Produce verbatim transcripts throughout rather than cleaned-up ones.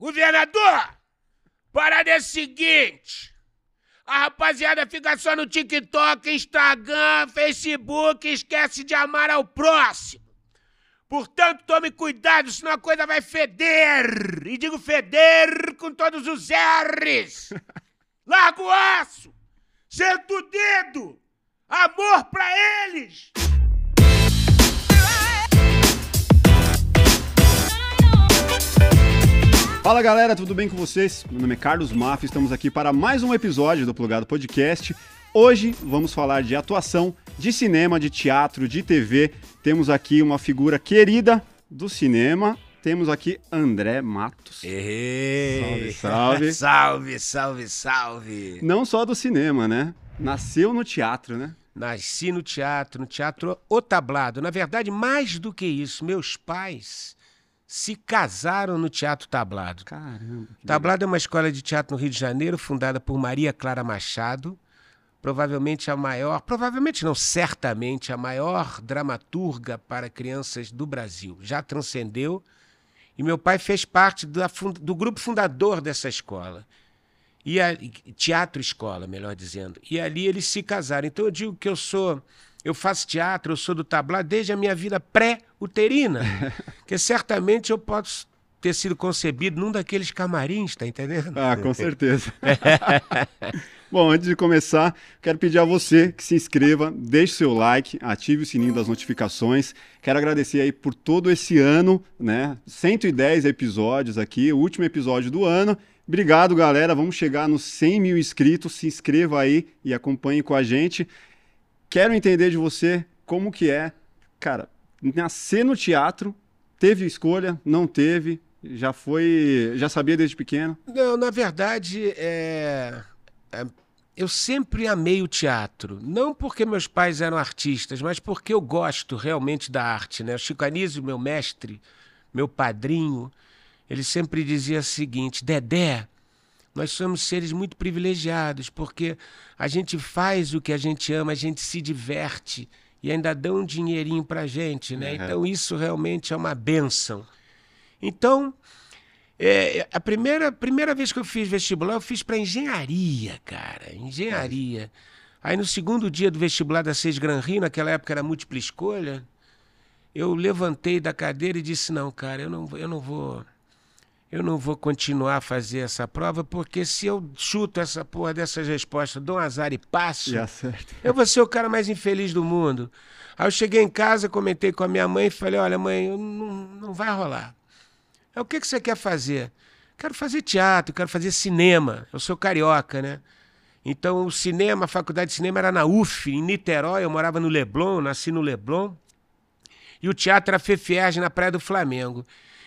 Governador, parada é a seguinte. A rapaziada fica só no TikTok, Instagram, Facebook e esquece de amar ao próximo. Portanto, tome cuidado, senão a coisa vai feder. E digo feder com todos os R's. Larga o aço, senta o dedo, amor pra eles. Fala galera, tudo bem com vocês? Meu nome é Carlos Maff, estamos aqui para mais um episódio do Plugado Podcast. Hoje vamos falar de atuação, de cinema, de teatro, de T V. Temos aqui uma figura querida do cinema. Temos aqui André Matos. Ei. Salve, salve. Salve, salve, salve. Não só do cinema, né? Nasceu no teatro, né? Nasci no teatro, no teatro O Tablado. Na verdade, mais do que isso, meus pais se casaram no Teatro Tablado. Caramba. Tablado é uma escola de teatro no Rio de Janeiro, fundada por Maria Clara Machado, provavelmente a maior, provavelmente não, certamente a maior dramaturga para crianças do Brasil. Já transcendeu, e meu pai fez parte da, do grupo fundador dessa escola. E a, teatro escola, melhor dizendo. E ali eles se casaram. Então eu digo que eu sou... Eu faço teatro, eu sou do tablado desde a minha vida pré-uterina. Porque certamente eu posso ter sido concebido num daqueles camarins, tá entendendo? Ah, com certeza. Bom, antes de começar, quero pedir a você que se inscreva, deixe seu like, ative o sininho das notificações. Quero agradecer aí por todo esse ano, né? cento e dez episódios aqui, o último episódio do ano. Obrigado, galera. Vamos chegar nos cem mil inscritos. Se inscreva aí e acompanhe com a gente. Quero entender de você como que é, cara, nascer no teatro, teve escolha, não teve, já foi, já sabia desde pequeno? Não, na verdade, é... é... eu sempre amei o teatro. Não porque meus pais eram artistas, mas porque eu gosto realmente da arte, né? O Chico Anísio, meu mestre, meu padrinho, ele sempre dizia o seguinte: Dedé, nós somos seres muito privilegiados, porque a gente faz o que a gente ama, a gente se diverte e ainda dá um dinheirinho pra gente, né? Uhum. Então isso realmente é uma bênção. Então, é, a primeira, primeira vez que eu fiz vestibular, eu fiz para engenharia, cara, engenharia. Aí no segundo dia do vestibular da Seis Gran Rio, naquela época era múltipla escolha, eu levantei da cadeira e disse: não, cara, eu não, eu não vou... Eu não vou continuar a fazer essa prova, porque se eu chuto essa porra dessas respostas, dou um azar e passo, eu vou ser o cara mais infeliz do mundo. Aí eu cheguei em casa, comentei com a minha mãe e falei: olha, mãe, não, não vai rolar. Aí, o que, que você quer fazer? Quero fazer teatro, quero fazer cinema. Eu sou carioca, né? Então o cinema, a faculdade de cinema era na U F, em Niterói, eu morava no Leblon, nasci no Leblon. E o teatro era Fefierge, na Praia do Flamengo.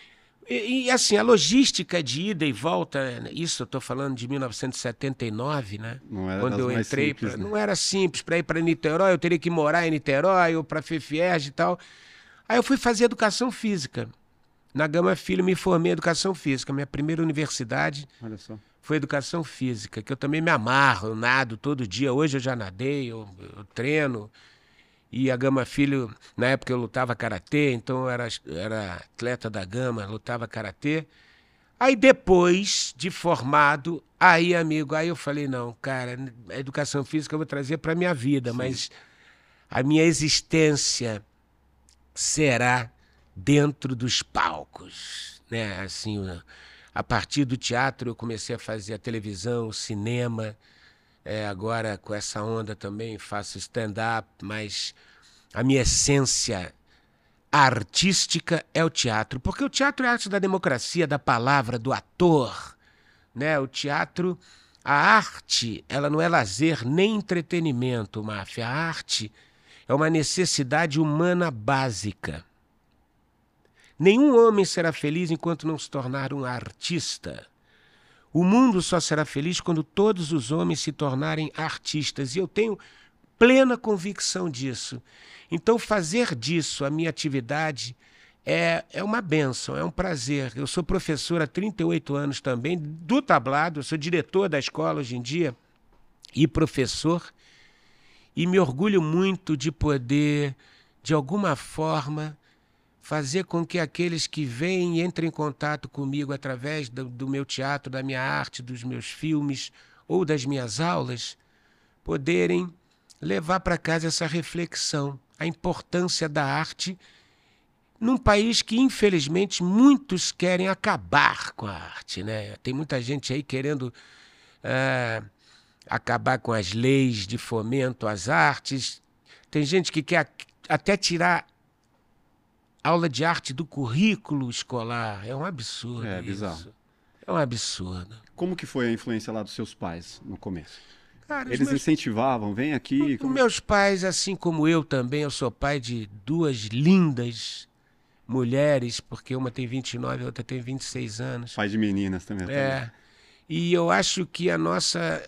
E, e assim, a logística de ida e volta, isso eu estou falando de mil novecentos e setenta e nove, né? Não era quando eu entrei, simples, pra, né? Não era simples, para ir para Niterói, eu teria que morar em Niterói ou para Fefierge e tal. Aí eu fui fazer educação física. Na Gama Filho me formei em educação física. Minha primeira universidade Olha só. foi educação física, que eu também me amarro, eu nado todo dia. Hoje eu já nadei, eu, eu treino. E a Gama Filho, na época eu lutava karatê, então eu era, era atleta da Gama, lutava karatê. Aí depois de formado, aí amigo, aí eu falei: não, cara, a educação física eu vou trazer para a minha vida, Sim. mas a minha existência será dentro dos palcos, né? Assim, a partir do teatro eu comecei a fazer a televisão, o cinema. É, agora, com essa onda também, faço stand-up, mas a minha essência artística é o teatro. Porque o teatro é a arte da democracia, da palavra, do ator, né? O teatro, a arte, ela não é lazer nem entretenimento, Máfia. A arte é uma necessidade humana básica. Nenhum homem será feliz enquanto não se tornar um artista. O mundo só será feliz quando todos os homens se tornarem artistas. E eu tenho plena convicção disso. Então, fazer disso a minha atividade é, é uma bênção, é um prazer. Eu sou professor há trinta e oito anos também, do tablado. Eu sou diretor da escola hoje em dia e professor. E me orgulho muito de poder, de alguma forma, fazer com que aqueles que vêm e entrem em contato comigo através do, do meu teatro, da minha arte, dos meus filmes ou das minhas aulas, poderem levar para casa essa reflexão, a importância da arte num país que, infelizmente, muitos querem acabar com a arte, né? Tem muita gente aí querendo uh, acabar com as leis de fomento às artes. Tem gente que quer até tirar aula de arte do currículo escolar. É um absurdo É isso. bizarro. É um absurdo. Como que foi a influência lá dos seus pais no começo? Cara, Eles meus... incentivavam, vem aqui. Como... Meus pais, assim como eu também, eu sou pai de duas lindas mulheres, porque uma tem vinte e nove, a outra tem vinte e seis anos. Pai de meninas também. É. Também. E eu acho que a nossa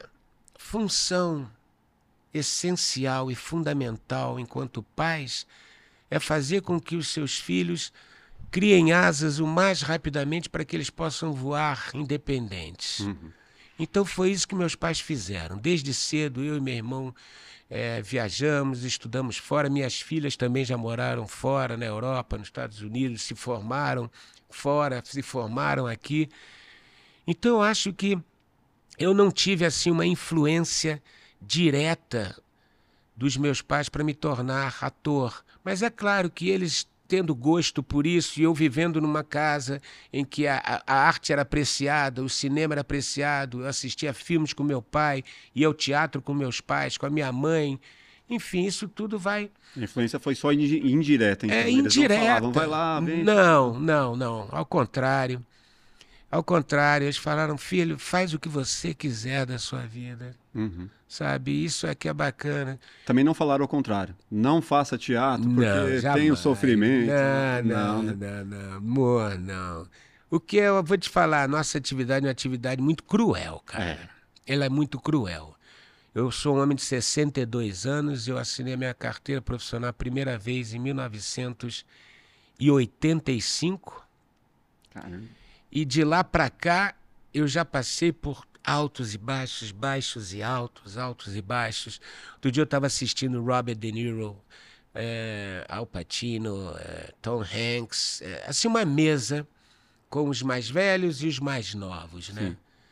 função essencial e fundamental enquanto pais é fazer com que os seus filhos criem asas o mais rapidamente para que eles possam voar independentes. Uhum. Então foi isso que meus pais fizeram. Desde cedo, eu e meu irmão é, viajamos, estudamos fora. Minhas filhas também já moraram fora, na Europa, nos Estados Unidos, se formaram fora, se formaram aqui. Então eu acho que eu não tive assim uma influência direta dos meus pais para me tornar ator. Mas é claro que eles, tendo gosto por isso, e eu vivendo numa casa em que a, a arte era apreciada, o cinema era apreciado, eu assistia filmes com meu pai, ia ao teatro com meus pais, com a minha mãe. Enfim, isso tudo vai... A influência foi só indireta, então. É Eles indireta. não falavam, vai lá, vem. Não, não, não. Ao contrário. Ao contrário, eles falaram, filho, faz o que você quiser da sua vida. Uhum. Sabe, isso é que é bacana. Também não falaram ao contrário. Não faça teatro porque não, jamais. tem o sofrimento. Não, não, não, não, não, amor, não. O que eu vou te falar, a nossa atividade é uma atividade muito cruel, cara. É. Ela é muito cruel. Eu sou um homem de sessenta e dois anos, eu assinei a minha carteira profissional a primeira vez em mil novecentos e oitenta e cinco. Caramba. E de lá para cá eu já passei por altos e baixos, baixos e altos, altos e baixos. Outro dia eu estava assistindo Robert De Niro, é, Al Pacino, é, Tom Hanks, é, assim uma mesa com os mais velhos e os mais novos, né? Sim.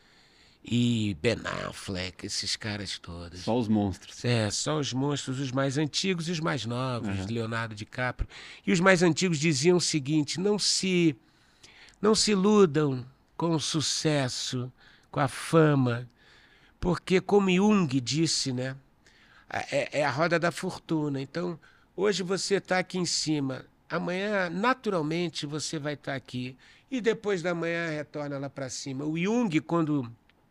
E Ben Affleck, esses caras todos. Só os monstros. É, só os monstros, os mais antigos e os mais novos, Uhum. Leonardo DiCaprio. E os mais antigos diziam o seguinte, não se, não se iludam com o sucesso, com a fama, porque como Jung disse, né, é, é a roda da fortuna. Então, hoje você está aqui em cima, amanhã, naturalmente, você vai estar aqui. E depois da manhã retorna lá para cima. O Jung, quando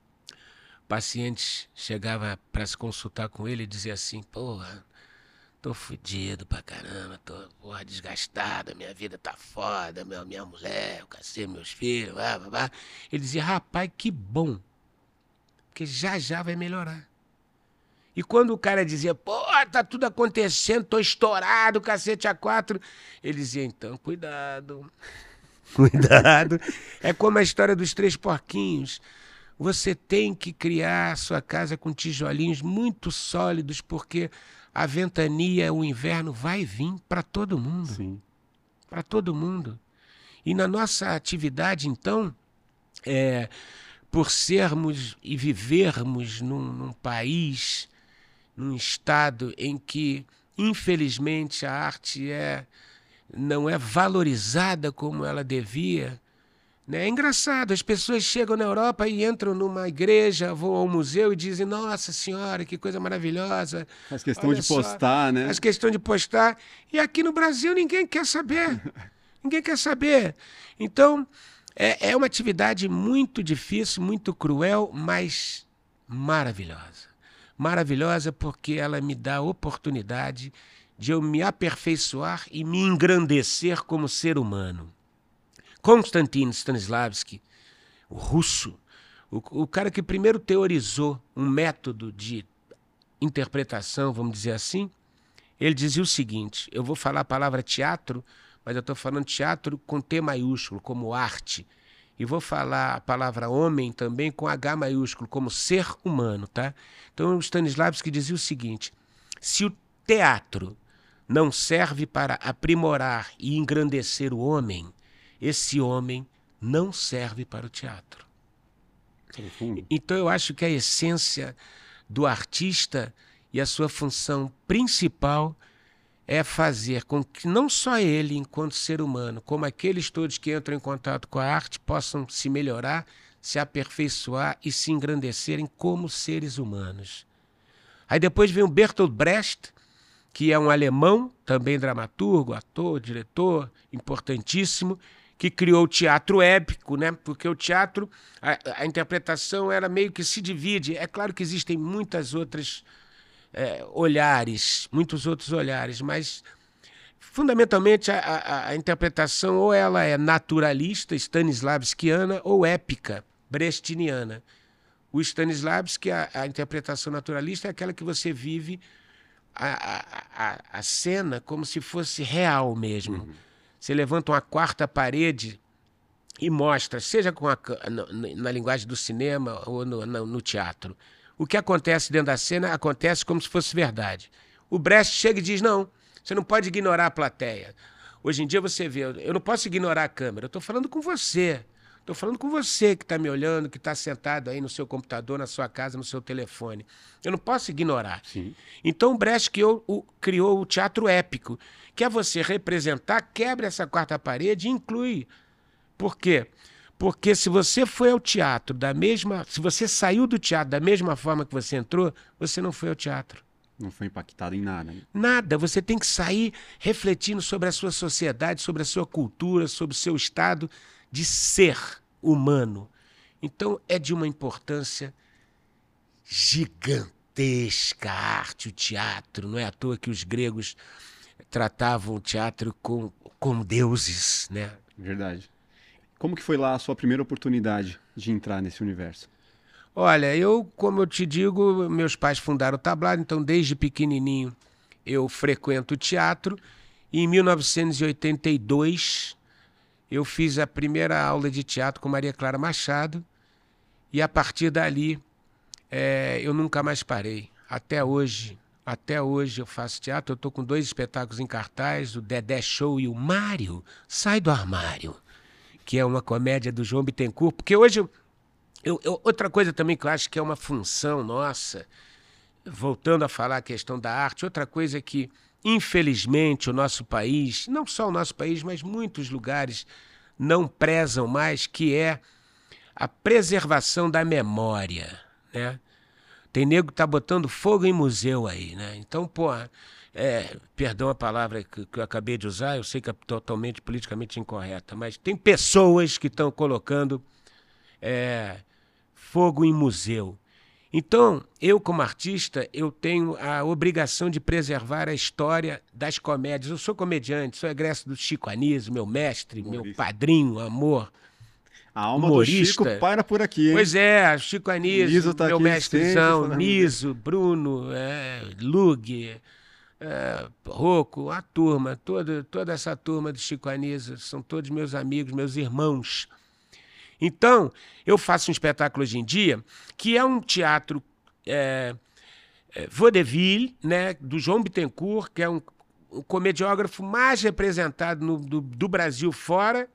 pacientes chegavam para se consultar com ele, dizia assim, porra, tô fudido pra caramba, tô porra, desgastado, minha vida tá foda, meu, minha mulher, o cacete, meus filhos, blá, blá, blá. Ele dizia, rapaz, que bom, porque já já vai melhorar. E quando o cara dizia, pô, tá tudo acontecendo, tô estourado, cacete a quatro, ele dizia, então, cuidado, cuidado. É como a história dos três porquinhos. Você tem que criar a sua casa com tijolinhos muito sólidos, porque a ventania, o inverno vai vir para todo mundo. Sim. Para todo mundo. E na nossa atividade, então, é, por sermos e vivermos num, num país, num estado em que, infelizmente, a arte é, não é valorizada como ela devia. É engraçado, as pessoas chegam na Europa e entram numa igreja, vão ao museu e dizem, nossa senhora, que coisa maravilhosa. Faz questão Olha de só, postar, né? faz questão de postar. E aqui no Brasil ninguém quer saber. Ninguém quer saber. Então, é, é uma atividade muito difícil, muito cruel, mas maravilhosa. Maravilhosa porque ela me dá a oportunidade de eu me aperfeiçoar e me engrandecer como ser humano. Konstantin Stanislavski, o russo, o, o cara que primeiro teorizou um método de interpretação, vamos dizer assim, ele dizia o seguinte, eu vou falar a palavra teatro, mas eu estou falando teatro com T maiúsculo, como arte, e vou falar a palavra homem também com H maiúsculo, como ser humano, tá? Então o Stanislavski dizia o seguinte, se o teatro não serve para aprimorar e engrandecer o homem, esse homem não serve para o teatro. Então eu acho que a essência do artista e a sua função principal é fazer com que não só ele, enquanto ser humano, como aqueles todos que entram em contato com a arte, possam se melhorar, se aperfeiçoar e se engrandecerem como seres humanos. Aí depois vem o Bertolt Brecht, que é um alemão, também dramaturgo, ator, diretor, importantíssimo, que criou o teatro épico, né? Porque o teatro, a, a interpretação era meio que se divide. É claro que existem muitas outras é, olhares, muitos outros olhares, mas fundamentalmente a, a, a interpretação ou ela é naturalista, stanislavskiana, ou épica, brechtiana. O Stanislavski, a, a interpretação naturalista é aquela que você vive a, a, a, a cena como se fosse real mesmo. Uhum. Você levanta uma quarta parede e mostra, seja com a, na, na linguagem do cinema ou no, no, no teatro, o que acontece dentro da cena acontece como se fosse verdade. O Brecht chega e diz, não, você não pode ignorar a plateia. Hoje em dia você vê, eu não posso ignorar a câmera, eu estou falando com você. Estou falando com você que está me olhando, que está sentado aí no seu computador, na sua casa, no seu telefone. Eu não posso ignorar. Sim. Então o Brecht criou o, criou o teatro épico, que é você representar, quebra essa quarta parede e inclui. Por quê? Porque se você foi ao teatro da mesma... Se você saiu do teatro da mesma forma que você entrou, você não foi ao teatro. Não foi impactado em nada. Né? Nada. Você tem que sair refletindo sobre a sua sociedade, sobre a sua cultura, sobre o seu estado de ser humano. Então, é de uma importância gigantesca a arte, o teatro. Não é à toa que os gregos tratavam o teatro com, com deuses, né? Verdade. Como que foi lá a sua primeira oportunidade de entrar nesse universo? Olha, eu, como eu te digo, meus pais fundaram o Tablado, então desde pequenininho eu frequento o teatro. E em mil novecentos e oitenta e dois... eu fiz a primeira aula de teatro com Maria Clara Machado e, a partir dali, é, eu nunca mais parei. Até hoje, até hoje eu faço teatro. Eu estou com dois espetáculos em cartaz, o Dedé Show e o Mário Sai do Armário, que é uma comédia do João Bittencourt. Porque hoje, eu, eu, eu, outra coisa também que eu acho que é uma função nossa, voltando a falar a questão da arte, outra coisa é que, infelizmente, o nosso país, não só o nosso país, mas muitos lugares não prezam mais, que é a preservação da memória, né? Tem nego que tá botando fogo em museu aí, né? Então, pô, é, perdão a palavra que, que eu acabei de usar, eu sei que é totalmente politicamente incorreta, mas tem pessoas que estão colocando é, fogo em museu. Então, eu como artista, eu tenho a obrigação de preservar a história das comédias. Eu sou comediante, sou egresso do Chico Anísio, meu mestre, Humorista. Meu padrinho, amor. A alma humorista. do Chico para por aqui, hein? Pois é, Chico Anísio, tá meu mestrezão, Niso, dele. Bruno, é, Lug, é, Rocco, a turma, toda, toda essa turma do Chico Anísio, são todos meus amigos, meus irmãos. Então, eu faço um espetáculo hoje em dia que é um teatro é, é, vaudeville, né, do João Bittencourt, que é um, um comediógrafo mais representado no, do, do Brasil fora,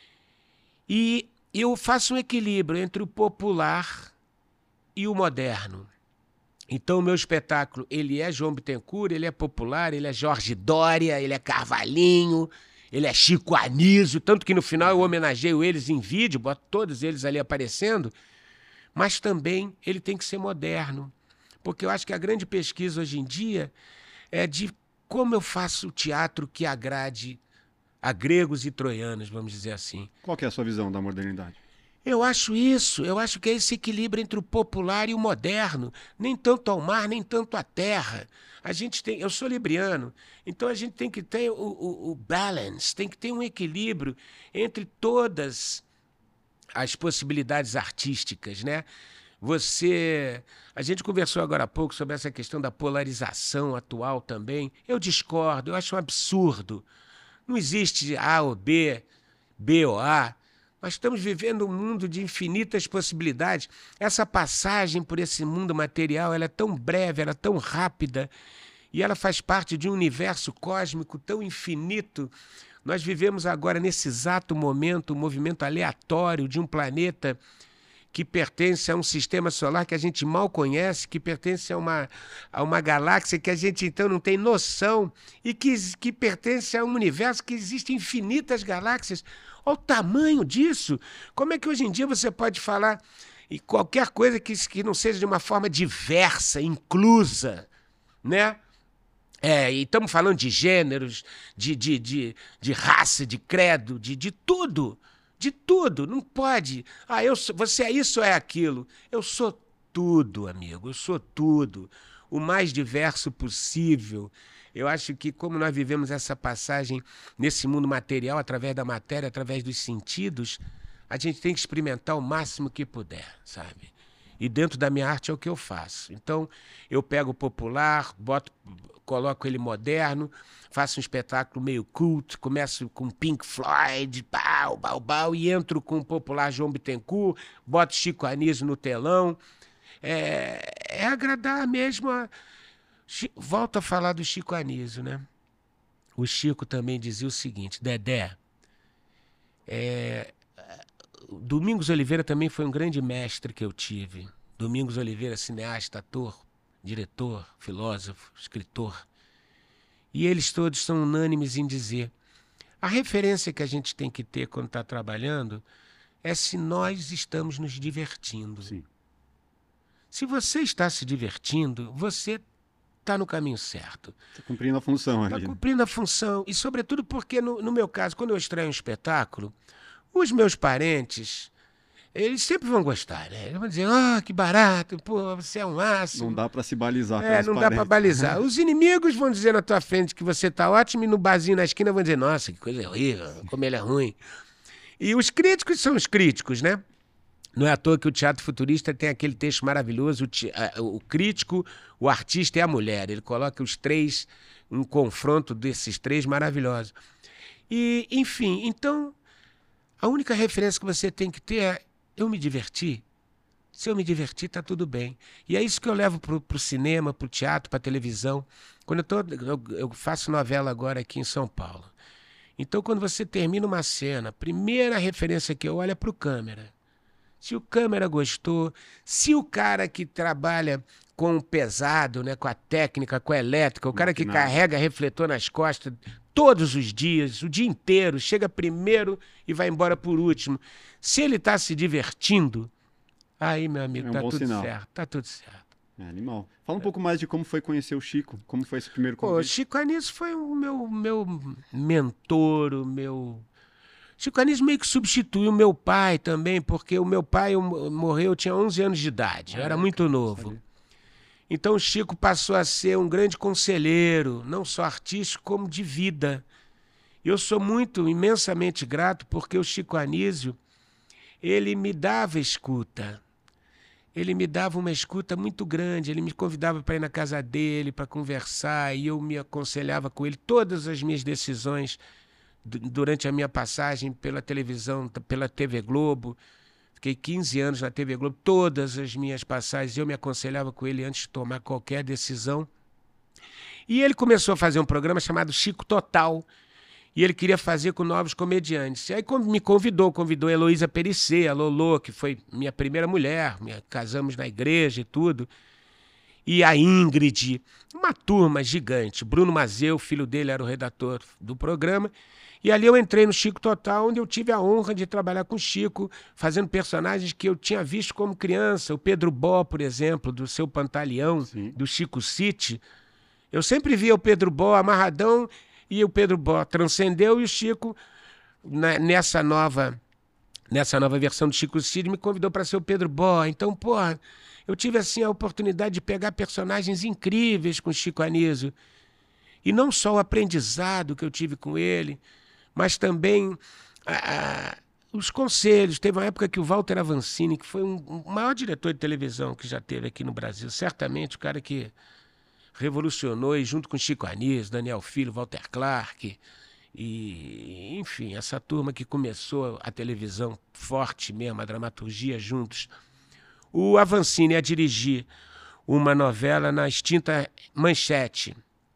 e eu faço um equilíbrio entre o popular e o moderno. Então, o meu espetáculo, ele é João Bittencourt, ele é popular, ele é Jorge Dória, ele é Carvalhinho, ele é Chico Anísio, tanto que no final eu homenageio eles em vídeo, boto todos eles ali aparecendo, mas também ele tem que ser moderno, porque eu acho que a grande pesquisa hoje em dia é de como eu faço teatro que agrade a gregos e troianos, vamos dizer assim. Qual que é a sua visão da modernidade? Eu acho isso, eu acho que é esse equilíbrio entre o popular e o moderno, nem tanto ao mar, nem tanto à terra. A gente tem, eu sou libriano, então a gente tem que ter o, o, o balance, tem que ter um equilíbrio entre todas as possibilidades artísticas, né? Você, a gente conversou agora há pouco sobre essa questão da polarização atual também. Eu discordo, eu acho um absurdo. Não existe A ou B, B ou A. Nós estamos vivendo um mundo de infinitas possibilidades. Essa passagem por esse mundo material ela é tão breve, ela é tão rápida, e ela faz parte de um universo cósmico tão infinito. Nós vivemos agora, nesse exato momento, um movimento aleatório de um planeta que pertence a um sistema solar que a gente mal conhece, que pertence a uma, a uma galáxia que a gente então não tem noção, e que, que pertence a um universo que existe infinitas galáxias. Olha o tamanho disso! Como é que hoje em dia você pode falar em qualquer coisa que, que não seja de uma forma diversa, inclusa, né? É, e estamos falando de gêneros, de, de, de, de raça, de credo, de, de tudo. De tudo. Não pode. Ah, eu sou, você é isso ou é aquilo. Eu sou tudo, amigo. Eu sou tudo. O mais diverso possível. Eu acho que, como nós vivemos essa passagem nesse mundo material, através da matéria, através dos sentidos, a gente tem que experimentar o máximo que puder, sabe? E dentro da minha arte é o que eu faço. Então, eu pego o popular, boto, coloco ele moderno, faço um espetáculo meio cult, começo com Pink Floyd, pau, pau, pau, e entro com o popular João Bittencourt, boto Chico Anísio no telão. É, é agradar mesmo a... Volto a falar do Chico Anísio, né? O Chico também dizia o seguinte: Dedé, é... Domingos Oliveira também foi um grande mestre que eu tive. Domingos Oliveira, cineasta, ator, diretor, filósofo, escritor. E eles todos são unânimes em dizer: a referência que a gente tem que ter quando está trabalhando é se nós estamos nos divertindo. Sim. Se você está se divertindo, você está no caminho certo. Está cumprindo a função. Está cumprindo a função. E, sobretudo, porque, no, no meu caso, quando eu estreio um espetáculo, os meus parentes, eles sempre vão gostar, né? Eles vão dizer: ah, oh, que barato, pô, você é um máximo. Não dá para se balizar. É, não dá para balizar. Os inimigos vão dizer na tua frente que você tá ótimo, e no barzinho na esquina vão dizer: nossa, que coisa horrível, como ele é ruim. E os críticos são os críticos, né? Não é à toa que o Teatro Futurista tem aquele texto maravilhoso: o, ti, a, o crítico, o artista e a mulher. Ele coloca os três, um confronto desses três maravilhosos. E, enfim, então, a única referência que você tem que ter é: eu me diverti. Se eu me divertir, tá tudo bem. E é isso que eu levo pro, pro cinema, pro teatro, pra televisão. Quando eu, tô, eu, eu faço novela agora aqui em São Paulo. Então, quando você termina uma cena, a primeira referência que eu olho é pro câmera. Se o câmera gostou, se o cara que trabalha com o pesado, né, com a técnica, com a elétrica, o cara que carrega refletor nas costas todos os dias, o dia inteiro, chega primeiro e vai embora por último. Se ele está se divertindo, aí, meu amigo, é um tá bom tudo sinal. certo, tá tudo certo. É animal. Fala um pouco mais de como foi conhecer o Chico, como foi esse primeiro convite. O Chico Anísio foi o meu, meu mentor, o meu... Chico Anísio meio que substituiu o meu pai também, porque o meu pai morreu, eu tinha onze anos de idade, eu era muito novo. Então o Chico passou a ser um grande conselheiro, não só artístico, como de vida. Eu sou muito, imensamente grato, porque o Chico Anísio, ele me dava escuta. Ele me dava uma escuta muito grande, ele me convidava para ir na casa dele, para conversar, e eu me aconselhava com ele. Todas as minhas decisões durante a minha passagem pela televisão, pela T V Globo, fiquei quinze anos na T V Globo, todas as minhas passagens eu me aconselhava com ele antes de tomar qualquer decisão. E ele começou a fazer um programa chamado Chico Total, e ele queria fazer com novos comediantes. E aí me convidou, convidou a Heloísa Perissé, a Lolô, que foi minha primeira mulher, minha, casamos na igreja e tudo. E a Ingrid, uma turma gigante. Bruno Mazeu, filho dele, era o redator do programa. E ali eu entrei no Chico Total, onde eu tive a honra de trabalhar com o Chico, fazendo personagens que eu tinha visto como criança. O Pedro Bó, por exemplo, do Seu Pantaleão, Sim. do Chico City. Eu sempre via o Pedro Bó amarradão, e o Pedro Bó transcendeu, e o Chico, na, nessa, nova, nessa nova versão do Chico City, me convidou para ser o Pedro Bó. Então, porra, eu tive assim a oportunidade de pegar personagens incríveis com o Chico Anísio. E não só o aprendizado que eu tive com ele, mas também ah, os conselhos. Teve uma época que o Walter Avancini, que foi um, o maior diretor de televisão que já teve aqui no Brasil, certamente o cara que revolucionou, e junto com Chico Anísio, Daniel Filho, Walter Clark, e enfim, essa turma que começou a televisão forte mesmo, a dramaturgia juntos. O Avancini a dirigir uma novela na extinta Manchete,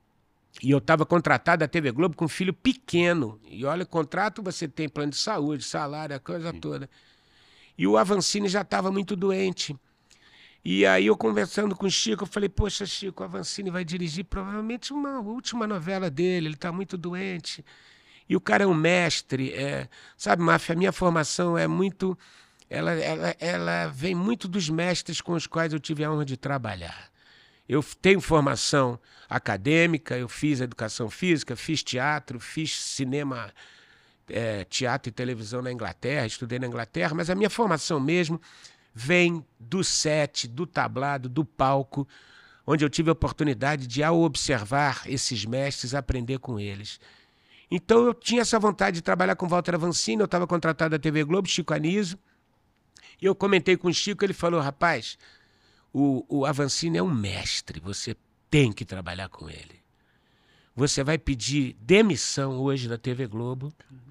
E eu estava contratado da T V Globo com um filho pequeno. E olha, contrato você tem plano de saúde, salário, a coisa Sim. toda. E o Avancini já estava muito doente. E aí eu conversando com o Chico, eu falei, poxa, Chico, o Avancini vai dirigir provavelmente uma última novela dele, ele está muito doente. E o cara é um mestre, é, sabe, Máfia, a minha formação é muito... Ela, ela, ela vem muito dos mestres com os quais eu tive a honra de trabalhar. Eu tenho formação acadêmica, eu fiz educação física, fiz teatro, fiz cinema, é, teatro e televisão na Inglaterra, estudei na Inglaterra, mas a minha formação mesmo vem do set, do tablado, do palco, onde eu tive a oportunidade de, ao observar esses mestres, aprender com eles. Então eu tinha essa vontade de trabalhar com Walter Avancini, eu estava contratado da T V Globo, Chico Anísio, e eu comentei com o Chico, ele falou, rapaz, o, o Avancini é um mestre, você tem que trabalhar com ele. Você vai pedir demissão hoje da T V Globo.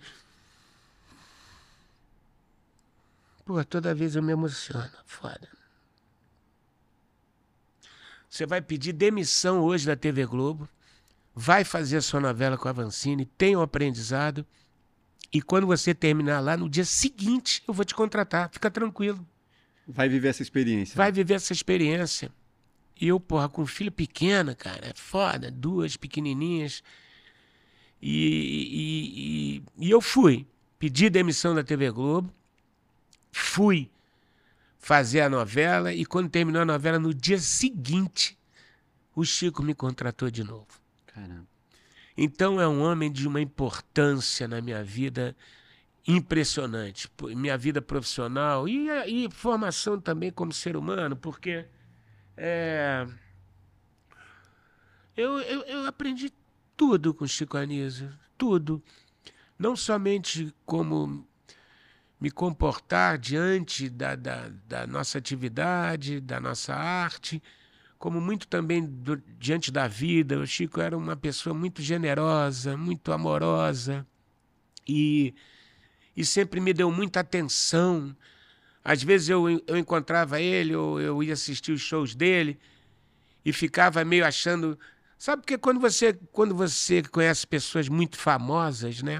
Pô, toda vez eu me emociono, foda. Você vai pedir demissão hoje da T V Globo, vai fazer a sua novela com a Avancini, tem um aprendizado, e quando você terminar lá, no dia seguinte, eu vou te contratar, fica tranquilo. Vai viver essa experiência. Vai viver essa experiência. E eu, porra, com um filho pequeno, cara, é foda, duas pequenininhas. E, e, e, e eu fui, pedi demissão da T V Globo, fui fazer a novela e quando terminou a novela, no dia seguinte, o Chico me contratou de novo. Caramba. Então é um homem de uma importância na minha vida impressionante. Minha vida profissional e, e formação também como ser humano, porque é, eu, eu, eu aprendi tudo com o Chico Anísio, tudo. Não somente como me comportar diante da, da, da nossa atividade, da nossa arte, como muito também do, diante da vida. O Chico era uma pessoa muito generosa, muito amorosa e, e sempre me deu muita atenção. Às vezes eu, eu encontrava ele ou eu ia assistir os shows dele e ficava meio achando... Sabe, porque quando você, quando você conhece pessoas muito famosas, né?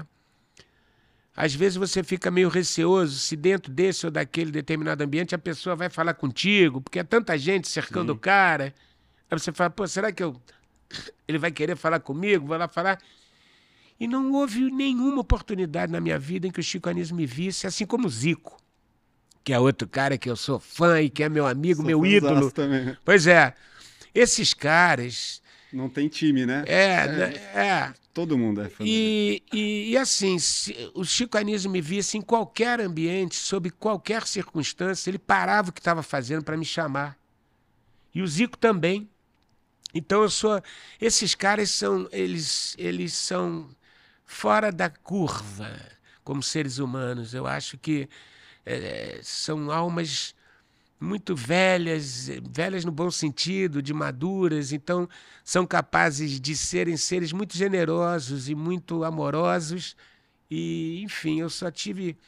Às vezes você fica meio receoso se dentro desse ou daquele determinado ambiente a pessoa vai falar contigo, porque é tanta gente cercando Sim. o cara. Aí você fala, pô, será que eu... ele vai querer falar comigo? Vou lá falar... E não houve nenhuma oportunidade na minha vida em que o Chico Anísio me visse, assim como o Zico, que é outro cara que eu sou fã e que é meu amigo, sou meu ídolo. Também. Pois é, esses caras... Não tem time, né? É, é. é. Todo mundo é fã. E, e, e assim, se o Chico Anísio me visse em qualquer ambiente, sob qualquer circunstância, ele parava o que estava fazendo para me chamar. E o Zico também. Então eu sou... Esses caras são, eles, eles são fora da curva como seres humanos. Eu acho que é, são almas muito velhas, velhas no bom sentido, de maduras, então são capazes de serem seres muito generosos e muito amorosos. E, enfim, eu só tive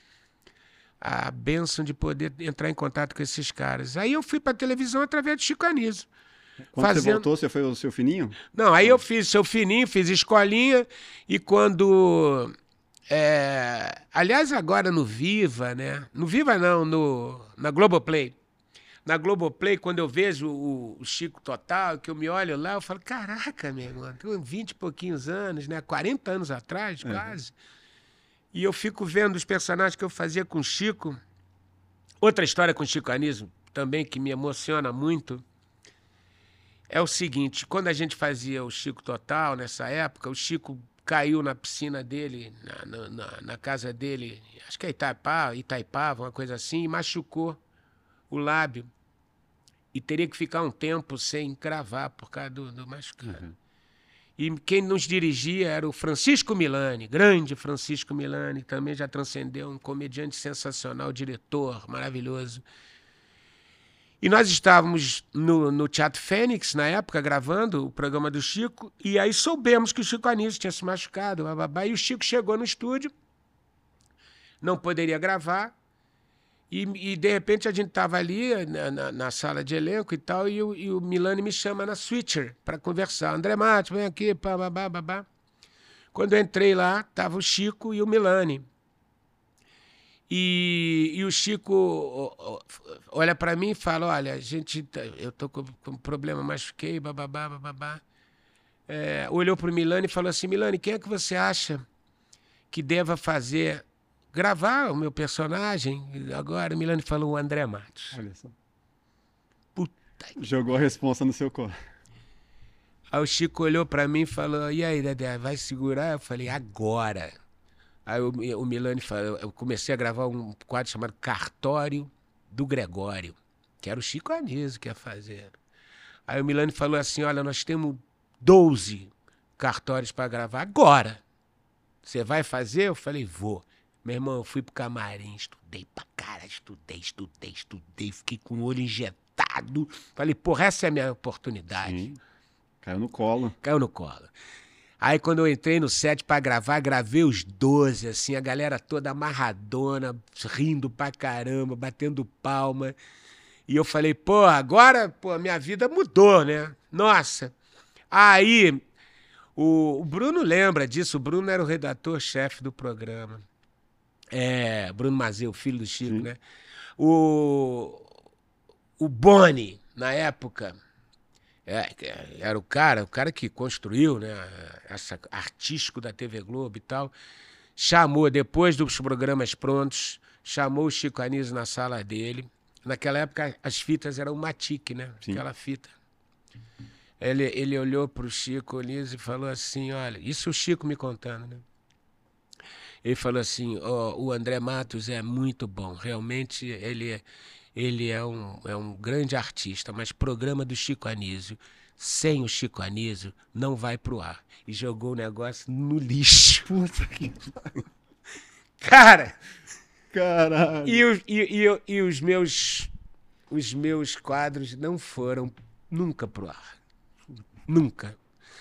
a bênção de poder entrar em contato com esses caras. Aí eu fui para a televisão através de Chico Anísio. Quando fazendo... você voltou, você foi o Seu Fininho? Não, aí eu fiz Seu Fininho, fiz Escolinha, e quando... É... Aliás, agora no Viva, né? No Viva não, no... na Globoplay. Na Globoplay, quando eu vejo o, o Chico Total, que eu me olho lá, eu falo, caraca, meu irmão, tenho vinte e pouquinhos anos, né? quarenta anos atrás, quase. É. E eu fico vendo os personagens que eu fazia com o Chico. Outra história com o Chico Anísio, também, que me emociona muito, é o seguinte, quando a gente fazia o Chico Total, nessa época, o Chico caiu na piscina dele, na, na, na casa dele, acho que é Itaipava, Itaipava, uma coisa assim, e machucou o lábio. E teria que ficar um tempo sem cravar por causa do, do machucado. Uhum. E quem nos dirigia era o Francisco Milani, grande Francisco Milani, que também já transcendeu, um comediante sensacional, diretor maravilhoso. E nós estávamos no, no Teatro Fênix, na época, gravando o programa do Chico, e aí soubemos que o Chico Anísio tinha se machucado, bababá, e o Chico chegou no estúdio, não poderia gravar, E, e de repente a gente tava ali na, na, na sala de elenco e tal, e o, e o Milani me chama na Switcher para conversar. André Matos, vem aqui, pá, babá, babá. Quando eu entrei lá, tava o Chico e o Milani. E, e o Chico olha para mim e fala, olha, a gente, eu tô com, com problema, machuquei, bababá, bababá. É, olhou para o Milani e falou assim, Milani, quem é que você acha que deva fazer, gravar o meu personagem? Agora o Milani falou o André Matos. Olha só. Puta. Jogou a responsa no seu colo. Aí o Chico olhou para mim e falou, e aí, Dedé, vai segurar? Eu falei, agora. Aí o, o Milani falou, eu comecei a gravar um quadro chamado Cartório do Gregório, que era o Chico Anísio que ia fazer. Aí o Milani falou assim, olha, nós temos doze cartórios para gravar agora. Você vai fazer? Eu falei, vou. Meu irmão, eu fui pro camarim, estudei pra cara, estudei, estudei, estudei, fiquei com o olho injetado. Falei, porra, essa é a minha oportunidade. Sim. Caiu no colo. Caiu no colo. Aí quando eu entrei no set pra gravar, gravei os doze, assim, a galera toda amarradona, rindo pra caramba, batendo palma. E eu falei, pô, agora, pô, minha vida mudou, né? Nossa. Aí, o, o Bruno lembra disso, o Bruno era o redator-chefe do programa. É, Bruno Mazeu, filho do Chico, Sim. né? O, o Boni, na época... É, era o cara, o cara que construiu, né, essa artístico da T V Globo e tal, chamou, depois dos programas prontos, chamou o Chico Anísio na sala dele. Naquela época as fitas eram Matic, né? Sim. Aquela fita. Ele, ele olhou para o Chico Anísio e falou assim, olha, isso o Chico me contando, né? Ele falou assim, oh, o André Matos é muito bom, realmente ele é... Ele é um, é um grande artista, mas programa do Chico Anísio, sem o Chico Anísio, não vai pro ar. E jogou o negócio no lixo. Puta que pariu. Cara! Caralho! E, o, e, e, e os, meus, os meus quadros não foram nunca pro ar. Nunca.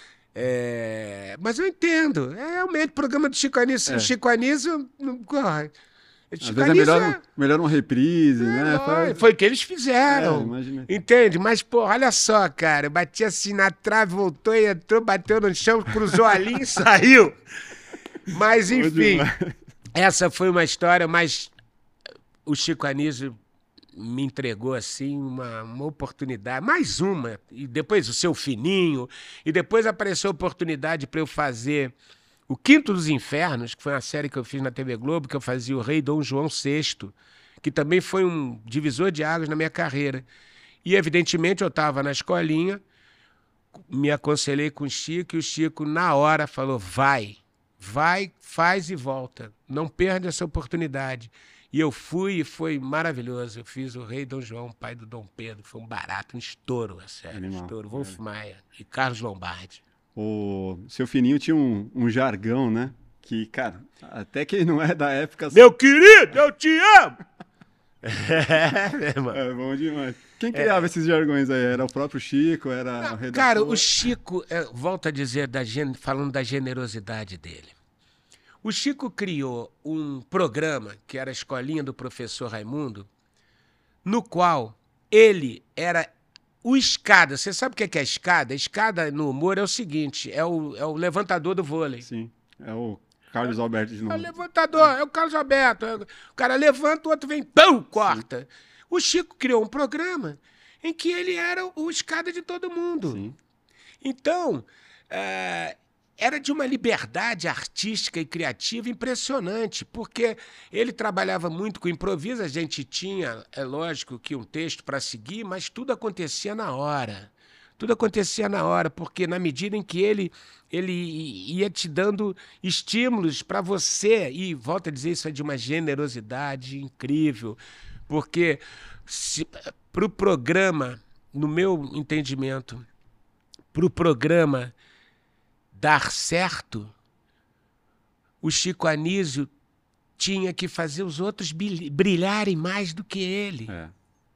É, mas eu entendo. É realmente programa do Chico Anísio. É. O Chico Anísio não corre. Às vezes é melhor, é... melhor uma reprise, é, né? Faz... Foi o que eles fizeram. É, entende? Mas, pô, olha só, cara. Eu bati assim na trave, voltou e entrou, bateu no chão, cruzou a linha e saiu. Mas, enfim, essa foi uma história, mas o Chico Anísio me entregou, assim, uma, uma oportunidade, mais uma. E depois o Seu Fininho, e depois apareceu a oportunidade para eu fazer... O Quinto dos Infernos, que foi uma série que eu fiz na T V Globo, que eu fazia o rei Dom João sexto, que também foi um divisor de águas na minha carreira. E, evidentemente, eu estava na escolinha, me aconselhei com o Chico, e o Chico, na hora, falou, vai, vai, faz e volta. Não perde essa oportunidade. E eu fui e foi maravilhoso. Eu fiz o rei Dom João, pai do Dom Pedro. Foi um barato, um estouro, a série, um estouro. Wolf Maia e Carlos Lombardi. O Seu Fininho tinha um, um jargão, né? Que, cara, até quem não é da época... Meu querido, eu te amo! é, mano. É bom demais. Quem criava é. esses jargões aí? Era o próprio Chico? Era não, o redator? Cara, o Chico, é, volto a dizer, da, falando da generosidade dele. O Chico criou um programa, que era a Escolinha do Professor Raimundo, no qual ele era... O escada, você sabe o que é a escada? A escada no humor é o seguinte, é o, é o levantador do vôlei. Sim, é o Carlos Alberto de novo. É o levantador, é o Carlos Alberto. É, o cara levanta, o outro vem, pão, corta. Sim. O Chico criou um programa em que ele era o escada de todo mundo. Sim. Então, é, era de uma liberdade artística e criativa impressionante, porque ele trabalhava muito com improviso, a gente tinha, é lógico, que um texto para seguir, mas tudo acontecia na hora. Tudo acontecia na hora, porque na medida em que ele, ele ia te dando estímulos para você, e volto a dizer, isso é de uma generosidade incrível, porque para o programa, no meu entendimento, para o programa dar certo, o Chico Anísio tinha que fazer os outros brilharem mais do que ele. É.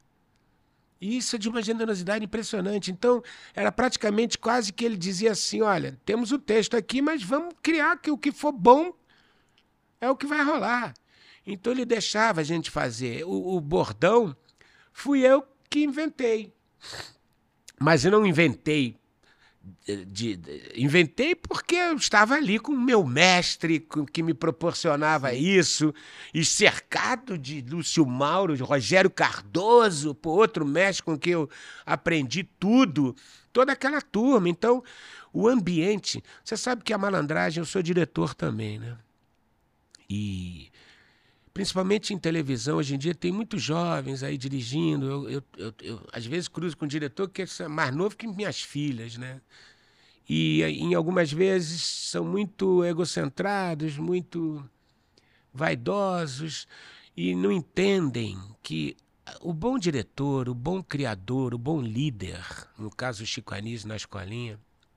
E isso é de uma generosidade impressionante. Então, era praticamente quase que ele dizia assim, olha, temos o texto aqui, mas vamos criar que o que for bom é o que vai rolar. Então ele deixava a gente fazer. O, o bordão fui eu que inventei. Mas eu não inventei. De, de, inventei porque eu estava ali com o meu mestre com, que me proporcionava isso, e cercado de Lúcio Mauro, de Rogério Cardoso, por outro mestre com quem eu aprendi tudo, toda aquela turma. Então, o ambiente... Você sabe que a malandragem, eu sou diretor também, né? E... principalmente em televisão, hoje em dia tem muitos jovens aí dirigindo. Eu, eu, eu, eu às vezes cruzo com um diretor que é mais novo que minhas filhas, né? E em algumas vezes são muito egocentrados, muito vaidosos e não entendem que o bom diretor, o bom criador, o bom líder, no caso o Chico Anísio na Escolinha,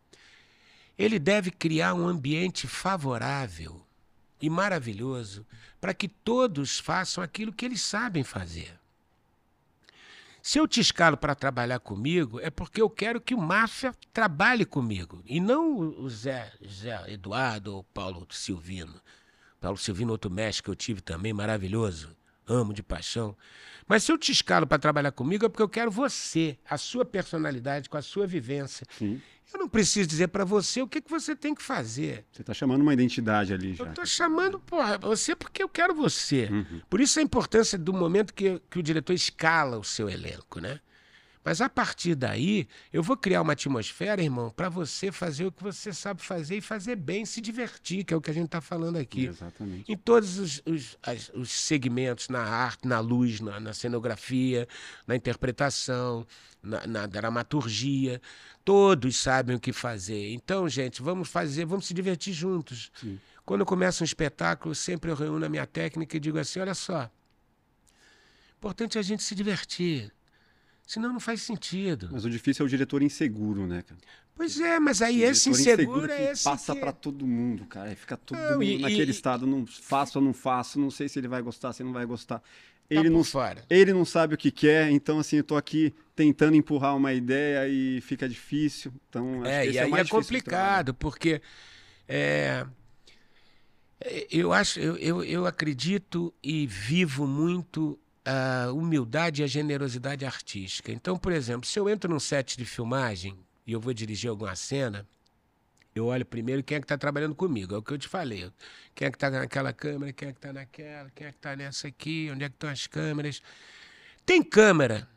ele deve criar um ambiente favorável e maravilhoso para que todos façam aquilo que eles sabem fazer. Se eu te escalo para trabalhar comigo, é porque eu quero que o Máfia trabalhe comigo, e não o Zé, Zé Eduardo ou Paulo Silvino. Paulo Silvino, outro mestre que eu tive também, maravilhoso, amo de paixão. Mas se eu te escalo para trabalhar comigo, é porque eu quero você, a sua personalidade, com a sua vivência. Sim. Eu não preciso dizer para você o que, que você tem que fazer. Você está chamando uma identidade ali já. Eu estou chamando, porra, você porque eu quero você. Uhum. Por isso a importância do momento que, que o diretor escala o seu elenco, né? Mas a partir daí, eu vou criar uma atmosfera, irmão, para você fazer o que você sabe fazer e fazer bem, se divertir, que é o que a gente está falando aqui. Exatamente. Em todos os, os, as, os segmentos, na arte, na luz, na, na cenografia, na interpretação, na, na dramaturgia, todos sabem o que fazer. Então, gente, vamos fazer, vamos se divertir juntos. Sim. Quando eu começo um espetáculo, sempre eu reúno a minha técnica e digo assim, olha só, importante é a gente se divertir. Senão não faz sentido. Mas o difícil é o diretor inseguro, né, cara? Pois é, mas aí O esse diretor inseguro é que esse passa que... para todo mundo, cara. Aí fica todo Não, mundo e- naquele e- estado, não faço ou não faço, não sei se ele vai gostar, se não vai gostar. Tá Ele por não, fora. ele não sabe o que quer, então assim, eu tô aqui tentando empurrar uma ideia e fica difícil. Então, acho É, que e esse é o aí mais é difícil do complicado, porque é, é, eu acho, eu, eu, eu acredito e vivo muito a humildade e a generosidade artística. Então, por exemplo, se eu entro num set de filmagem e eu vou dirigir alguma cena, eu olho primeiro quem é que está trabalhando comigo, é o que eu te falei. Quem é que está naquela câmera, quem é que está naquela, quem é que está nessa aqui, onde é que estão as câmeras. Tem câmera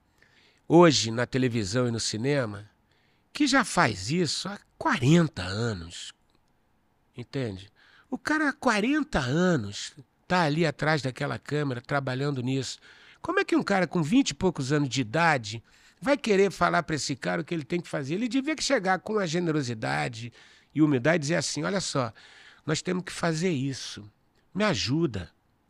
hoje na televisão e no cinema que já faz isso há quarenta anos, entende? O cara há quarenta anos está ali atrás daquela câmera trabalhando nisso. Como é que um cara com vinte e poucos anos de idade vai querer falar para esse cara o que ele tem que fazer? Ele devia que chegar com a generosidade e humildade e dizer assim, olha só, nós temos que fazer isso, me ajuda.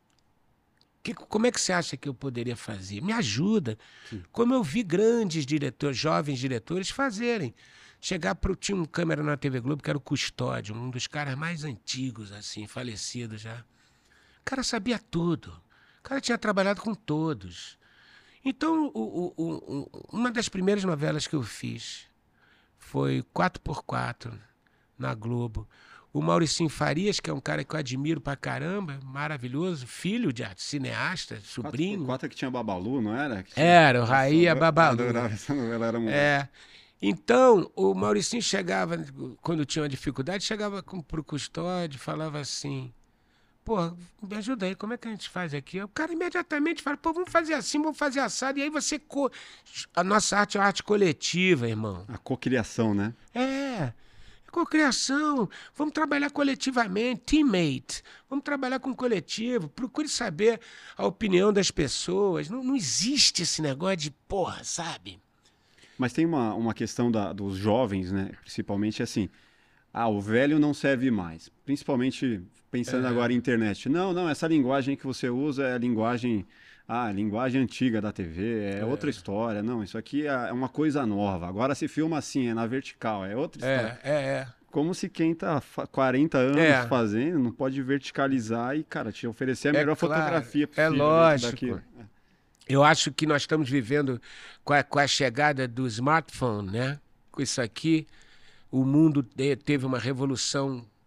Que, como é que você acha que eu poderia fazer? Me ajuda. Sim. Como eu vi grandes diretores, jovens diretores fazerem. Chegar para... Tinha um câmera na T V Globo que era o Custódio, um dos caras mais antigos, assim, falecido já. O cara sabia tudo. O cara tinha trabalhado com todos. Então, o, o, o, uma das primeiras novelas que eu fiz foi quatro por quatro, na Globo. O Mauricinho Farias, que é um cara que eu admiro pra caramba, maravilhoso, filho de cineasta, sobrinho. quatro por quatro que tinha Babalu, não era? Que tinha... Era, o Raí Nossa, Babalu. Eu adorava essa novela, era muito... É. Então, o Mauricinho chegava, quando tinha uma dificuldade, chegava com, pro Custódio, falava assim, pô, me ajuda aí, como é que a gente faz aqui? O cara imediatamente fala, pô, vamos fazer assim, vamos fazer assado, e aí você... Co... A nossa arte é uma arte coletiva, irmão. A cocriação, né? É, cocriação, vamos trabalhar coletivamente, teammate, vamos trabalhar com coletivo, procure saber a opinião das pessoas, não, não existe esse negócio de porra, sabe? Mas tem uma, uma questão da, dos jovens, né? Principalmente assim, ah, o velho não serve mais. Principalmente pensando É. agora em internet. Não, não, essa linguagem que você usa é a linguagem, ah, a linguagem antiga da T V, é, É. outra história. Não, isso aqui é uma coisa nova. Agora se filma assim, é na vertical, é outra história. É, é, é. Como se quem tá fa- quarenta anos É. fazendo não pode verticalizar e, cara, te oferecer a É melhor claro, fotografia é possível. dentro lógico. daquilo. Eu acho que nós estamos vivendo com a, com a chegada do smartphone, né? Com isso aqui, o mundo te- teve uma revolução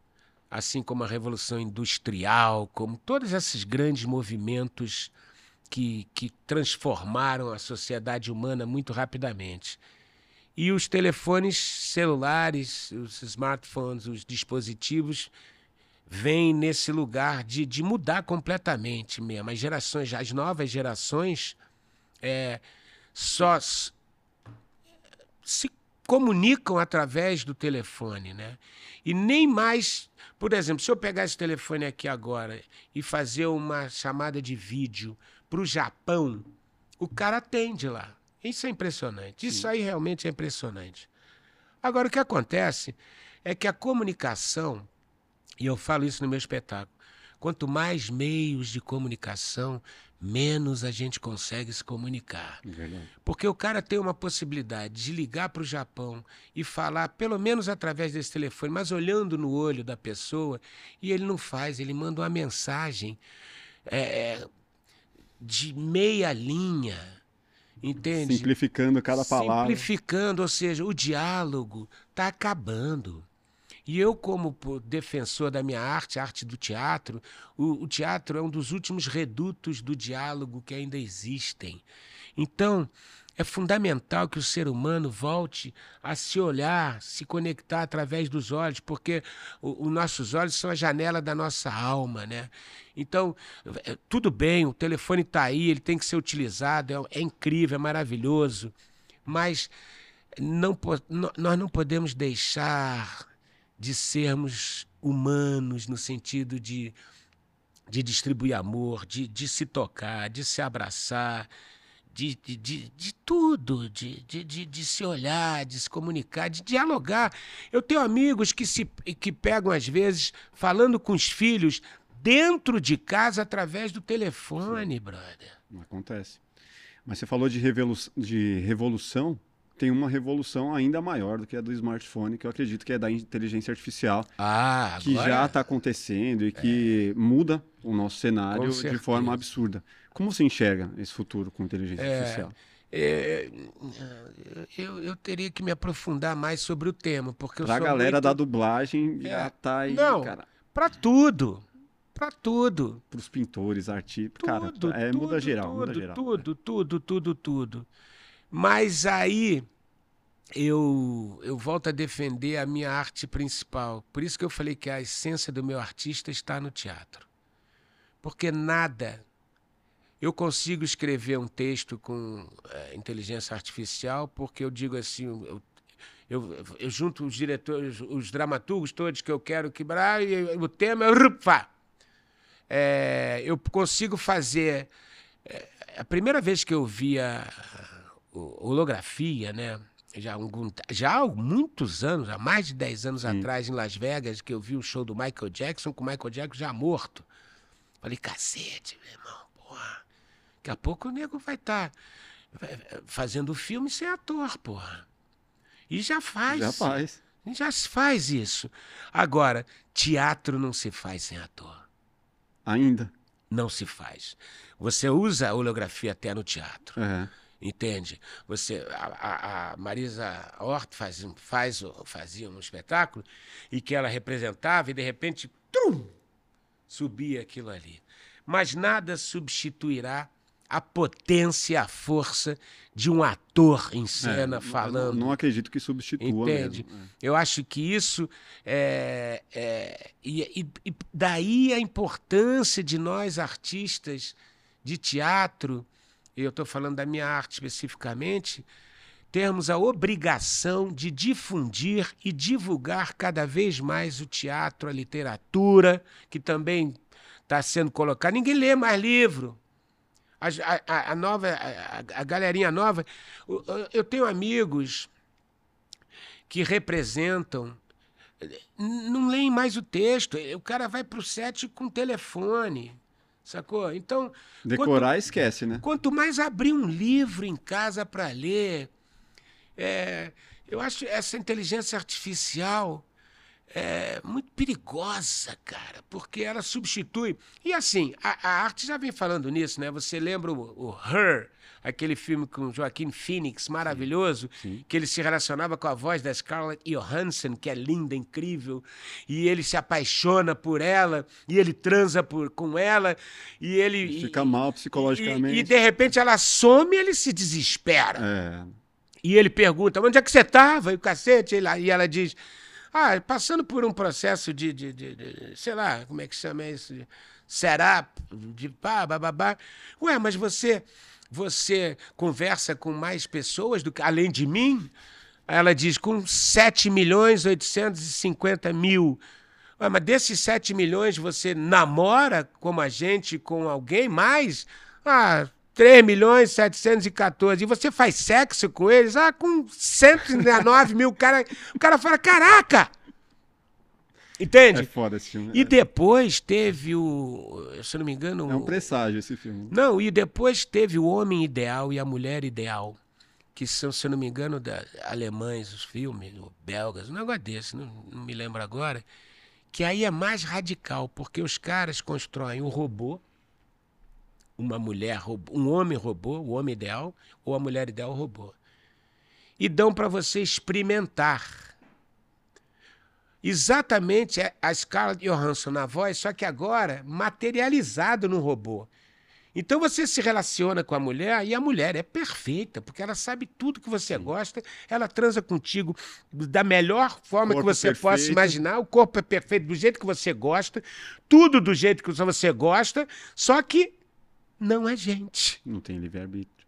assim como a Revolução Industrial, como todos esses grandes movimentos que, que transformaram a sociedade humana muito rapidamente. E os telefones celulares, os smartphones, os dispositivos, vêm nesse lugar de, de mudar completamente mesmo. As gerações, as novas gerações é, só se comunicam através do telefone, né? E nem mais... Por exemplo, se eu pegar esse telefone aqui agora e fazer uma chamada de vídeo para o Japão, o cara atende lá. Isso é impressionante. Isso Sim. aí realmente é impressionante. Agora, o que acontece é que a comunicação, e eu falo isso no meu espetáculo, quanto mais meios de comunicação, menos a gente consegue se comunicar. Verdade. Porque o cara tem uma possibilidade de ligar para o Japão e falar, pelo menos através desse telefone, mas olhando no olho da pessoa, e ele não faz, ele manda uma mensagem é, de meia linha, entende? Simplificando cada palavra. Simplificando, ou seja, o diálogo está acabando. E eu, como defensor da minha arte, a arte do teatro, o, o teatro é um dos últimos redutos do diálogo que ainda existem. Então, é fundamental que o ser humano volte a se olhar, se conectar através dos olhos, porque os nossos olhos são a janela da nossa alma, né? Então, é, tudo bem, o telefone está aí, ele tem que ser utilizado, é, é incrível, é maravilhoso, mas não, nós não podemos deixar de sermos humanos no sentido de, de distribuir amor, de, de se tocar, de se abraçar, de, de, de, de tudo, de, de, de, de se olhar, de se comunicar, de dialogar. Eu tenho amigos que, se, que pegam, às vezes, falando com os filhos dentro de casa através do telefone, Sim. brother. Não acontece. Mas você falou de, revolu de revolução. Tem uma revolução ainda maior do que a do smartphone, que eu acredito que é da inteligência artificial, ah, que já está acontecendo e que é. muda o nosso cenário de forma absurda. Como você enxerga esse futuro com inteligência é, artificial? É, eu, eu teria que me aprofundar mais sobre o tema, porque Para a galera muito... da dublagem já está é. aí, Não, cara. Para tudo. Para tudo. Para os pintores, artistas, cara, é, tudo, muda geral, tudo, muda geral. Tudo, tudo, tudo, tudo. Mas aí eu, eu volto a defender a minha arte principal. Por isso que eu falei que a essência do meu artista está no teatro. Porque nada... Eu consigo escrever um texto com é, inteligência artificial porque eu digo assim... Eu, eu, eu junto os diretores, os dramaturgos todos que eu quero quebrar e o tema é... é eu consigo fazer... É, a primeira vez que eu vi a... holografia, né? Já, algum, já há muitos anos, há mais de dez anos Sim. atrás, em Las Vegas, que eu vi o show do Michael Jackson, com o Michael Jackson já morto. Falei, cacete, meu irmão, porra. Daqui a pouco o nego vai estar tá fazendo filme sem ator, porra. E já faz. Já faz. Já se faz isso. Agora, teatro não se faz sem ator. Ainda? Não se faz. Você usa a holografia até no teatro. É. Entende? Você, a, a, a Marisa Hort faz, faz, fazia um espetáculo e que ela representava e, de repente, trum, subia aquilo ali. Mas nada substituirá a potência e a força de um ator em cena é, falando. Não, não acredito que substitua Entende? mesmo. É. Eu acho que isso é... é e, e, e daí a importância de nós, artistas de teatro, eu estou falando da minha arte especificamente, termos a obrigação de difundir e divulgar cada vez mais o teatro, a literatura, que também está sendo colocada. Ninguém lê mais livro. A, a, a, nova, a, a galerinha nova... Eu tenho amigos que representam... Não leem mais o texto. O cara vai para o set com telefone. Sacou? Então... Decorar quanto, esquece, né? Quanto mais abrir um livro em casa para ler, é, eu acho essa inteligência artificial é muito perigosa, cara, porque ela substitui. E assim, a, a arte já vem falando nisso, né? Você lembra o, o Her, aquele filme com Joaquin Phoenix, maravilhoso, Sim. que ele se relacionava com a voz da Scarlett Johansson, que é linda, incrível, e ele se apaixona por ela, e ele transa por, com ela, e ele... Ele fica mal psicologicamente. E, e, e de repente ela some e ele se desespera. É. E ele pergunta, onde é que você estava? E o cacete, e ela, e ela diz... Ah, passando por um processo de, de, de, de sei lá, como é que chama isso? De setup, de pá, bababá. Ué, mas você, você conversa com mais pessoas do que, além de mim? Ela diz, com sete milhões oitocentos e cinquenta mil. Ué, mas desses sete milhões você namora como a gente com alguém mais? Ah, três milhões setecentos e quatorze. E você faz sexo com eles? Ah, com cento e nove mil. O cara, o cara fala, caraca! Entende? É foda esse filme. E é. depois teve o... Se eu não me engano... É um presságio esse filme. Não, e depois teve o Homem Ideal e a Mulher Ideal. Que são, se eu não me engano, da, alemães, os filmes, ou belgas, um negócio desse, não, não me lembro agora. Que aí é mais radical, porque os caras constroem um robô, uma mulher robô, um homem robô, o homem ideal, ou a mulher ideal robô. E dão para você experimentar. Exatamente a Scarlett Johansson na voz, só que agora materializado no robô. Então você se relaciona com a mulher e a mulher é perfeita, porque ela sabe tudo que você gosta, ela transa contigo da melhor forma que você Corpo possa perfeito. imaginar, o corpo é perfeito do jeito que você gosta, tudo do jeito que você gosta, só que não é gente. Não tem livre-arbítrio.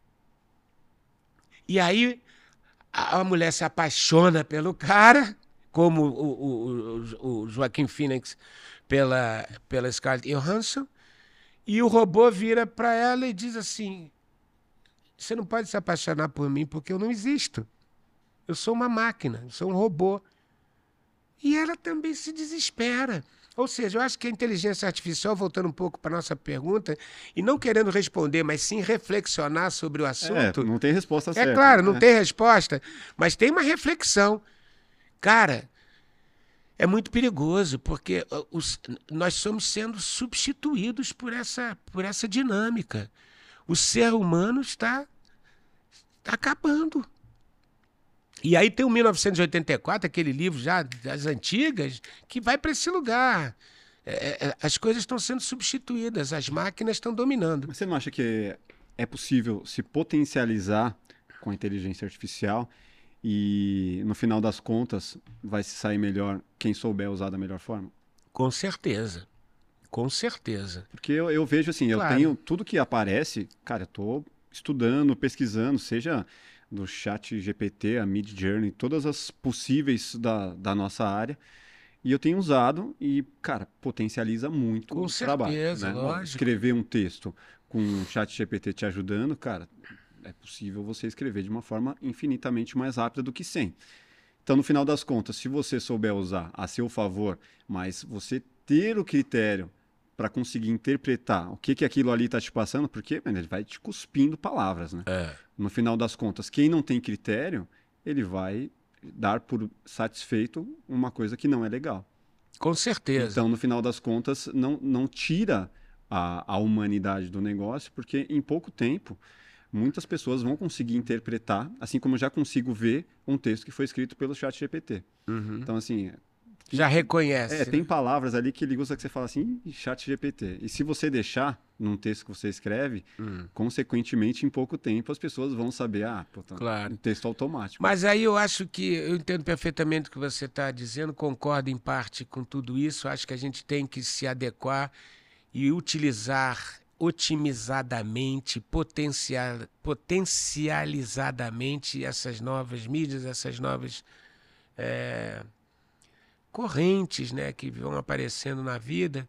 E aí a, a mulher se apaixona pelo cara, como o, o, o, o Joaquin Phoenix pela, pela Scarlett Johansson, e o robô vira para ela e diz assim, você não pode se apaixonar por mim porque eu não existo. Eu sou uma máquina, eu sou um robô. E ela também se desespera. Ou seja, eu acho que a inteligência artificial, voltando um pouco para a nossa pergunta, e não querendo responder, mas sim reflexionar sobre o assunto... É, não tem resposta certa. É claro, não né? tem resposta, mas tem uma reflexão. Cara, é muito perigoso, porque os, nós somos sendo substituídos por essa, por essa dinâmica. O ser humano está, está acabando. E aí tem o mil novecentos e oitenta e quatro, aquele livro já das antigas, que vai para esse lugar. É, é, as coisas estão sendo substituídas, as máquinas estão dominando. Mas você não acha que é possível se potencializar com a inteligência artificial e, no final das contas, vai se sair melhor quem souber usar da melhor forma? Com certeza. Com certeza. Porque eu, eu vejo assim, Claro. eu tenho tudo que aparece, cara, eu tô estudando, pesquisando, seja do chat G P T, a Midjourney, todas as possíveis da, da nossa área. E eu tenho usado e, cara, potencializa muito Com o trabalho. certeza, Né? lógico. Escrever um texto com o chat G P T te ajudando, cara, é possível você escrever de uma forma infinitamente mais rápida do que sem. Então, no final das contas, se você souber usar a seu favor, mas você ter o critério para conseguir interpretar o que, que aquilo ali está te passando, porque mano, ele vai te cuspindo palavras, né? É. No final das contas, quem não tem critério, ele vai dar por satisfeito uma coisa que não é legal. Com certeza. Então, no final das contas, não, não tira a, a humanidade do negócio, porque em pouco tempo, muitas pessoas vão conseguir interpretar, assim como eu já consigo ver um texto que foi escrito pelo chat G P T. Uhum. Então, assim... Já reconhece. É, tem palavras ali que ele usa que você fala assim, Ih, chat G P T. E se você deixar num texto que você escreve, Hum. consequentemente, em pouco tempo, as pessoas vão saber, ah, pô, tá Claro. um texto automático. Mas aí eu acho que, eu entendo perfeitamente o que você está dizendo, concordo em parte com tudo isso, acho que a gente tem que se adequar e utilizar otimizadamente, potencial, potencializadamente essas novas mídias, essas novas é, correntes, né, que vão aparecendo na vida,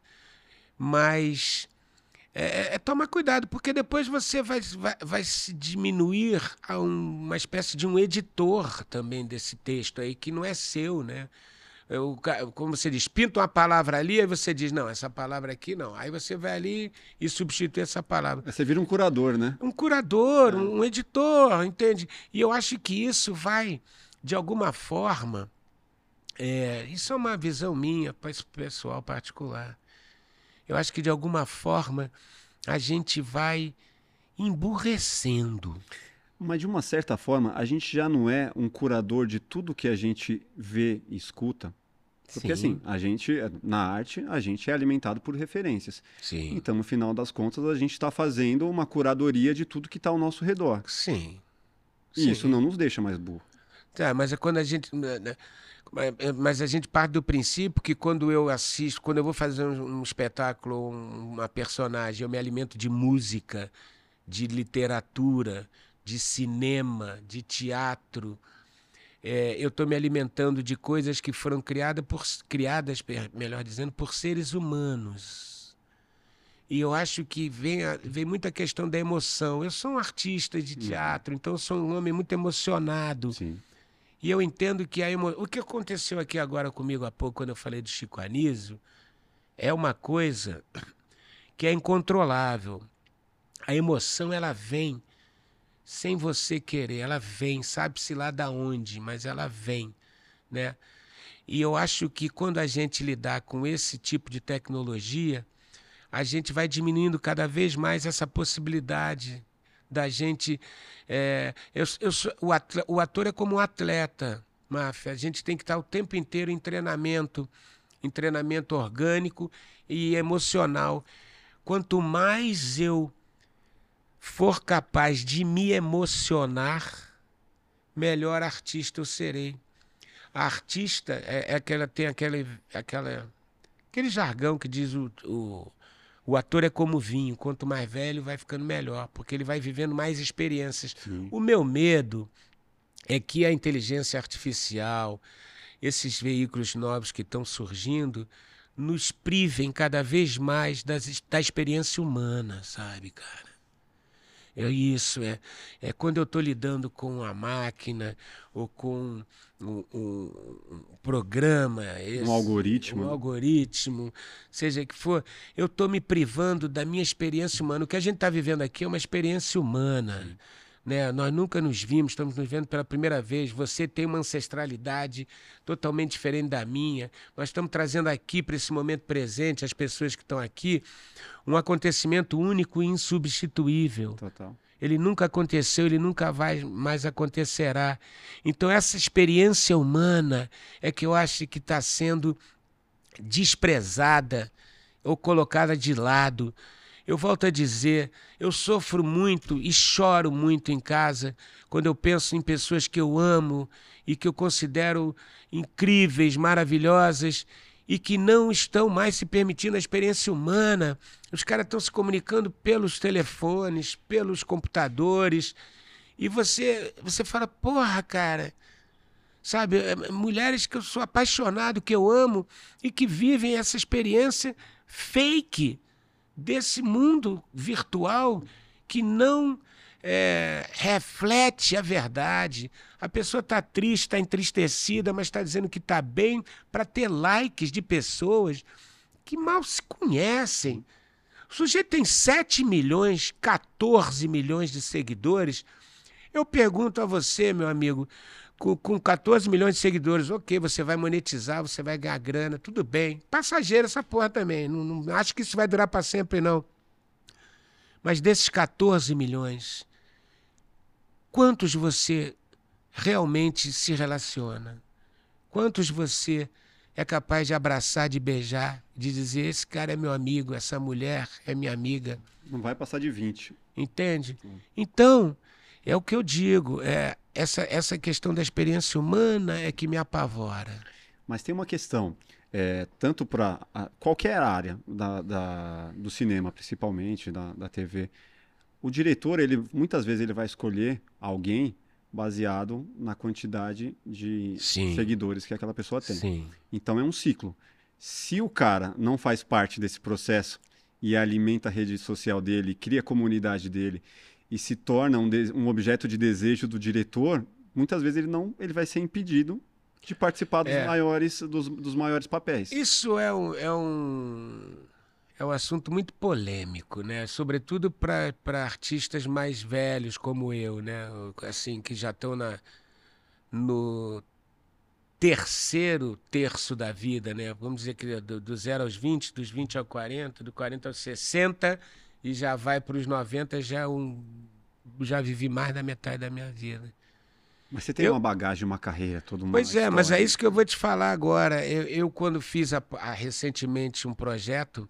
mas é, é tomar cuidado, porque depois você vai, vai, vai se diminuir a um, uma espécie de um editor também desse texto aí, que não é seu, né? Eu, como você diz, pinta uma palavra ali, aí você diz, não, essa palavra aqui não. Aí você vai ali e substitui essa palavra. Você vira um curador, né? Um curador, é. um editor, entende? E eu acho que isso vai, de alguma forma, É, isso é uma visão minha, pessoal, particular. Eu acho que, de alguma forma, a gente vai emburrecendo. Mas, de uma certa forma, a gente já não é um curador de tudo que a gente vê e escuta. Porque, assim, Sim, a gente, na arte, a gente é alimentado por referências. sim, Então, no final das contas, a gente está fazendo uma curadoria de tudo que está ao nosso redor. sim, E isso não sim. nos deixa mais burro. Tá, mas é quando a gente. né, né, é- Mas a gente parte do princípio que quando eu assisto, quando eu vou fazer um, um espetáculo, um- uma personagem, eu me alimento de música, de literatura, de cinema, de teatro. É, eu estou me alimentando de coisas que foram criadas por, criadas, per- melhor dizendo, por seres humanos. E eu acho que vem, a- vem muita questão da emoção. Eu sou um artista de Uhum. teatro, então eu sou um homem muito emocionado. Sim. E eu entendo que a emo... o que aconteceu aqui agora comigo há pouco, quando eu falei do Chico Anísio, é uma coisa que é incontrolável. A emoção, ela vem sem você querer, ela vem, sabe-se lá da onde, mas ela vem, né? E eu acho que quando a gente lidar com esse tipo de tecnologia, a gente vai diminuindo cada vez mais essa possibilidade da gente. É, eu, eu sou- o, atle- o ator é como um atleta, Máfia. A gente tem que estar o tempo inteiro em treinamento, em treinamento orgânico e emocional. Quanto mais eu for capaz de me emocionar, melhor artista eu serei. A artista é, é aquela tem aquele, aquela, aquele jargão que diz o, o, o ator é como vinho, quanto mais velho vai ficando melhor, porque ele vai vivendo mais experiências. Sim. O meu medo é que a inteligência artificial, esses veículos novos que estão surgindo, nos privem cada vez mais das, da experiência humana, sabe, cara? É isso, é, é quando eu estou lidando com a máquina ou com um, um- um programa, Um esse, um algoritmo, né? algoritmo, seja que for, eu estou me privando da minha experiência humana. O que a gente está vivendo aqui é uma experiência humana. Sim. Né? Nós nunca nos vimos, estamos nos vendo pela primeira vez. Você tem uma ancestralidade totalmente diferente da minha. Nós estamos trazendo aqui para esse momento presente, as pessoas que estão aqui, um acontecimento único e insubstituível. Total. Ele nunca aconteceu, ele nunca vai mais acontecerá. Então, essa experiência humana é que eu acho que está sendo desprezada ou colocada de lado. Eu volto a dizer, eu sofro muito e choro muito em casa quando eu penso em pessoas que eu amo e que eu considero incríveis, maravilhosas e que não estão mais se permitindo a experiência humana. Os caras estão se comunicando pelos telefones, pelos computadores, e você, você fala, porra, cara, sabe? Mulheres que eu sou apaixonado, que eu amo e que vivem essa experiência fake desse mundo virtual que não é, reflete a verdade. A pessoa está triste, está entristecida, mas está dizendo que está bem para ter likes de pessoas que mal se conhecem. O sujeito tem sete milhões, quatorze milhões de seguidores. Eu pergunto a você, meu amigo, com, com quatorze milhões de seguidores, ok, você vai monetizar, você vai ganhar grana, tudo bem. Passageiro essa porra também. Não, não acho que isso vai durar para sempre, não. Mas desses quatorze milhões, quantos você realmente se relaciona? Quantos você é capaz de abraçar, de beijar, de dizer: esse cara é meu amigo, essa mulher é minha amiga? Não vai passar de vinte. Entende? Então, é o que eu digo, é, essa, essa questão da experiência humana é que me apavora. Mas tem uma questão, é, tanto para qualquer área da, da- do cinema, principalmente da, da T V, o diretor, ele muitas vezes ele vai escolher alguém baseado na quantidade de Sim, seguidores que aquela pessoa tem. sim. Então é um ciclo. Se o cara não faz parte desse processo e alimenta a rede social dele, cria a comunidade dele e se torna um, de- um objeto de desejo do diretor, muitas vezes ele não, ele vai ser impedido de participar dos É, maiores, dos, dos maiores papéis. isso é um, é um, é um assunto muito polêmico, né? Sobretudo para para artistas mais velhos como eu, né? Assim, que já estão na, no terceiro terço da vida, né? Vamos dizer que do, do zero aos vinte, dos vinte ao quarenta, do quarenta aos sessenta, e já vai para os noventa, já, um, já vivi mais da metade da minha vida. Mas você tem eu... uma bagagem, uma carreira, toda uma Pois é, história. mas é isso que eu vou te falar agora. Eu, eu quando fiz a, a, recentemente um projeto,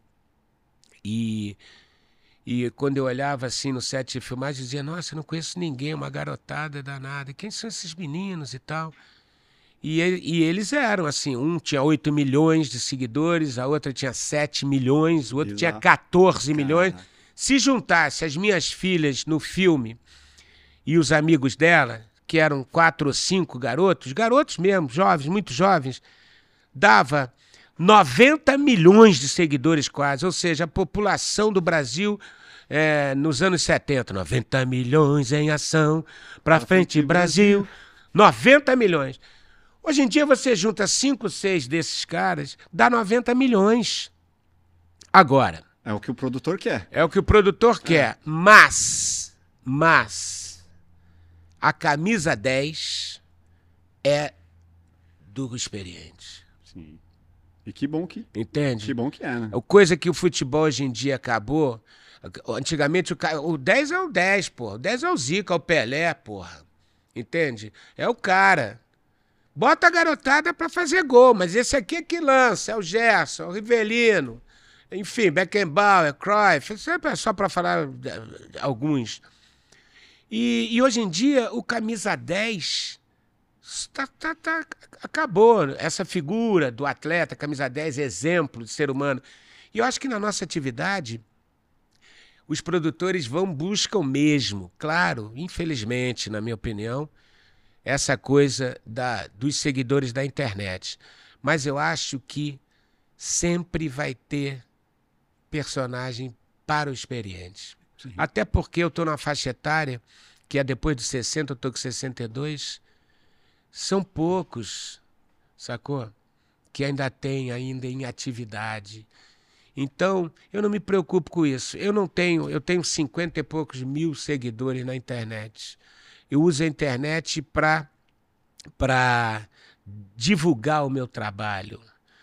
e, e quando eu olhava assim no set de filmagem, dizia, nossa, eu não conheço ninguém, uma garotada danada. Quem são esses meninos e tal? E, e eles eram assim, um tinha oito milhões de seguidores, a outra tinha sete milhões, o outro tinha quatorze milhões. Se juntasse as minhas filhas no filme e os amigos dela, que eram quatro ou cinco garotos, garotos mesmo, jovens, muito jovens, dava noventa milhões de seguidores quase, ou seja, a população do Brasil é, nos anos setenta, noventa milhões em ação, pra frente Brasil, noventa milhões. Hoje em dia você junta cinco, seis desses caras, dá noventa milhões. Agora. É o que o produtor quer. É o que o produtor é. quer. Mas, mas, a camisa dez é do experiente. Sim. E que bom que... Entende? Que bom que é, né? A coisa que o futebol hoje em dia acabou. Antigamente o, o dez é o dez, porra. O dez é o Zica, é o Pelé, porra. Entende? É o cara. Bota a garotada pra fazer gol, mas esse aqui é que lança, é o Gerson, é o Rivelino, enfim, Beckenbauer, Cruyff, sempre é só para falar alguns. E, e hoje em dia o camisa dez tá, tá, tá, acabou, essa figura do atleta, camisa dez, exemplo de ser humano. E eu acho que na nossa atividade os produtores vão buscam mesmo, claro, infelizmente, na minha opinião, essa coisa da, dos seguidores da internet. Mas eu acho que sempre vai ter personagem para o experiente. Sim. Até porque eu estou numa faixa etária, que é depois de sessenta, eu estou com sessenta e dois, são poucos, sacou? Que ainda tem ainda em atividade. Então, eu não me preocupo com isso. Eu não tenho, eu tenho cinquenta e poucos mil seguidores na internet. Eu uso a internet para para divulgar o meu trabalho.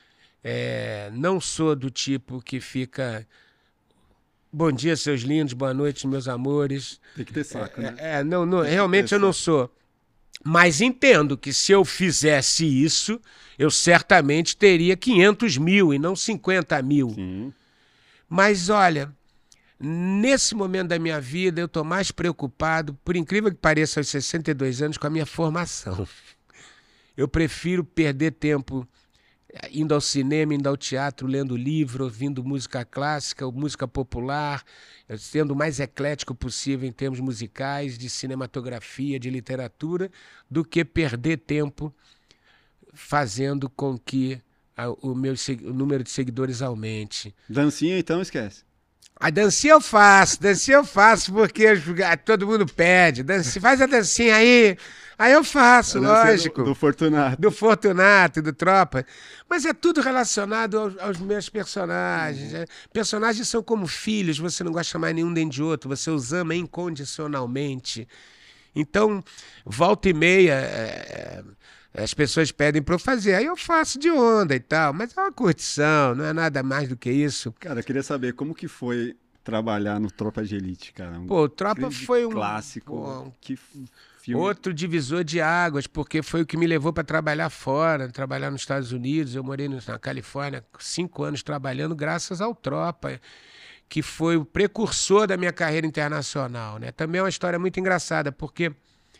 É, não sou do tipo que fica... Bom dia, seus lindos, boa noite, meus amores. Tem que ter saco, é, né? É, não, não, realmente eu não sou. Mas entendo que se eu fizesse isso, eu certamente teria quinhentos mil e não cinquenta mil. Sim. Mas olha... Nesse momento da minha vida, eu estou mais preocupado, por incrível que pareça, aos sessenta e dois anos, com a minha formação. Eu prefiro perder tempo indo ao cinema, indo ao teatro, lendo livro, ouvindo música clássica, ou música popular, sendo o mais eclético possível em termos musicais, de cinematografia, de literatura, do que perder tempo fazendo com que a, o, meu, o número de seguidores aumente. Dancinha, então, esquece. A dancinha eu faço, dancinha eu faço porque todo mundo pede. Dancinha, faz a dancinha aí. Aí eu faço, lógico. Do, do Fortunato. Do Fortunato, do Tropa. Mas é tudo relacionado aos, aos meus personagens. Uhum. Personagens são como filhos, você não gosta mais nenhum nem de outro, você os ama incondicionalmente. Então, volta e meia, é, as pessoas pedem para eu fazer. Aí eu faço de onda e tal, mas é uma curtição, não é nada mais do que isso. Cara, eu queria saber como que foi trabalhar no Tropa de Elite, cara. Um Pô, o Tropa foi um... clássico. Pô, que filme. Outro divisor de águas, porque foi o que me levou para trabalhar fora, trabalhar nos Estados Unidos. Eu morei na Califórnia cinco anos trabalhando graças ao Tropa, que foi o precursor da minha carreira internacional, né? Também é uma história muito engraçada, porque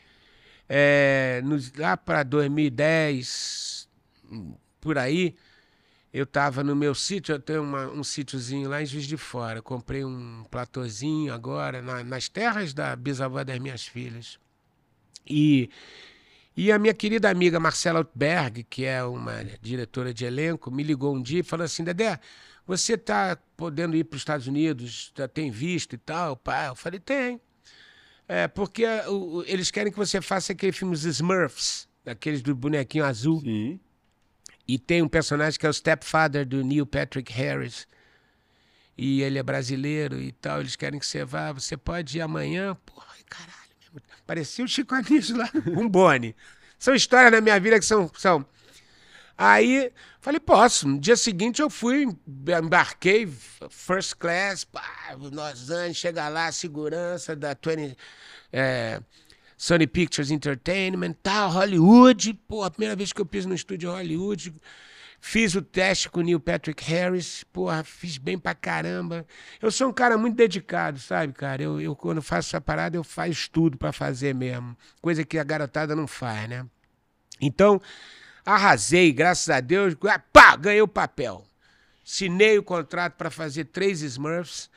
é, nos, lá para dois mil e dez, por aí, eu estava no meu sítio, eu tenho uma, um sítiozinho lá em Juiz de Fora. Comprei um platôzinho agora, na, nas terras da bisavó das minhas filhas. E, e a minha querida amiga Marcela Outberg, que é uma diretora de elenco, me ligou um dia e falou assim, Dedé, você está podendo ir para os Estados Unidos, tá, tem visto e tal? Pá? Eu falei, tem. É, porque o, eles querem que você faça aquele filme Os Smurfs, aqueles do bonequinho azul. Sim. E tem um personagem que é o stepfather do Neil Patrick Harris. E ele é brasileiro e tal. Eles querem que você vá. Você pode ir amanhã? Porra, caralho. Parecia o Chico Anísio lá. Um Boni. São histórias na minha vida que são, são, Aí, falei, posso. No dia seguinte eu fui, embarquei, first class, pá, Los Angeles, chega lá, segurança da vinte, é, Sony Pictures Entertainment, tal, Hollywood. Pô, a primeira vez que eu piso no estúdio Hollywood, fiz o teste com o Neil Patrick Harris, porra, fiz bem pra caramba. Eu sou um cara muito dedicado, sabe, cara? Eu, eu quando faço essa parada, eu faço tudo pra fazer mesmo. Coisa que a garotada não faz, né? Então, arrasei, graças a Deus, pá, ganhei o papel. Assinei o contrato para fazer três Smurfs.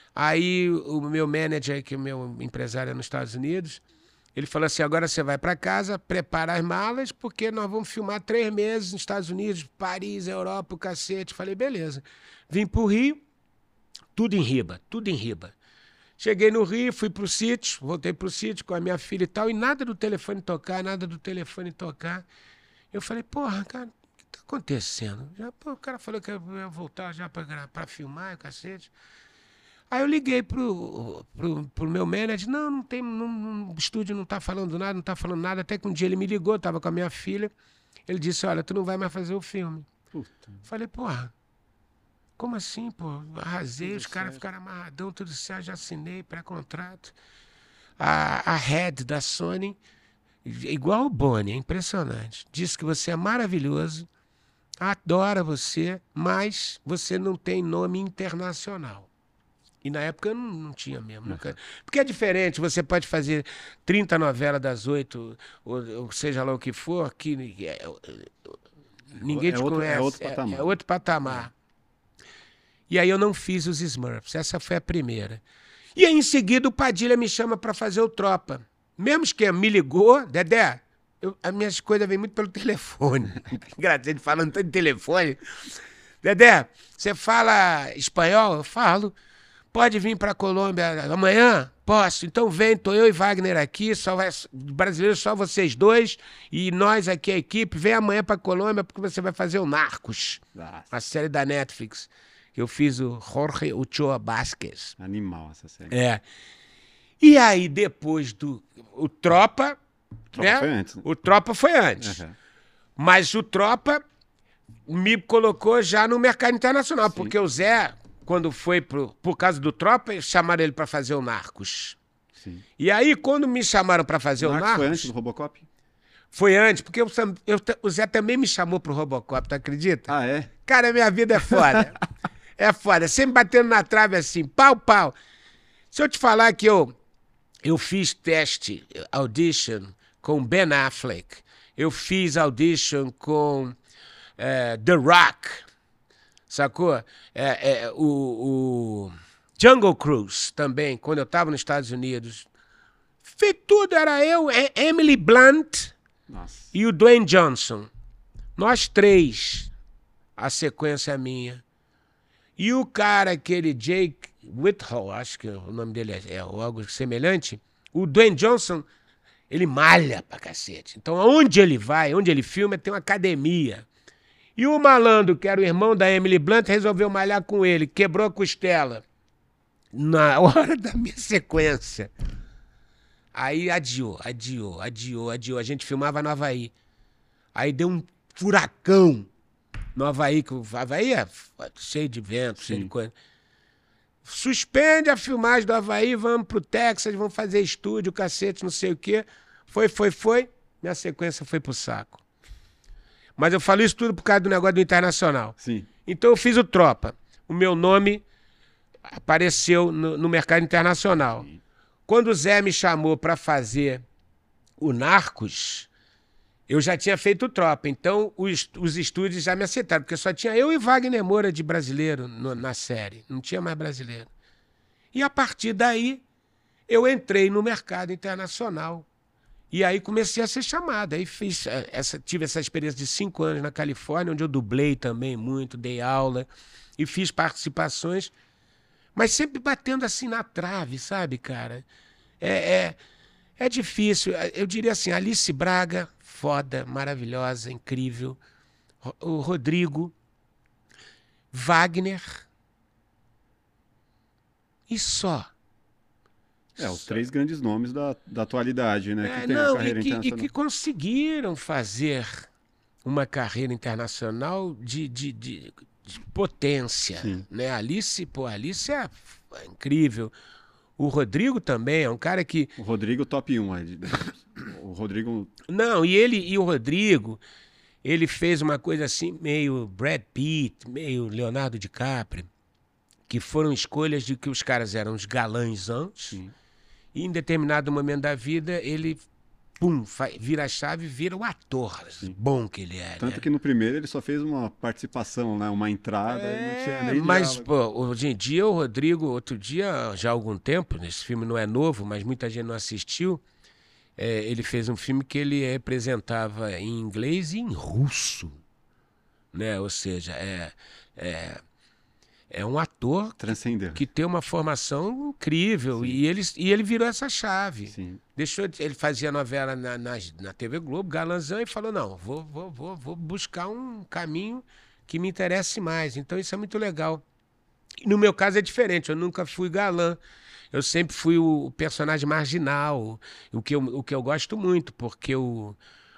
Aí o meu manager, que é o meu empresário nos Estados Unidos, ele falou assim, agora você vai para casa, prepara as malas, porque nós vamos filmar três meses nos Estados Unidos, Paris, Europa, o cacete. Falei, beleza. Vim pro Rio, tudo em riba, tudo em riba. Cheguei no Rio, fui pro sítio, voltei pro sítio com a minha filha e tal, e nada do telefone tocar, nada do telefone tocar. Eu falei, porra, cara, o que tá acontecendo? Já, pô, o cara falou que eu ia voltar já pra, pra filmar, o cacete. Aí eu liguei pro, pro, pro meu manager, não, não tem, não, não, o estúdio não tá falando nada, não tá falando nada. Até que um dia ele me ligou, tava com a minha filha, ele disse, olha, tu não vai mais fazer o filme. Puta. Falei, porra, como assim, pô? Arrasei, tudo os caras ficaram amarradão, tudo certo, já assinei pré-contrato. A, a head da Sony, igual o Bonnie, é impressionante. Diz que você é maravilhoso, adora você, mas você não tem nome internacional. E na época eu não, não tinha mesmo. Uhum. Nunca... Porque é diferente, você pode fazer trinta novelas das oito, ou, ou seja lá o que for, que é, ninguém é te outro, conhece. É outro patamar. É, é outro patamar. É. E aí eu não fiz os Smurfs, essa foi a primeira. E aí em seguida o Padilha me chama para fazer o Tropa. Mesmo esquema, me ligou, Dedé, eu, as minhas coisas vêm muito pelo telefone. Engraçado, ele falando tanto de telefone. Dedé, você fala espanhol? Eu falo. Pode vir para a Colômbia amanhã? Posso. Então vem, tô eu e Wagner aqui, só vai, brasileiro só vocês dois, e nós aqui, a equipe, vem amanhã para a Colômbia porque você vai fazer o Narcos, Nossa. A série da Netflix. Eu fiz o Jorge Ochoa Vázquez. Animal essa série. É. E aí, depois do... O Tropa... Tropa né? foi antes. Né? O Tropa foi antes. Uhum. Mas o Tropa me colocou já no mercado internacional, Sim. porque o Zé... Quando foi pro, por causa do Tropa, chamaram ele para fazer o Narcos. Sim. E aí, quando me chamaram para fazer o, o Narcos... foi antes do Robocop? Foi antes, porque eu, eu, o Zé também me chamou pro Robocop, tu acredita? Ah, é? Cara, minha vida é foda. É foda. Sempre batendo na trave assim, pau, pau. Se eu te falar que eu, eu fiz teste, audition, com Ben Affleck. Eu fiz audition com é, The Rock. Sacou? É, é, o, o Jungle Cruise também, quando eu estava nos Estados Unidos. Fez tudo, era eu, Emily Blunt Nossa. E o Dwayne Johnson. Nós três. A sequência é minha. E o cara, aquele Jake Whitehall, acho que o nome dele é, é algo semelhante, o Dwayne Johnson, ele malha pra cacete. Então, onde ele vai, onde ele filma, tem uma academia. E o malandro, que era o irmão da Emily Blunt, resolveu malhar com ele, quebrou a costela. Na hora da minha sequência. Aí adiou, adiou, adiou, adiou. A gente filmava no Havaí. Aí deu um furacão no Havaí, que o Havaí é cheio de vento, Sim. cheio de coisa. Suspende a filmagem do Havaí, vamos pro Texas, vamos fazer estúdio, cacete, não sei o quê. Foi, foi, foi. Minha sequência foi pro saco. Mas eu falo isso tudo por causa do negócio do internacional. Sim. Então eu fiz o Tropa. O meu nome apareceu no, no mercado internacional. Sim. Quando o Zé me chamou para fazer o Narcos, eu já tinha feito o Tropa. Então os, os estúdios já me aceitaram, porque só tinha eu e Wagner Moura de brasileiro no, na série. Não tinha mais brasileiro. E a partir daí, eu entrei no mercado internacional. E aí comecei a ser chamado. Aí fiz essa, tive essa experiência de cinco anos na Califórnia, onde eu dublei também muito, dei aula e fiz participações, mas sempre batendo assim na trave, sabe, cara? É, é, é difícil. Eu diria assim, Alice Braga, foda, maravilhosa, incrível. O Rodrigo, Wagner e só. É, os três grandes nomes da, da atualidade, né? É, que tem não, a carreira e, que, internacional. e que conseguiram fazer uma carreira internacional de, de, de, de potência, Sim. né? Alice, pô, Alice é, é incrível. O Rodrigo também é um cara que... O Rodrigo top um. O Rodrigo... Não, e ele e o Rodrigo, ele fez uma coisa assim, meio Brad Pitt, meio Leonardo DiCaprio, que foram escolhas de que os caras eram os galãzãos, Sim. e em determinado momento da vida, ele... Pum, vira a chave e vira o ator Sim. bom que ele é. Tanto né? que no primeiro ele só fez uma participação, né? Uma entrada, é, não tinha nem Mas, diálogo. pô, hoje em dia o Rodrigo, outro dia, já há algum tempo, esse filme não é novo, mas muita gente não assistiu, é, ele fez um filme que ele representava em inglês e em russo, né? Ou seja, é... é É um ator Transcendeu. que tem uma formação incrível e ele, e ele virou essa chave. Sim. Deixou, ele fazia novela na, na, na T V Globo, galanzão, e falou, não, vou, vou, vou, vou buscar um caminho que me interesse mais. Então isso é muito legal. E no meu caso é diferente, eu nunca fui galã. Eu sempre fui o personagem marginal, o que eu, o que eu gosto muito, porque o,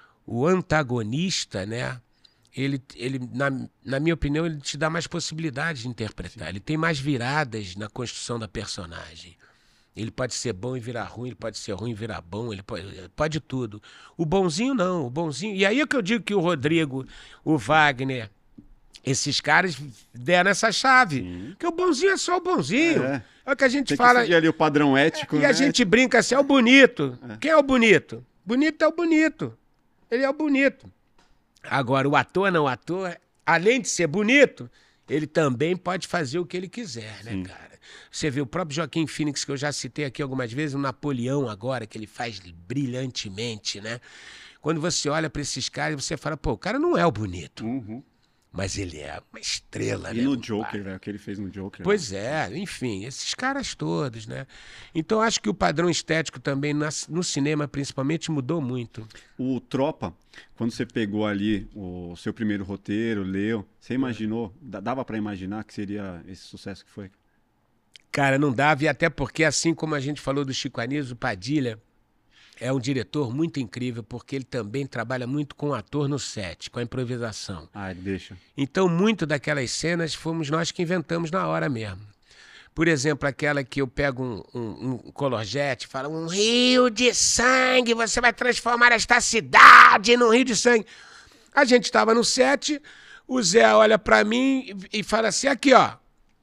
o antagonista, né? Ele, ele na, na minha opinião, ele te dá mais possibilidades de interpretar. Sim. Ele tem mais viradas na construção da personagem. Ele pode ser bom e virar ruim, ele pode ser ruim e virar bom, ele pode, pode tudo. O bonzinho não, o bonzinho... E aí é que eu digo que o Rodrigo, o Wagner, esses caras deram essa chave. Sim. Porque o bonzinho é só o bonzinho. É, é o que a gente tem fala... Tem que seguir ali o padrão ético. É, e né? a gente brinca assim, é o bonito. É. Quem é o bonito? Bonito é o bonito. Ele é o bonito. Agora, o ator não, o ator, além de ser bonito, ele também pode fazer o que ele quiser, né, Sim. cara? Você vê o próprio Joaquim Phoenix, que eu já citei aqui algumas vezes, o Napoleão agora, que ele faz brilhantemente, né? Quando você olha para esses caras, você fala, pô, o cara não é o bonito. Uhum. Mas ele é uma estrela, e né? E no Joker, velho, o que ele fez no Joker. Pois né? é, enfim, esses caras todos, né? Então, acho que o padrão estético também, no cinema principalmente, mudou muito. O Tropa, quando você pegou ali o seu primeiro roteiro, leu, você imaginou, dava para imaginar que seria esse sucesso que foi? Cara, não dava, e até porque, assim como a gente falou do Chico Anísio, o Padilha é um diretor muito incrível, porque ele também trabalha muito com o ator no set, com a improvisação. Ah, ele deixa. Então, muito daquelas cenas fomos nós que inventamos na hora mesmo. Por exemplo, aquela que eu pego um, um, um color jet e falo, um rio de sangue, você vai transformar esta cidade num rio de sangue. A gente estava no set, o Zé olha para mim e, e fala assim, aqui ó,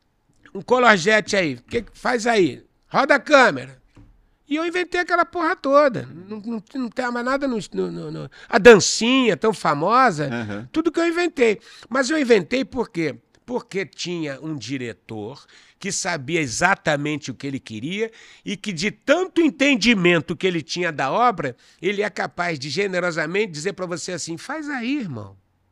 um color jet aí, o que faz aí? Roda a câmera. E eu inventei aquela porra toda. Não, não, não tem mais nada no, no, no... A dancinha tão famosa, uhum. Tudo que eu inventei. Mas eu inventei por quê? Porque tinha um diretor que sabia exatamente o que ele queria e que, de tanto entendimento que ele tinha da obra, ele é capaz de generosamente dizer para você assim, faz aí, irmão.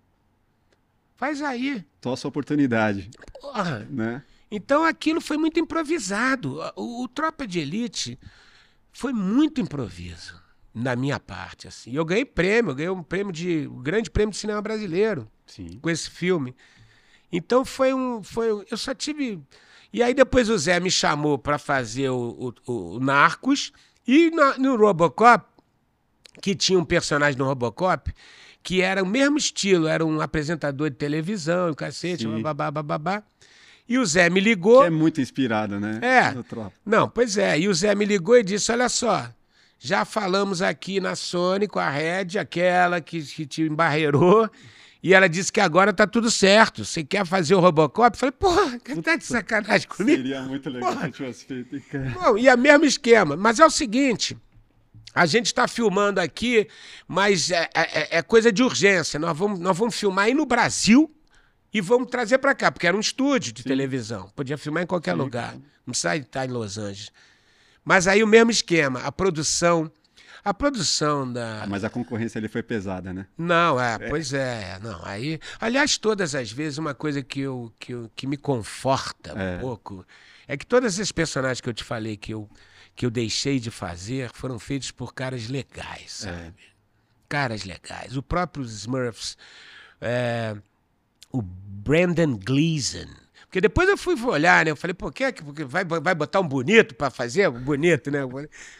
Faz aí. Tossa a oportunidade. Porra. Né? Então aquilo foi muito improvisado. O, o Tropa de Elite... Foi muito improviso, na minha parte, assim. Eu ganhei prêmio, eu ganhei um prêmio de... um grande prêmio de cinema brasileiro. Sim. Com esse filme. Então foi um... Foi, eu só tive... E aí depois o Zé me chamou para fazer o, o, o Narcos. E no, no Robocop, que tinha um personagem no Robocop, que era o mesmo estilo, era um apresentador de televisão, o cacete, babá, babá. E o Zé me ligou... Que é muito inspirado, né? É. Não, pois é. E o Zé me ligou e disse, olha só, já falamos aqui na Sony com a Red, aquela que, que te embarreirou, e ela disse que agora tá tudo certo. Você quer fazer o Robocop? Eu falei, porra, tá de sacanagem comigo? Seria muito legal porra. Se tivesse feito, cara. Bom, e é o mesmo esquema. Mas é o seguinte... A gente está filmando aqui, mas é, é, é coisa de urgência. Nós vamos, nós vamos filmar aí no Brasil... E vamos trazer para cá, porque era um estúdio de Sim. televisão. Podia filmar em qualquer Sim. lugar. Não precisa estar em Los Angeles. Mas aí o mesmo esquema. A produção... A produção da... Ah, mas a concorrência ali foi pesada, né? Não, é, é. Pois é. Não, aí... Aliás, todas as vezes, uma coisa que, eu, que, eu, que me conforta é. um pouco é que todos esses personagens que eu te falei que eu, que eu deixei de fazer foram feitos por caras legais, sabe? É. Caras legais. O próprio Smurfs... É... O Brendan Gleeson. Porque depois eu fui olhar, né? Eu falei, pô, que é que vai, vai botar um bonito para fazer? Um bonito, né?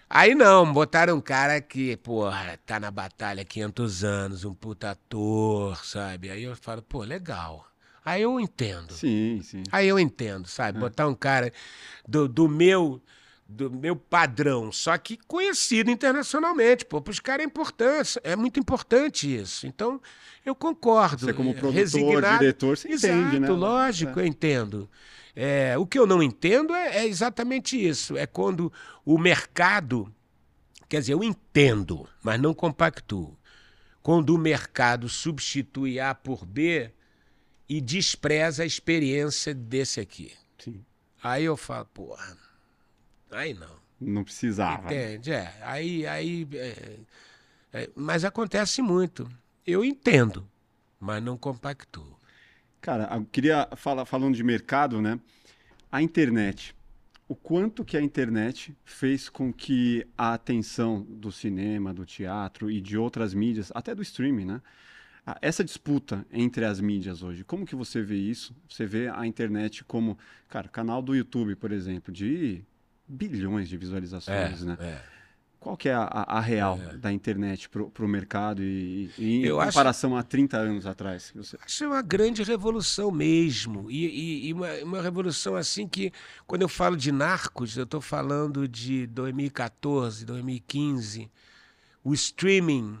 Aí não, botaram um cara que, porra, tá na batalha há quinhentos anos, um puta ator, sabe? Aí eu falo, pô, legal. Aí eu entendo. Sim, sim. Aí eu entendo, sabe? É. Botar um cara do, do meu do meu padrão, só que conhecido internacionalmente, pô, para os caras é importante, é muito importante isso. Então, eu concordo. Você como produtor, resignado. diretor, você Exato, entende, né? Lógico, É. eu entendo. É, o que eu não entendo é, é exatamente isso. É quando o mercado, quer dizer, eu entendo, mas não compactuo. Quando o mercado substitui A por B e despreza a experiência desse aqui. Sim. Aí eu falo, porra, aí não. Não precisava. Entende? É. Aí, aí, é, é, mas acontece muito. Eu entendo, mas não compactuo. Cara, eu queria falar, falando de mercado, né? A internet. O quanto que a internet fez com que a atenção do cinema, do teatro e de outras mídias, até do streaming, né? Essa disputa entre as mídias hoje, como que você vê isso? Você vê a internet como, cara, canal do YouTube, por exemplo, de bilhões de visualizações, É, né? é. Qual que é a, a- a real da internet para o mercado e, e em Eu acho, comparação a trinta anos atrás? Você... acho uma grande revolução mesmo. E, e- e uma, uma revolução assim que, quando eu falo de Narcos, eu estou falando de dois mil e quatorze, dois mil e quinze. O streaming.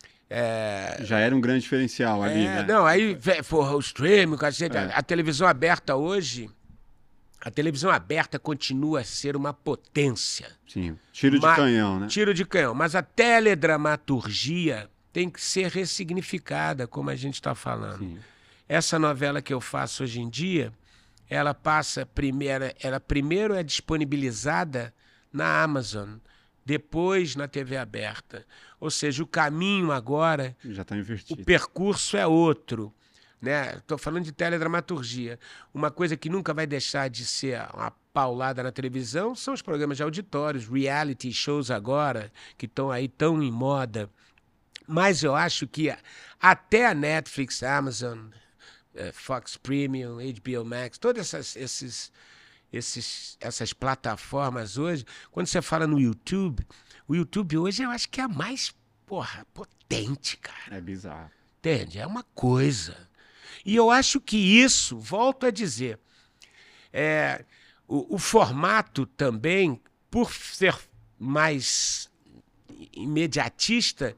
É, Já era um grande diferencial ali, é, né? não, aí, vé, porra, o streaming, o cacete, É. a, a televisão aberta hoje, a televisão aberta continua a ser uma potência. Sim, tiro de Ma- canhão, né? Tiro de canhão. Mas a teledramaturgia tem que ser ressignificada, como a gente está falando. Sim. Essa novela que eu faço hoje em dia, ela passa primeiro, ela primeiro é disponibilizada na Amazon, depois na T V aberta. Ou seja, o caminho agora, Já está o invertido. percurso é outro. Né? Estou falando de teledramaturgia. Uma coisa que nunca vai deixar de ser uma paulada na televisão são os programas de auditórios, reality shows agora, que estão aí tão em moda. Mas eu acho que até a Netflix, a Amazon, eh, Fox Premium, H B O Max, todas essas, esses, esses, essas plataformas hoje, quando você fala no YouTube, o YouTube hoje eu acho que é a mais, porra, potente, cara. É bizarro. Entende? É uma coisa. E eu acho que isso, volto a dizer, é, o, o formato também, por ser mais imediatista,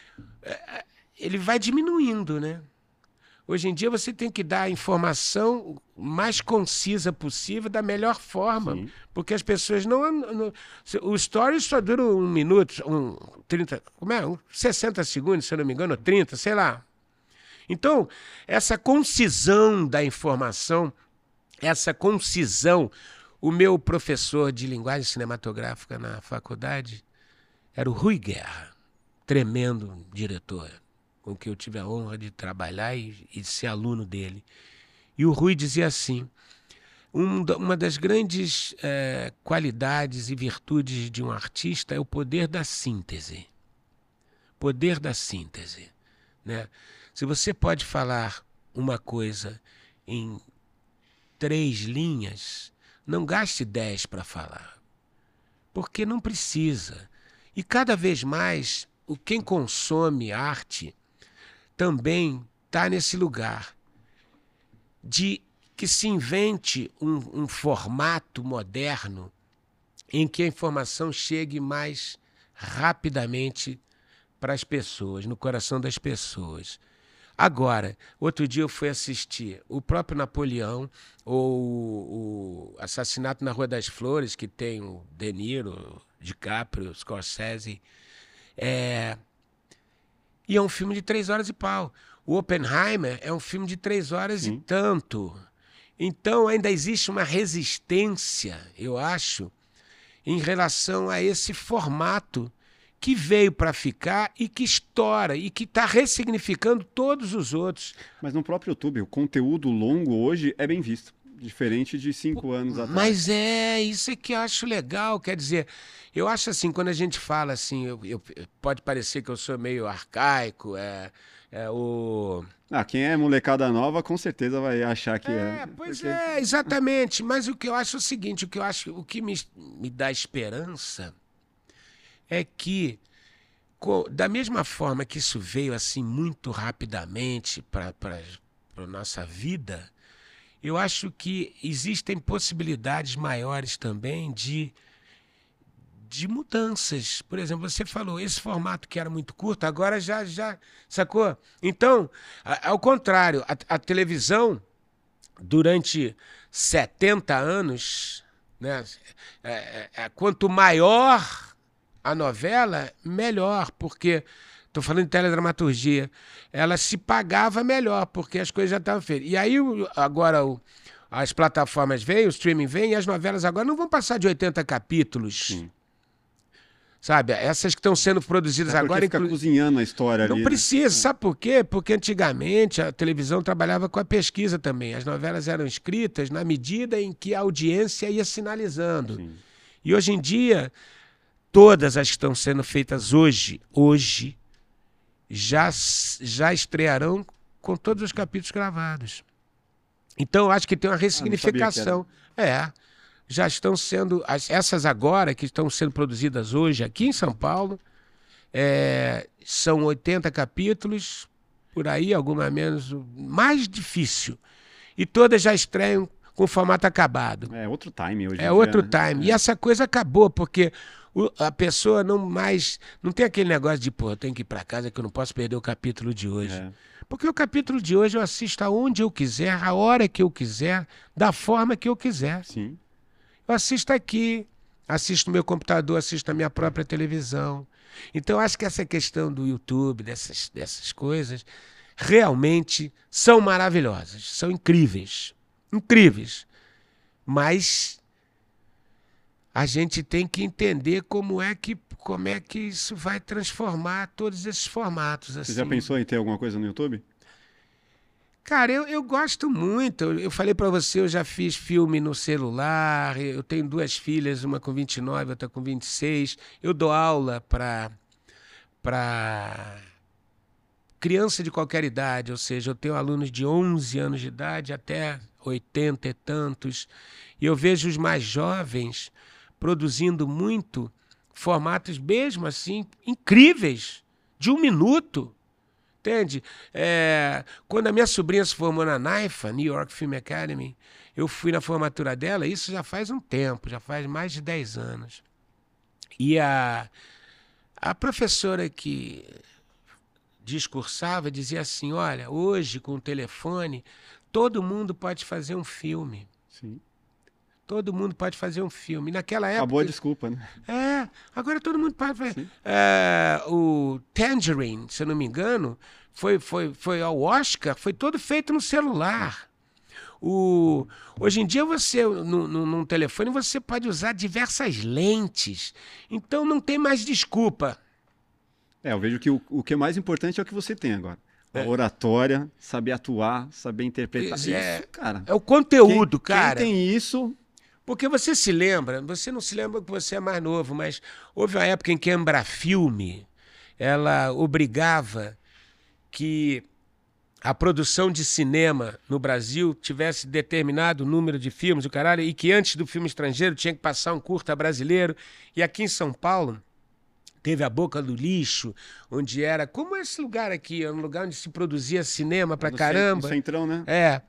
é, ele vai diminuindo, né? Hoje em dia você tem que dar a informação mais concisa possível, da melhor forma. Sim. Porque as pessoas não, não. O story só dura um minuto, um trinta, como é? Um sessenta segundos, se eu não me engano, trinta, sei lá. Então, essa concisão da informação, essa concisão. O meu professor de linguagem cinematográfica na faculdade era o Rui Guerra, tremendo diretor, com que eu tive a honra de trabalhar e, e ser aluno dele. E o Rui dizia assim, um, uma das grandes é, qualidades e virtudes de um artista é o poder da síntese. Poder da síntese. Né? Se você pode falar uma coisa em três linhas, não gaste dez para falar, porque não precisa. E cada vez mais, o quem consome arte também está nesse lugar de que se invente um, um formato moderno em que a informação chegue mais rapidamente para as pessoas, no coração das pessoas. Agora, outro dia eu fui assistir o próprio Napoleão, ou o Assassinato na Rua das Flores, que tem o De Niro, DiCaprio, Scorsese. É... E é um filme de três horas e pau. O Oppenheimer é um filme de três horas Sim. e tanto. Então ainda existe uma resistência, eu acho, em relação a esse formato que veio para ficar e que estoura e que está ressignificando todos os outros. Mas no próprio YouTube, o conteúdo longo hoje é bem visto, diferente de cinco anos atrás. Mas é, isso é que eu acho legal, quer dizer, eu acho assim, quando a gente fala assim, eu, eu, pode parecer que eu sou meio arcaico, é, é o... Ah, quem é molecada nova com certeza vai achar que é. É, pois porque... é, exatamente, mas o que eu acho é o seguinte, o que eu acho, o que me, me dá esperança é que, da mesma forma que isso veio assim muito rapidamente para a nossa vida, eu acho que existem possibilidades maiores também de, de mudanças. Por exemplo, você falou, esse formato que era muito curto, agora já, já sacou? Então, a, ao contrário, a, a televisão, durante setenta anos, né, é, é, quanto maior a novela, melhor, porque, estou falando de teledramaturgia, ela se pagava melhor, porque as coisas já estavam feitas. E aí, agora, o, as plataformas vêm, o streaming vem, e as novelas agora não vão passar de oitenta capítulos. Sim. Sabe? Essas que estão sendo produzidas é agora... fica inclu... cozinhando a história não ali. Não precisa, né? Sabe por quê? Porque antigamente a televisão trabalhava com a pesquisa também. As novelas eram escritas na medida em que a audiência ia sinalizando. Sim. E hoje em dia... Todas as que estão sendo feitas hoje, hoje, já, já estrearão com todos os capítulos gravados. Então, eu acho que tem uma ressignificação. Ah, é, já estão sendo... As, essas agora, que estão sendo produzidas hoje aqui em São Paulo, é, são oitenta capítulos, por aí, alguma menos, mais difícil. E todas já estreiam com o formato acabado. É outro time hoje. É outro dia, time. Né? E essa coisa acabou, porque... a pessoa não mais... Não tem aquele negócio de, pô, eu tenho que ir para casa que eu não posso perder o capítulo de hoje. É. Porque o capítulo de hoje eu assisto aonde eu quiser, a hora que eu quiser, da forma que eu quiser. Sim. Eu assisto aqui, assisto no meu computador, assisto na minha própria televisão. Então, eu acho que essa questão do YouTube, dessas, dessas coisas, realmente são maravilhosas, são incríveis. Incríveis. Mas... a gente tem que entender como é que, como é que isso vai transformar todos esses formatos. Assim. Você já pensou em ter alguma coisa no YouTube? Cara, eu, eu gosto muito. Eu, eu falei para você, eu já fiz filme no celular, eu tenho duas filhas, uma com vinte e nove, outra com vinte e seis. Eu dou aula para para criança de qualquer idade, ou seja, eu tenho alunos de onze anos de idade até oitenta e tantos. E eu vejo os mais jovens... produzindo muito formatos mesmo assim, incríveis, de um minuto, entende? É, quando a minha sobrinha se formou na NYFA, New York Film Academy, eu fui na formatura dela, isso já faz um tempo, já faz mais de dez anos. E a, a professora que discursava dizia assim, olha, hoje com o telefone, todo mundo pode fazer um filme. Sim. Todo mundo pode fazer um filme. Naquela época... Acabou a desculpa, né? É, agora todo mundo pode fazer. É, o Tangerine, se eu não me engano, foi, foi, foi ao Oscar, foi todo feito no celular. O, hoje em dia, você, no, no, num telefone, você pode usar diversas lentes. Então, não tem mais desculpa. É, eu vejo que o, o que é mais importante é o que você tem agora. A oratória, saber atuar, saber interpretar. É, isso, cara. É o conteúdo, quem, cara. Quem tem isso... Porque você se lembra, você não se lembra que você é mais novo, mas houve uma época em que a Embrafilme, ela obrigava que a produção de cinema no Brasil tivesse determinado número de filmes, o caralho, e que antes do filme estrangeiro tinha que passar um curta brasileiro. E aqui em São Paulo teve a Boca do Lixo, onde era... Como esse lugar aqui, é um lugar onde se produzia cinema pra caramba. No Centrão, né? É.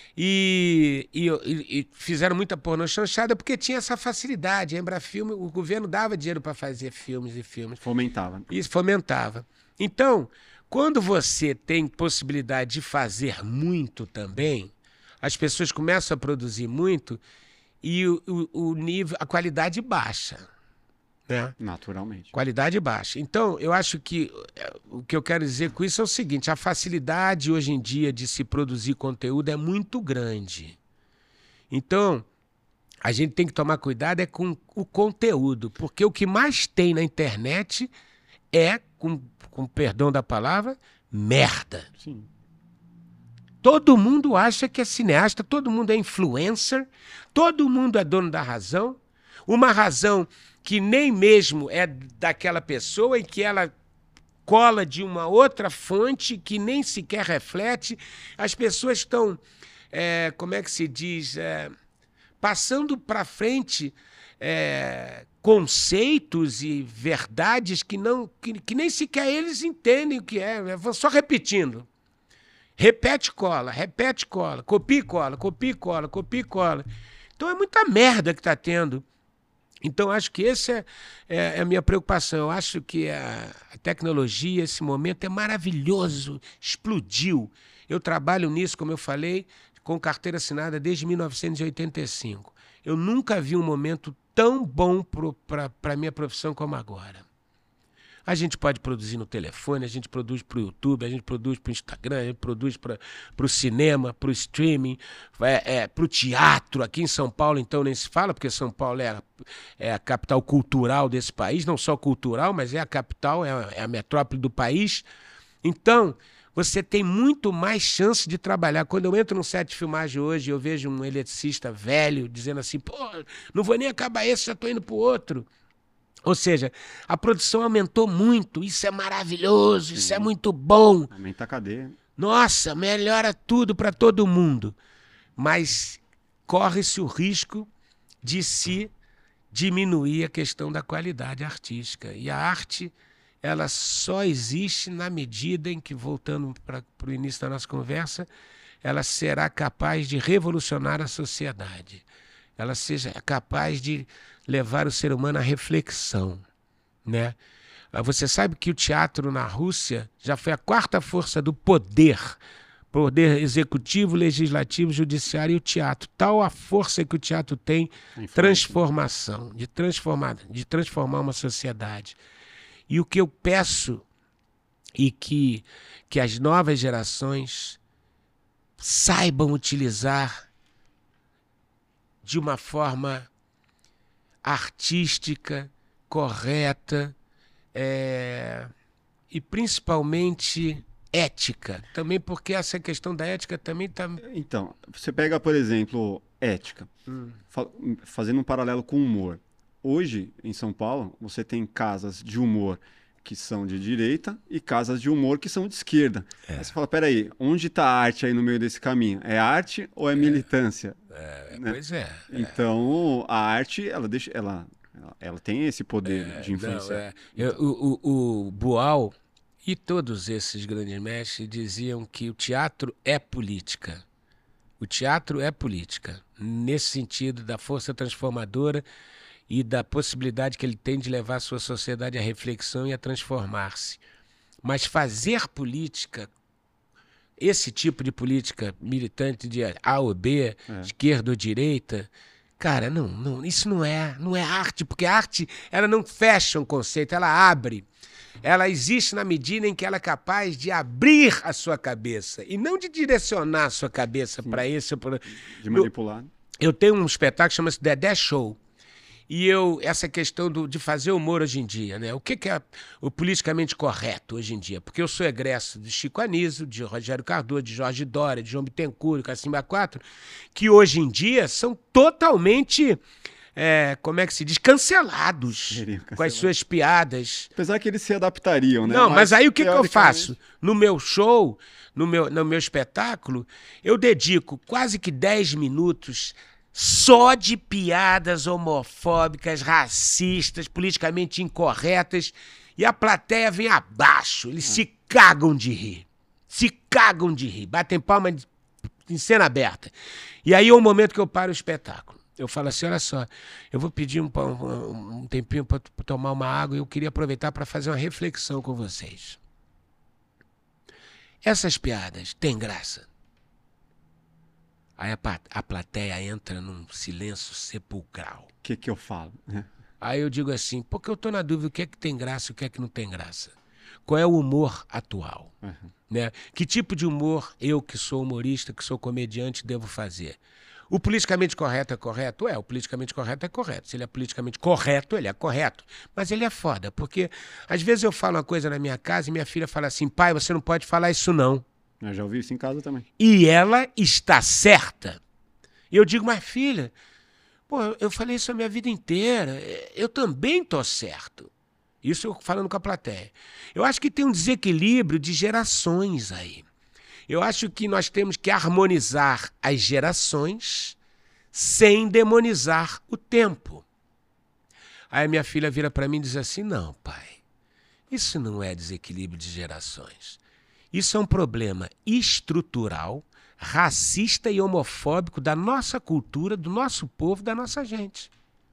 E, e, e fizeram muita pornô chanchada porque tinha essa facilidade. A Embrafilme, o governo dava dinheiro para fazer filmes e filmes. Fomentava. Isso fomentava. Então, quando você tem possibilidade de fazer muito também, as pessoas começam a produzir muito e o, o, o nível, a qualidade baixa. Né? Naturalmente. Qualidade baixa. Então, eu acho que o que eu quero dizer com isso é o seguinte, a facilidade hoje em dia de se produzir conteúdo é muito grande. Então, a gente tem que tomar cuidado é com o conteúdo, porque o que mais tem na internet é, com, com perdão da palavra, merda. Sim. Todo mundo acha que é cineasta, todo mundo é influencer, todo mundo é dono da razão, uma razão que nem mesmo é daquela pessoa e que ela cola de uma outra fonte que nem sequer reflete. As pessoas estão, é, como é que se diz, é, passando para frente é, conceitos e verdades que, não, que, que nem sequer eles entendem o que é, né? Vão só repetindo. Repete, cola, repete, cola, copia e cola, copia e cola, copia e cola. Então é muita merda que está tendo. Então, acho que essa é, é, é a minha preocupação. Eu acho que a, a tecnologia, esse momento é maravilhoso, explodiu. Eu trabalho nisso, como eu falei, com carteira assinada desde mil novecentos e oitenta e cinco. Eu nunca vi um momento tão bom para a minha profissão como agora. A gente pode produzir no telefone, a gente produz para o YouTube, a gente produz para o Instagram, a gente produz para o cinema, para o streaming, é, é, para o teatro. Aqui em São Paulo, então, nem se fala, porque São Paulo é a, é a capital cultural desse país, não só cultural, mas é a capital, é a, é a metrópole do país. Então, você tem muito mais chance de trabalhar. Quando eu entro num set de filmagem hoje, eu vejo um eletricista velho dizendo assim, pô, não vou nem acabar esse, já estou indo para o outro. Ou seja, a produção aumentou muito, isso é maravilhoso, isso Sim. é muito bom. Aumenta a cadeia. Nossa, melhora tudo para todo mundo. Mas corre-se o risco de se diminuir a questão da qualidade artística. E a arte, ela só existe na medida em que, voltando para o início da nossa conversa, ela será capaz de revolucionar a sociedade. Ela seja capaz de levar o ser humano à reflexão, né? Você sabe que o teatro na Rússia já foi a quarta força do poder, poder executivo, legislativo, judiciário e o teatro. Tal a força que o teatro tem, transformação, de transformar, de transformar uma sociedade. E o que eu peço e que, que as novas gerações saibam utilizar de uma forma artística, correta, é, e principalmente ética. Também porque essa questão da ética também está... Então, você pega, por exemplo, ética, hum. fa- fazendo um paralelo com humor. Hoje, em São Paulo, você tem casas de humor que são de direita e casas de humor que são de esquerda. É. Aí você fala, peraí, onde está a arte aí no meio desse caminho? É arte ou é, é. militância? É, né? Pois é, é. Então, a arte, ela, deixa, ela, ela, ela tem esse poder é, de influenciar. Não, é. Eu, o, o, o Boal e todos esses grandes mestres diziam que o teatro é política. O teatro é política, nesse sentido da força transformadora e da possibilidade que ele tem de levar a sua sociedade à reflexão e a transformar-se. Mas fazer política, esse tipo de política militante de A ou B, é. esquerda ou direita, cara, não, não, isso não é, não é arte, porque a arte ela não fecha um conceito, ela abre. Ela existe na medida em que ela é capaz de abrir a sua cabeça e não de direcionar a sua cabeça para esse ou para... De manipular. Eu, eu tenho um espetáculo que chama-se Dedé Show. E eu, essa questão do, de fazer humor hoje em dia, né? O que, que é o politicamente correto hoje em dia? Porque eu sou egresso de Chico Anísio, de Rogério Cardoso, de Jorge Dória, de João Bittencourt, Cacimba quatro, que hoje em dia são totalmente, é, como é que se diz, cancelados com as suas piadas. Apesar que eles se adaptariam, né? Não, mas, mas aí o que, que eu faço? No meu show, no meu, no meu espetáculo, eu dedico quase que dez minutos só de piadas homofóbicas, racistas, politicamente incorretas, e a plateia vem abaixo, eles ah. se cagam de rir, se cagam de rir, batem palma em cena aberta. E aí é o momento que eu paro o espetáculo. Eu falo assim, olha só, eu vou pedir um, um, um tempinho para tomar uma água e eu queria aproveitar para fazer uma reflexão com vocês. Essas piadas têm graça? Aí a, a plateia entra num silêncio sepulcral. O que que eu falo? Aí eu digo assim, porque eu estou na dúvida o que é que tem graça e o que é que não tem graça. Qual é o humor atual? Uhum. Né? Que tipo de humor eu, que sou humorista, que sou comediante, devo fazer? O politicamente correto é correto? É, o politicamente correto é correto. Se ele é politicamente correto, ele é correto. Mas ele é foda, porque às vezes eu falo uma coisa na minha casa e minha filha fala assim, pai, você não pode falar isso não. Eu já ouvi isso em casa também. E ela está certa. E eu digo, mas filha, pô, eu falei isso a minha vida inteira, eu também estou certo. Isso eu falando com a plateia. Eu acho que tem um desequilíbrio de gerações aí. Eu acho que nós temos que harmonizar as gerações sem demonizar o tempo. Aí a minha filha vira para mim e diz assim, não, pai, isso não é desequilíbrio de gerações. Isso é um problema estrutural, racista e homofóbico da nossa cultura, do nosso povo, da nossa gente.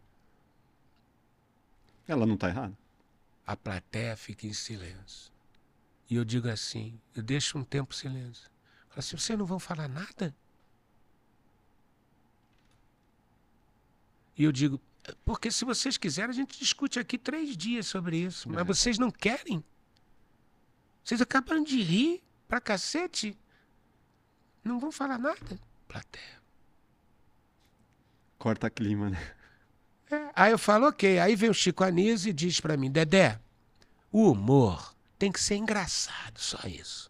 Ela não está errada? A plateia fica em silêncio. E eu digo assim, eu deixo um tempo silêncio. Falo assim, vocês não vão falar nada? E eu digo, porque se vocês quiserem, a gente discute aqui três dias sobre isso. Mas é. vocês não querem? Vocês acabaram de rir pra cacete. Não vão falar nada. Plateia. Corta clima, né? É. Aí eu falo, ok. Aí vem o Chico Anísio e diz pra mim, Dedé, o humor tem que ser engraçado, só isso.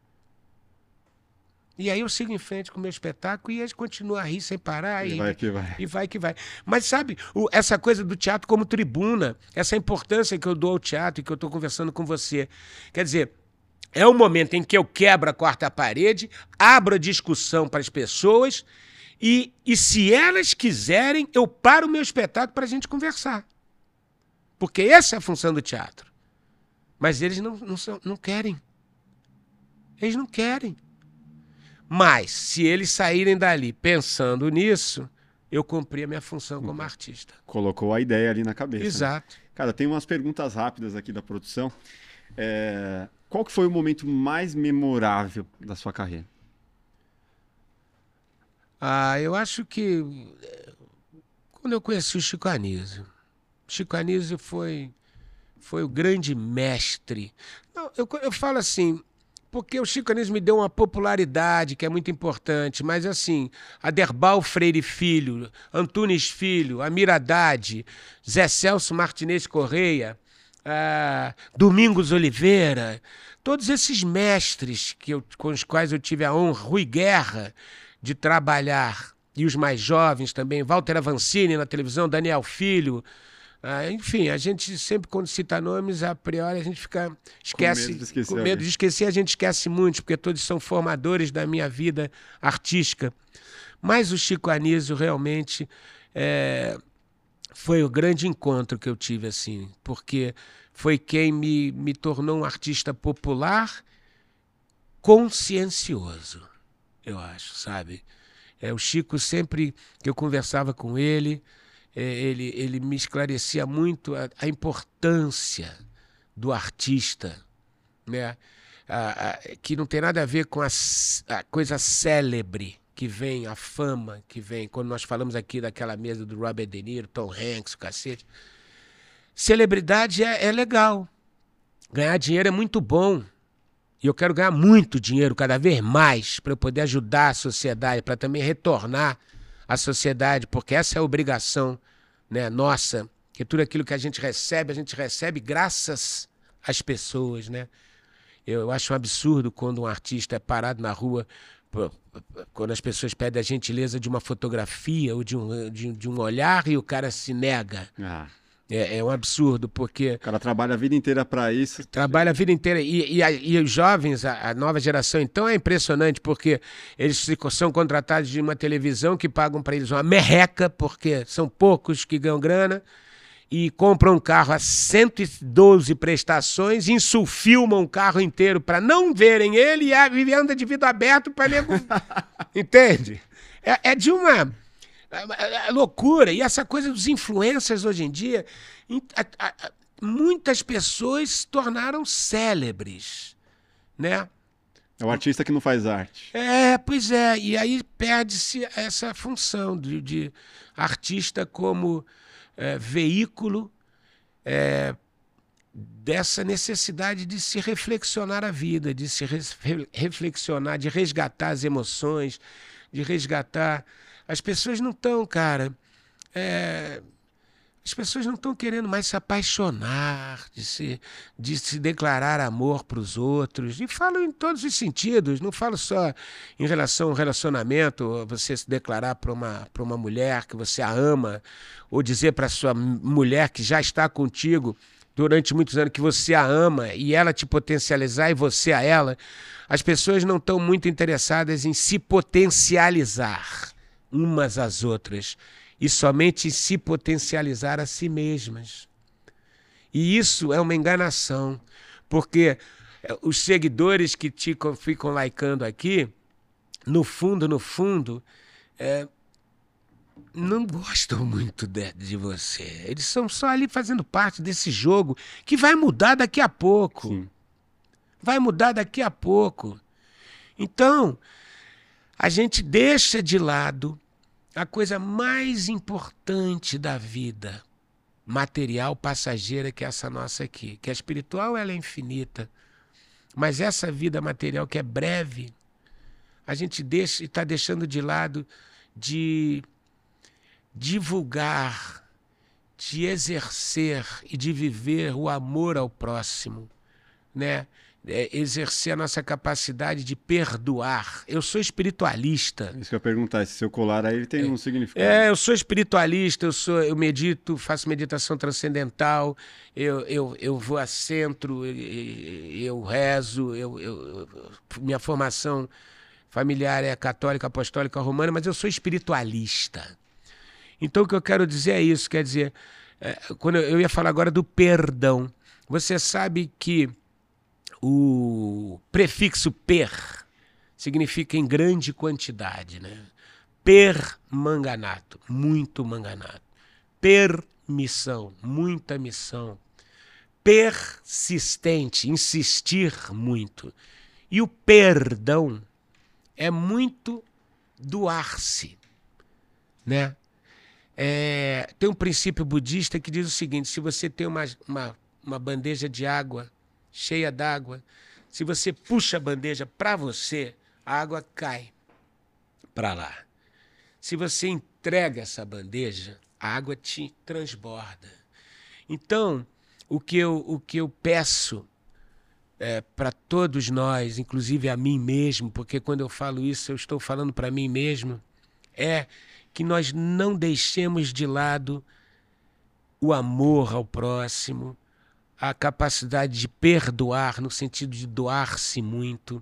E aí eu sigo em frente com o meu espetáculo e eles continuam a rir sem parar. E, e vai que vai. E vai que vai. Mas sabe, o, essa coisa do teatro como tribuna, essa importância que eu dou ao teatro e que eu estou conversando com você. Quer dizer, é o momento em que eu quebro a quarta parede, abro a discussão para as pessoas e, e se elas quiserem, eu paro o meu espetáculo para a gente conversar. Porque essa é a função do teatro. Mas eles não, não, são, não querem. Eles não querem. Mas, se eles saírem dali pensando nisso, eu cumpri a minha função como artista. Colocou a ideia ali na cabeça. Exato. Né? Cara, tem umas perguntas rápidas aqui da produção. É... Qual que foi o momento mais memorável da sua carreira? Ah, eu acho que quando eu conheci o Chico Anísio. Chico Anísio foi, foi o grande mestre. Não, eu, eu falo assim... Porque o Chico Anísio me deu uma popularidade que é muito importante, mas assim, Aderbal Freire Filho, Antunes Filho, Amir Haddad, Zé Celso Martinez Correia, ah, Domingos Oliveira, todos esses mestres que eu, com os quais eu tive a honra, Rui Guerra, de trabalhar, e os mais jovens também, Walter Avancini na televisão, Daniel Filho. Ah, enfim, a gente sempre, quando cita nomes, a priori a gente fica esquece, com medo de esquecer, com medo de esquecer a gente esquece muito, porque todos são formadores da minha vida artística. Mas o Chico Anísio realmente é, foi o grande encontro que eu tive, assim, porque foi quem me, me tornou um artista popular consciencioso, eu acho, sabe? É, o Chico, sempre que eu conversava com ele, Ele, ele me esclarecia muito a, a importância do artista, né? a, a, que não tem nada a ver com a, a coisa célebre que vem, a fama que vem, quando nós falamos aqui daquela mesa do Robert De Niro, Tom Hanks, o cacete. Celebridade é, é legal, ganhar dinheiro é muito bom, e eu quero ganhar muito dinheiro, cada vez mais, para eu poder ajudar a sociedade, para também retornar à sociedade, porque essa é a obrigação, né, nossa, que tudo aquilo que a gente recebe, a gente recebe graças às pessoas, né? Eu acho um absurdo quando um artista é parado na rua, quando as pessoas pedem a gentileza de uma fotografia ou de um, de, de um olhar e o cara se nega. Ah. É, é um absurdo, porque... O cara trabalha a vida inteira para isso. Trabalha a vida inteira. E, e, e os jovens, a, a nova geração, então, é impressionante, porque eles são contratados de uma televisão que pagam para eles uma merreca, porque são poucos que ganham grana, e compram um carro a cento e doze prestações, insulfilmam um carro inteiro para não verem ele e anda de vidro aberto para nego... Entende? É, é de uma... É loucura. E essa coisa dos influencers hoje em dia, a, a, a, muitas pessoas se tornaram célebres, né? É o artista que não faz arte. É, pois é. E aí perde-se essa função de, de artista como é, veículo é, dessa necessidade de se reflexionar a vida, de se re, reflexionar, de resgatar as emoções, de resgatar... As pessoas não estão, cara, é, as pessoas não estão querendo mais se apaixonar, de se, de se declarar amor para os outros. E falo em todos os sentidos, não falo só em relação ao relacionamento, você se declarar para uma, para uma mulher que você a ama, ou dizer para sua mulher que já está contigo durante muitos anos que você a ama e ela te potencializar e você a ela. As pessoas não estão muito interessadas em se potencializar. umas às outras e somente se potencializar a si mesmas. E isso é uma enganação, porque os seguidores que te ficam likeando aqui, no fundo, no fundo, é, não gostam muito de, de você. Eles são só ali fazendo parte desse jogo que vai mudar daqui a pouco. Sim. Vai mudar daqui a pouco. Então, a gente deixa de lado a coisa mais importante da vida material, passageira, que é essa nossa aqui. Que a espiritual, ela é infinita. Mas essa vida material que é breve, a gente deixa, está deixando de lado de divulgar, de exercer e de viver o amor ao próximo, né? É, exercer a nossa capacidade de perdoar. Eu sou espiritualista. Isso que eu ia perguntar, esse seu colar aí ele tem é, um significado. É, eu sou espiritualista, eu, sou, eu medito, faço meditação transcendental, eu, eu, eu vou a centro, eu, eu rezo, eu, eu, minha formação familiar é católica, apostólica, romana, mas eu sou espiritualista. Então o que eu quero dizer é isso, quer dizer, é, quando eu, eu ia falar agora do perdão. Você sabe que o prefixo per significa em grande quantidade, né? Permanganato, muito manganato. Permissão, muita missão. Persistente, insistir muito. E o perdão é muito doar-se, né? É, tem um princípio budista que diz o seguinte: se você tem uma, uma, uma bandeja de água cheia d'água, se você puxa a bandeja para você, a água cai para lá. Se você entrega essa bandeja, a água te transborda. Então, o que eu, o que eu peço é, para todos nós, inclusive a mim mesmo, porque quando eu falo isso, eu estou falando para mim mesmo, é que nós não deixemos de lado o amor ao próximo, a capacidade de perdoar, no sentido de doar-se muito,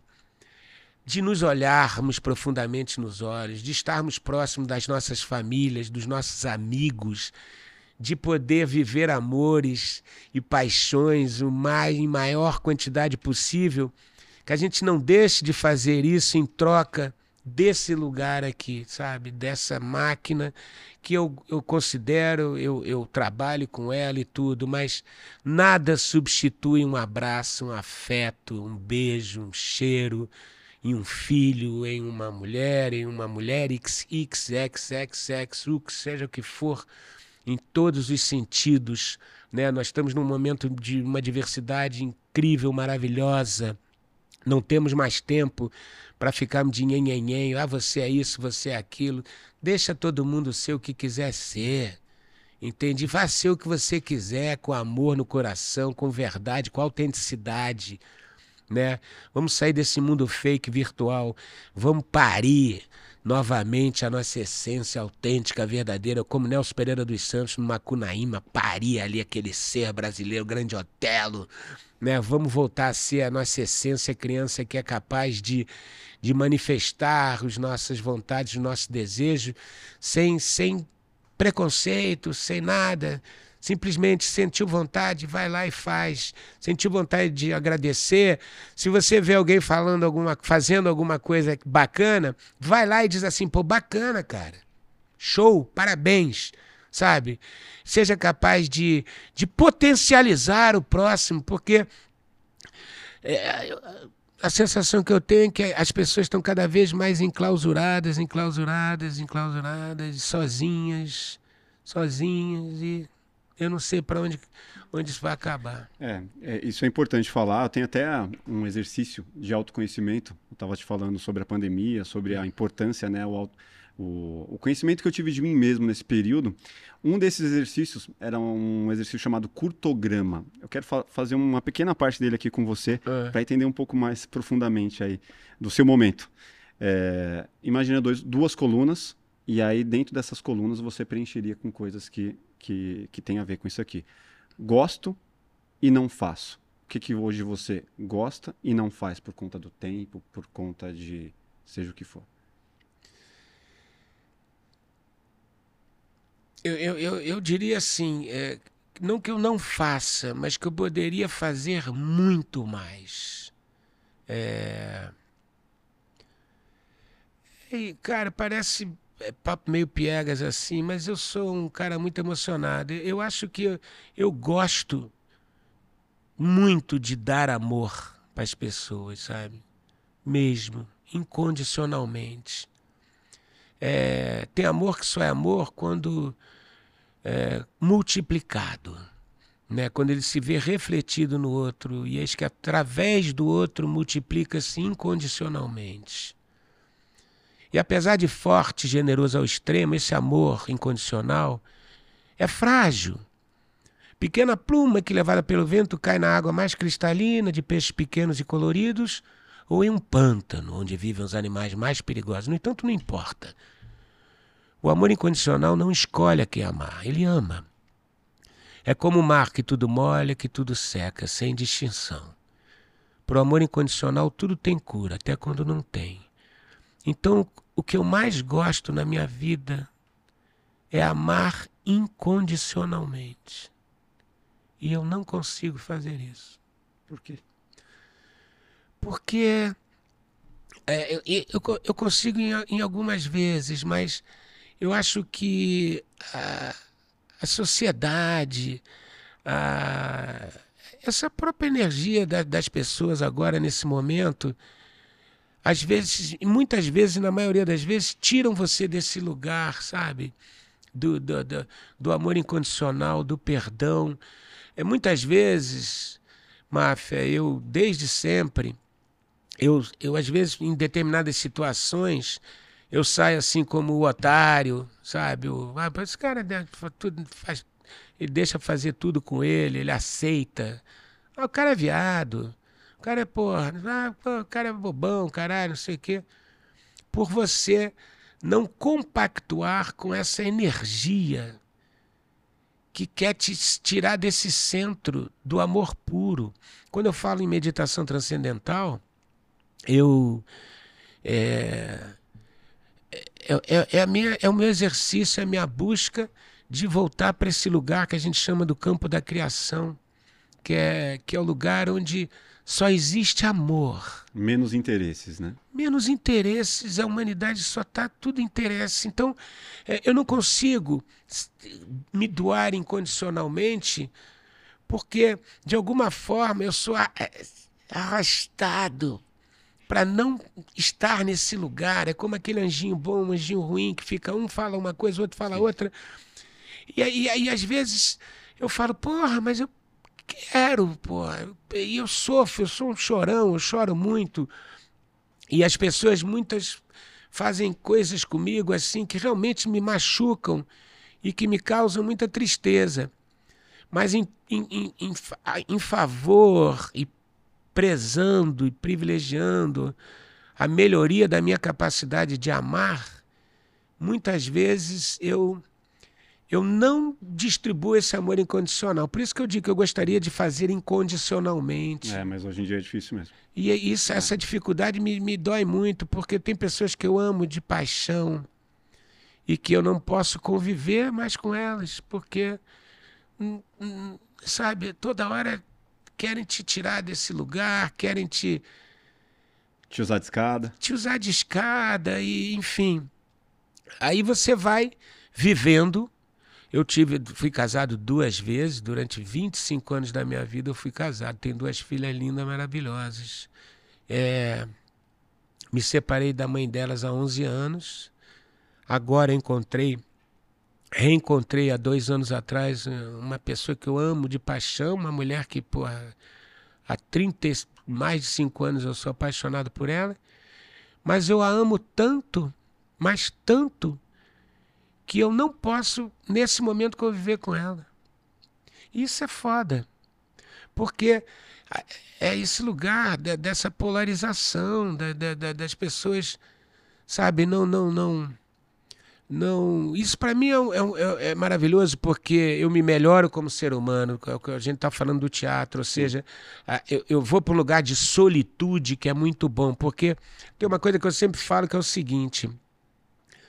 de nos olharmos profundamente nos olhos, de estarmos próximos das nossas famílias, dos nossos amigos, de poder viver amores e paixões o mais, em maior quantidade possível, que a gente não deixe de fazer isso em troca desse lugar aqui, sabe? Dessa máquina que eu, eu considero, eu, eu trabalho com ela e tudo, mas nada substitui um abraço, um afeto, um beijo, um cheiro em um filho, em uma mulher, em uma mulher X, X, X, X, X, U, seja o que for, em todos os sentidos, né? Nós estamos num momento de uma diversidade incrível, maravilhosa. Não temos mais tempo para ficarmos de nhenhenhen, ah, você é isso, você é aquilo. Deixa todo mundo ser o que quiser ser, entende? Vá ser o que você quiser, com amor no coração, com verdade, com autenticidade, né? Vamos sair desse mundo fake virtual, vamos parir novamente a nossa essência autêntica, verdadeira, como Nelson Pereira dos Santos, no Macunaíma, parir ali aquele ser brasileiro, grande Otelo, né? Vamos voltar a ser a nossa essência criança que é capaz de, de manifestar as nossas vontades, os nossos desejos, sem, sem preconceito, sem nada. Simplesmente sentiu vontade, vai lá e faz. Sentiu vontade de agradecer. Se você vê alguém falando alguma, fazendo alguma coisa bacana, vai lá e diz assim, pô, bacana, cara. Show, parabéns, sabe? Seja capaz de, de potencializar o próximo, porque é, a sensação que eu tenho é que as pessoas estão cada vez mais enclausuradas, enclausuradas, enclausuradas, sozinhas, sozinhas e... eu não sei para onde, onde isso vai acabar. É, é, isso é importante falar. Eu tenho até um exercício de autoconhecimento. Eu estava te falando sobre a pandemia, sobre a importância, né, o, o, o conhecimento que eu tive de mim mesmo nesse período. Um desses exercícios era um exercício chamado curtograma. Eu quero fa fazer uma pequena parte dele aqui com você, é. para entender um pouco mais profundamente aí do seu momento. É, imagina dois, duas colunas, e aí dentro dessas colunas você preencheria com coisas que Que, que tem a ver com isso aqui. Gosto e não faço. O que, que hoje você gosta e não faz por conta do tempo, por conta de seja o que for? Eu, eu, eu, eu diria assim, é, não que eu não faça, mas que eu poderia fazer muito mais. É... E, cara, parece é, papo meio piegas assim, mas eu sou um cara muito emocionado. Eu acho que eu, eu gosto muito de dar amor para as pessoas, sabe? Mesmo, incondicionalmente. É, tem amor que só é amor quando é, multiplicado, né? Quando ele se vê refletido no outro e eis que através do outro multiplica-se incondicionalmente. E apesar de forte e generoso ao extremo, esse amor incondicional é frágil. Pequena pluma que, levada pelo vento, cai na água mais cristalina de peixes pequenos e coloridos, ou em um pântano onde vivem os animais mais perigosos. No entanto, não importa. O amor incondicional não escolhe a quem amar, ele ama. É como o mar que tudo molha, que tudo seca, sem distinção. Para o amor incondicional, tudo tem cura, até quando não tem. Então, o que eu mais gosto na minha vida é amar incondicionalmente. E eu não consigo fazer isso. Por quê? Porque é, eu, eu, eu consigo em, em algumas vezes, mas eu acho que a, a sociedade, a, essa própria energia da, das pessoas agora, nesse momento, às vezes, muitas vezes, na maioria das vezes, tiram você desse lugar, sabe? Do, do, do, do amor incondicional, do perdão. É, muitas vezes, Máfia, eu, desde sempre, eu, eu, às vezes, em determinadas situações, eu saio assim como o otário, sabe? O, ah, esse cara tudo faz, ele deixa fazer tudo com ele, ele aceita. Ah, o cara é viado, o cara é porra, ah, pô, o cara é bobão, caralho, não sei o quê. Por você não compactuar com essa energia que quer te tirar desse centro do amor puro. Quando eu falo em meditação transcendental, eu é, é, é, a minha, é o meu exercício, é a minha busca de voltar para esse lugar que a gente chama do campo da criação, que é, que é o lugar onde só existe amor. Menos interesses, né? Menos interesses, a humanidade só está tudo interesse. Então, é, eu não consigo me doar incondicionalmente, porque, de alguma forma, eu sou arrastado para não estar nesse lugar. É como aquele anjinho bom, um anjinho ruim, que fica um fala uma coisa, o outro fala outra. E aí, aí, às vezes, eu falo, porra, mas eu quero, porra. E eu sofro, eu sou um chorão, eu choro muito. E as pessoas, muitas, fazem coisas comigo assim que realmente me machucam e que me causam muita tristeza. Mas em, em, em, em favor e prezando e privilegiando a melhoria da minha capacidade de amar, muitas vezes eu, eu não distribuo esse amor incondicional. Por isso que eu digo que eu gostaria de fazer incondicionalmente. É, mas hoje em dia é difícil mesmo. E isso, é. Essa dificuldade me, me dói muito, porque tem pessoas que eu amo de paixão e que eu não posso conviver mais com elas, porque, sabe, toda hora querem te tirar desse lugar, querem te... Te usar de escada. Te usar de escada, e enfim. Aí você vai vivendo. Eu tive, fui casado duas vezes, durante vinte e cinco anos da minha vida eu fui casado. Tenho duas filhas lindas, maravilhosas. É, me separei da mãe delas há onze anos. Agora encontrei, reencontrei há dois anos atrás uma pessoa que eu amo de paixão, uma mulher que, porra, há trinta, mais de cinco anos eu sou apaixonado por ela. Mas eu a amo tanto, mas tanto, que eu não posso, nesse momento, conviver com ela. Isso é foda. Porque é esse lugar de, dessa polarização, da, da, das pessoas, sabe, não, não, não, não... Isso para mim é, é, é maravilhoso, porque eu me melhoro como ser humano. A gente está falando do teatro, ou seja, eu, eu vou para um lugar de solitude que é muito bom, porque tem uma coisa que eu sempre falo que é o seguinte...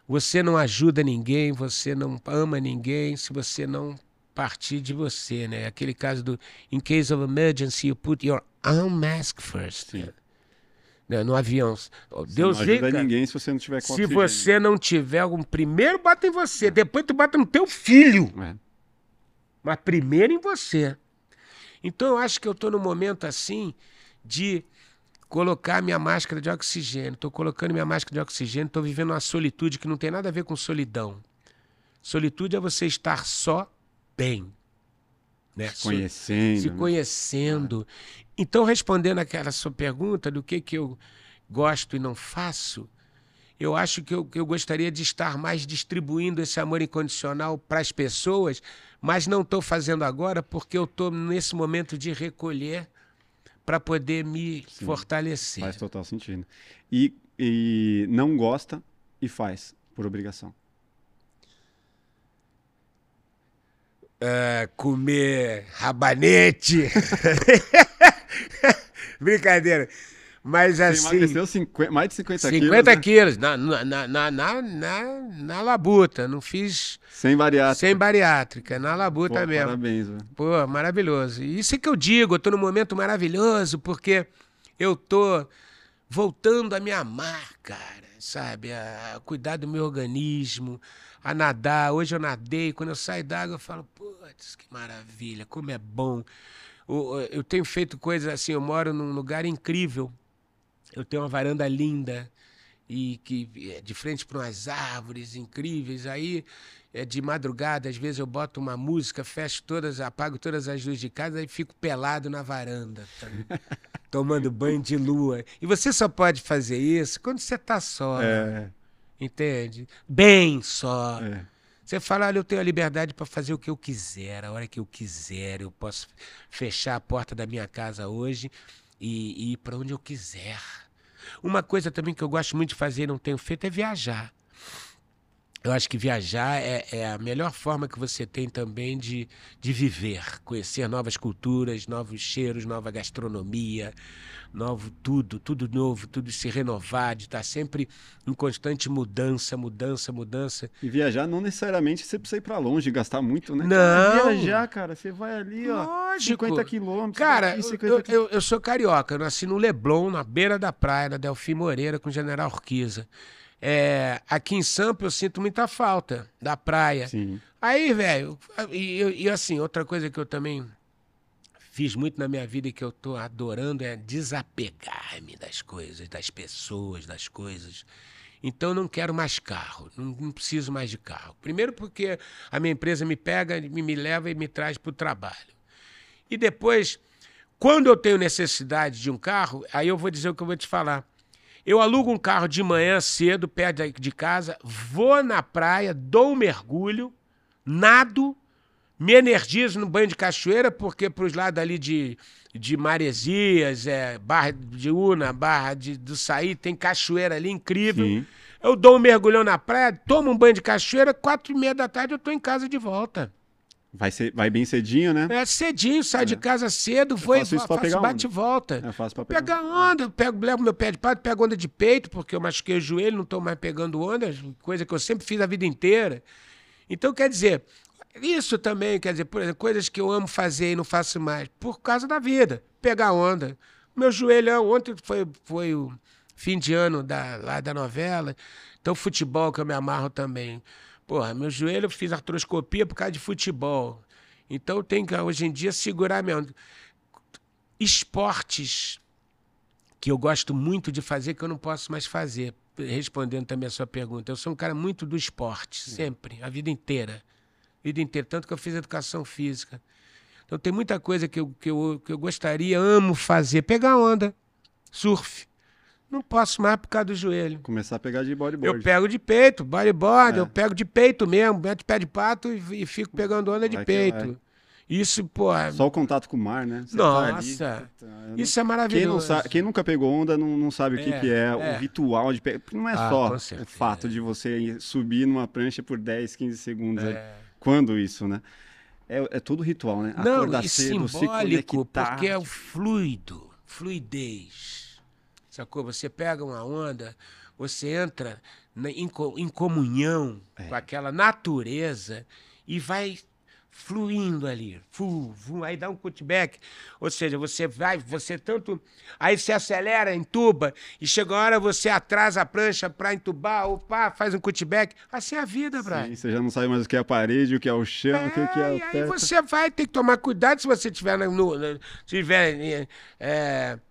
Você não ajuda ninguém, você não ama ninguém se você não partir de você, né? Aquele caso do in case of emergency, you put your own mask first. Sim. Né? No avião. Você Deus não ajuda rica, ninguém se você não tiver com se oxigênio. você não tiver algum... Primeiro bota em você, é. depois tu bota no teu filho. É. Mas primeiro em você. Então eu acho que eu estou num momento assim de colocar minha máscara de oxigênio. Estou colocando minha máscara de oxigênio, estou vivendo uma solitude que não tem nada a ver com solidão. Solitude é você estar só bem. Né? Se conhecendo. Se né? conhecendo. Ah. Então, respondendo aquela sua pergunta do que, que eu gosto e não faço, eu acho que eu, que eu gostaria de estar mais distribuindo esse amor incondicional para as pessoas, mas não estou fazendo agora porque eu estou nesse momento de recolher para poder me Sim, fortalecer. Faz total sentido. E, e não gosta e faz por obrigação. Uh, comer rabanete. Brincadeira. Mas assim. Você emagreceu cinquenta, mais de cinquenta quilos. cinquenta né? quilos na, na, na, na, na, na labuta. Não fiz. Sem bariátrica. Sem bariátrica, na labuta Pô, mesmo. Parabéns, velho. Pô, maravilhoso. E isso é que eu digo, eu tô num momento maravilhoso, porque eu tô voltando a me amar, cara, sabe? A cuidar do meu organismo, a nadar. Hoje eu nadei, quando eu saio d'água eu falo, putz, que maravilha, como é bom. Eu tenho feito coisas assim, eu moro num lugar incrível, eu tenho uma varanda linda, e que é de frente para umas árvores incríveis, aí é de madrugada, às vezes eu boto uma música, fecho todas, apago todas as luzes de casa e fico pelado na varanda, tá? Tomando banho de lua. E você só pode fazer isso quando você está só, é. entende? Bem só. É. Você fala, olha, eu tenho a liberdade para fazer o que eu quiser, a hora que eu quiser, eu posso fechar a porta da minha casa hoje e, e ir para onde eu quiser. Uma coisa também que eu gosto muito de fazer e não tenho feito é viajar. Eu acho que viajar é, é a melhor forma que você tem também de, de viver, conhecer novas culturas, novos cheiros, nova gastronomia, novo tudo, tudo novo, tudo se renovar, de estar sempre em constante mudança, mudança, mudança. E viajar não necessariamente você precisa ir para longe, gastar muito, né? Não. Cara, viajar, cara, você vai ali, ó, Lógico. cinquenta quilômetros. Cara, daqui, cinquenta eu, eu, eu sou carioca, eu nasci no Leblon, na beira da praia, na Delfim Moreira, com o General Urquiza. É, aqui em Sampa eu sinto muita falta da praia. Sim. Aí, velho, e, e assim, outra coisa que eu também fiz muito na minha vida e que eu tô adorando é desapegar-me das coisas, das pessoas, das coisas. Então, não quero mais carro, não, não preciso mais de carro. Primeiro porque a minha empresa me pega, me, me leva e me traz para o trabalho. E depois, quando eu tenho necessidade de um carro, aí eu vou dizer o que eu vou te falar. Eu alugo um carro de manhã cedo, perto de casa, vou na praia, dou um mergulho, nado, me energizo no banho de cachoeira, porque para os lados ali de, de Maresias, é, Barra de Una, Barra de, do Saí, tem cachoeira ali incrível. Sim. Eu dou um mergulhão na praia, tomo um banho de cachoeira, quatro e meia da tarde eu estou em casa de volta. Vai, ser, vai bem cedinho, né? É cedinho, saio É. de casa cedo, vou e faço, faço bate e volta. É fácil pra pegar pegar onda, eu pego, levo meu pé de pato, pego onda de peito, porque eu machuquei o joelho, não estou mais pegando onda, coisa que eu sempre fiz a vida inteira. Então, quer dizer, isso também, quer dizer, por exemplo, coisas que eu amo fazer e não faço mais, por causa da vida, pegar onda. Meu joelhão, ontem foi, foi o fim de ano da, lá da novela, então futebol que eu me amarro também. Porra, meu joelho, eu fiz artroscopia por causa de futebol. Então eu tenho que, hoje em dia, segurar mesmo. Esportes que eu gosto muito de fazer, que eu não posso mais fazer. Respondendo também a sua pergunta. Eu sou um cara muito do esporte, sempre, a vida inteira. A vida inteira, tanto que eu fiz educação física. Então tem muita coisa que eu, que eu, que eu gostaria, amo fazer. Pegar onda, surf. Não posso mais por causa do joelho. Começar a pegar de bodyboard. Eu pego de peito, bodyboard, É. eu pego de peito mesmo, meto pé de pato e, e fico pegando onda de Vai que peito. vai. Isso, pô... é- Só o contato com o mar, né? Você Nossa, tá ali, puta, eu não- isso é Quem, maravilhoso. não sabe, quem nunca pegou onda não, não sabe o que É, que é, é. o ritual de pegar. Não é Ah, só com o certeza. fato de você subir numa prancha por dez, quinze segundos. É. É. Quando isso, né? É, é todo ritual, né? Não, Acordar e cedo, se simbólico, conectar. porque é o fluido, fluidez. Sacou? Você pega uma onda, você entra na, em, em comunhão é. com aquela natureza e vai fluindo ali, fu, fu, aí dá um cutback, ou seja, você vai, você tanto, aí você acelera, entuba, e chega uma hora você atrasa a prancha para entubar, opa, faz um cutback, assim é a vida, Brian. Sim, você já não sabe mais o que é a parede, o que é o chão, é, o que é o e teto. aí você vai ter que tomar cuidado se você tiver no, no tiver é,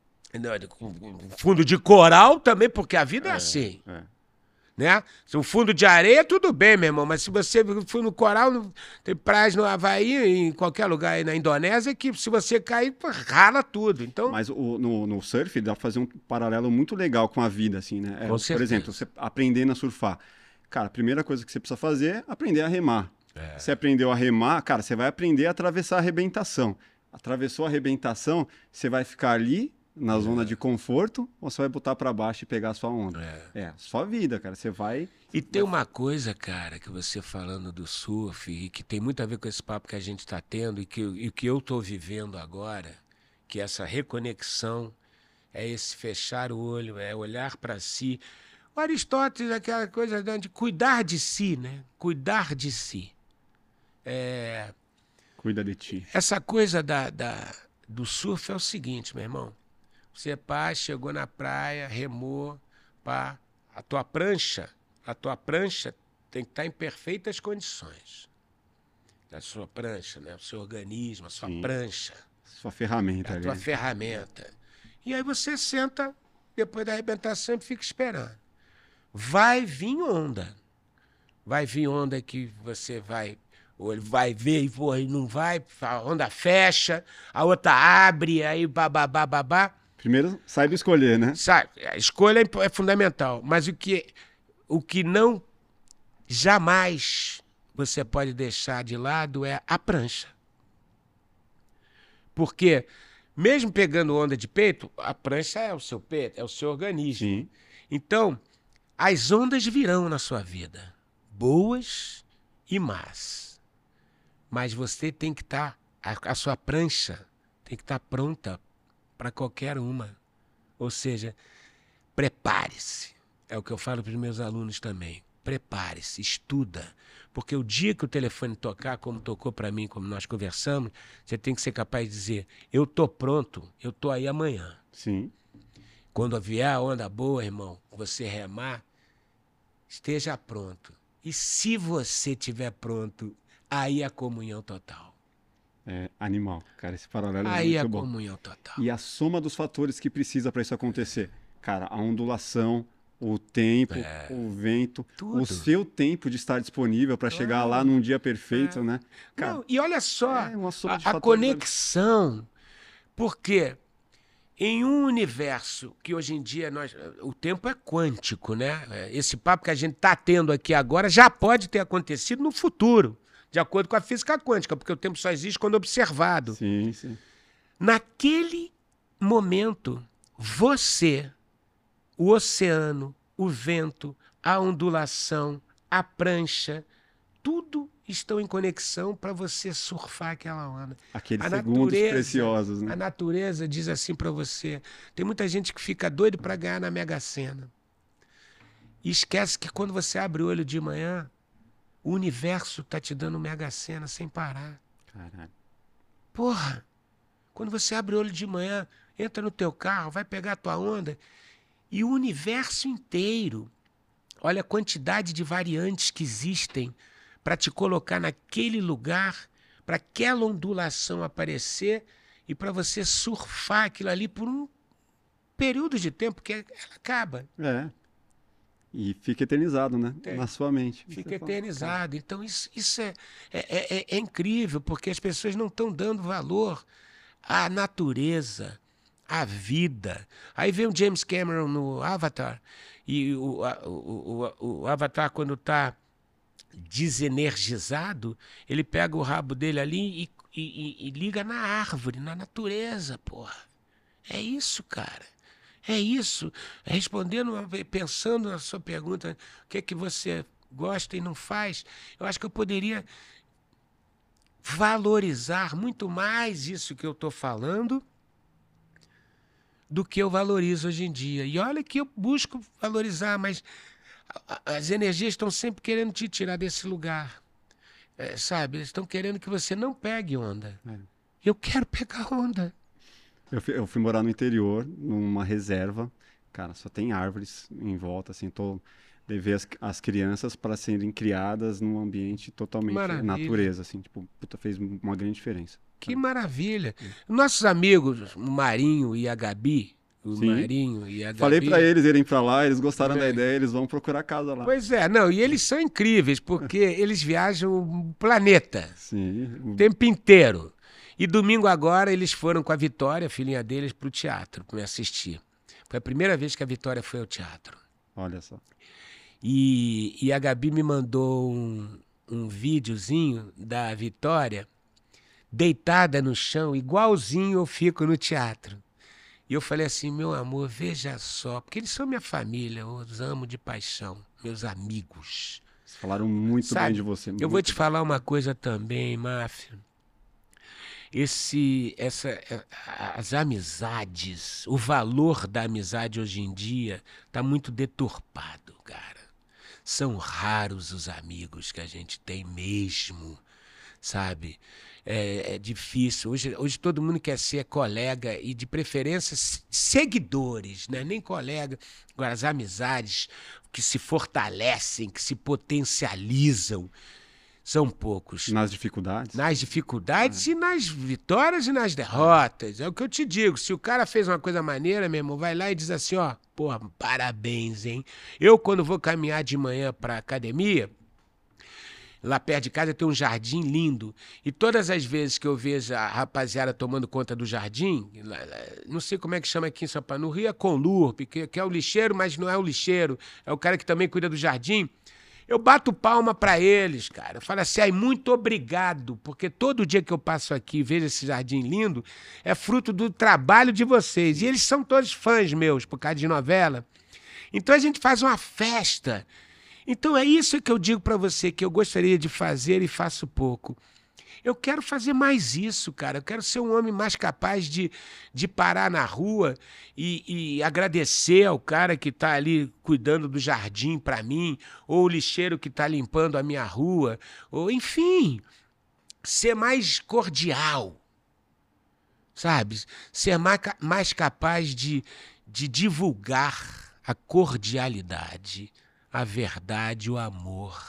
no fundo de coral também, porque a vida é, é assim. É. Né? Se o fundo de areia, tudo bem, meu irmão, mas se você for no coral, no, tem praias no Havaí, em qualquer lugar aí na Indonésia, que se você cair, rala tudo. Então... Mas o, no, no surf dá pra fazer um paralelo muito legal com a vida, assim, né? É, por exemplo, você aprendendo a surfar. Cara, a primeira coisa que você precisa fazer é aprender a remar. É. Você aprendeu a remar, cara, você vai aprender a atravessar a arrebentação. Atravessou a arrebentação, você vai ficar ali na é. zona de conforto, ou você vai botar para baixo e pegar a sua onda? É. é, sua vida, cara. Você vai... E tem uma coisa, cara, que você falando do surf, e que tem muito a ver com esse papo que a gente está tendo e que, e que eu estou vivendo agora, que essa reconexão é esse fechar o olho, é olhar para si. O Aristóteles, aquela coisa de cuidar de si, né? Cuidar de si. É... Cuida de ti. Essa coisa da, da, do surf é o seguinte, meu irmão. Você, pá, chegou na praia, remou, pá, a tua prancha, a tua prancha tem que estar em perfeitas condições. A sua prancha, né? O seu organismo, a sua Sim. prancha. Sua ferramenta. A ali. tua ferramenta. E aí você senta, depois da arrebentação, e fica esperando. Vai vir onda. Vai vir onda que você vai... Ou ele vai ver e pô, não vai, a onda fecha, a outra abre, aí bababá, babá. Primeiro, saiba escolher, né? Sabe, a escolha é fundamental, mas o que, o que não jamais você pode deixar de lado é a prancha. Porque, mesmo pegando onda de peito, a prancha é o seu peito, é o seu organismo. Sim. Então, as ondas virão na sua vida, boas e más. Mas você tem que estar, a, a sua prancha tem que estar pronta para qualquer uma. Ou seja, prepare-se. É o que eu falo para os meus alunos também. Prepare-se, estuda. Porque o dia que o telefone tocar, como tocou para mim, como nós conversamos, você tem que ser capaz de dizer, eu estou pronto, eu estou aí amanhã. Sim. Quando vier a onda boa, irmão, você remar, esteja pronto. E se você estiver pronto, aí é a comunhão total. É animal, cara, esse paralelo aí é muito bom. Aí é a comunhão total. E a soma dos fatores que precisa para isso acontecer. Cara, a ondulação, o tempo, é. o vento, Tudo. o seu tempo de estar disponível para chegar lá num dia perfeito, é. né? Cara, Não, e olha só, é uma soma de a, a conexão, porque em um universo que hoje em dia nós, o tempo é quântico, né? Esse papo que a gente está tendo aqui agora já pode ter acontecido no futuro. De acordo com a física quântica, porque o tempo só existe quando observado. Sim, sim. Naquele momento, você, o oceano, o vento, a ondulação, a prancha, tudo estão em conexão para você surfar aquela onda. Aqueles a segundos natureza, preciosos, né? A natureza diz assim para você. Tem muita gente que fica doido para ganhar na Mega Sena. E esquece que quando você abre o olho de manhã, o universo tá te dando Mega Sena sem parar. Caralho. Porra! Quando você abre o olho de manhã, entra no teu carro, vai pegar a tua onda, e o universo inteiro, olha a quantidade de variantes que existem para te colocar naquele lugar, para aquela ondulação aparecer e para você surfar aquilo ali por um período de tempo que ela acaba. É. E fica eternizado, né? Tem. Na sua mente. Fica Você eternizado. Fala, então, isso, isso é, é, é, é incrível, porque as pessoas não estão dando valor à natureza, à vida. Aí vem o James Cameron no Avatar, e o, a, o, o, o Avatar, quando está desenergizado, ele pega o rabo dele ali e, e, e, e liga na árvore, na natureza, porra. É isso, cara. É isso, respondendo, pensando na sua pergunta, o que é que você gosta e não faz, eu acho que eu poderia valorizar muito mais isso que eu estou falando do que eu valorizo hoje em dia. E olha que eu busco valorizar, mas as energias estão sempre querendo te tirar desse lugar. É, sabe? Eles estão querendo que você não pegue onda. É. Eu quero pegar onda. Eu fui, eu fui morar no interior, numa reserva. Cara, só tem árvores em volta, assim, tô... Levei as, as crianças para serem criadas num ambiente totalmente maravilha. natureza, assim, tipo, puta, fez uma grande diferença. Que sabe? Maravilha. Nossos amigos, o Marinho e a Gabi, o Sim. Marinho e a Gabi... Falei para eles irem para lá, eles gostaram é. da ideia, eles vão procurar casa lá. Pois é, não, e eles são incríveis, porque eles viajam o planeta Sim. o tempo inteiro. E domingo agora eles foram com a Vitória, a filhinha deles, para o teatro, para me assistir. Foi a primeira vez que a Vitória foi ao teatro. Olha só. E, e a Gabi me mandou um, um videozinho da Vitória deitada no chão, igualzinho eu fico no teatro. E eu falei assim, meu amor, veja só, porque eles são minha família, eu os amo de paixão, meus amigos. Eles falaram muito Sabe, bem de você. Eu vou te bem. falar uma coisa também, Máfia. Esse, essa, as amizades, o valor da amizade hoje em dia está muito deturpado, cara. São raros os amigos que a gente tem mesmo, sabe? É, é difícil. Hoje, hoje todo mundo quer ser colega e, de preferência, seguidores, né? Nem colega. Agora, as amizades que se fortalecem, que se potencializam, são poucos. Nas dificuldades? Nas dificuldades é. e nas vitórias e nas derrotas. É o que eu te digo. Se o cara fez uma coisa maneira, meu irmão, vai lá e diz assim, ó, porra, parabéns, hein? Eu, quando vou caminhar de manhã pra academia, lá perto de casa tem um jardim lindo. E todas as vezes que eu vejo a rapaziada tomando conta do jardim, não sei como é que chama aqui em São Paulo, no Rio é Conlurp, que, que é o lixeiro, mas não é o lixeiro. É o cara que também cuida do jardim. Eu bato palma pra eles, cara. Eu falo assim, ai, muito obrigado, porque todo dia que eu passo aqui e vejo esse jardim lindo, é fruto do trabalho de vocês. E eles são todos fãs meus, por causa de novela. Então a gente faz uma festa. Então é isso que eu digo pra você, que eu gostaria de fazer e faço pouco. Eu quero fazer mais isso, cara. Eu quero ser um homem mais capaz de, de parar na rua e, e agradecer ao cara que está ali cuidando do jardim para mim, ou o lixeiro que está limpando a minha rua, ou enfim, ser mais cordial, sabe? Ser mais, mais capaz de, de divulgar a cordialidade, a verdade, o amor.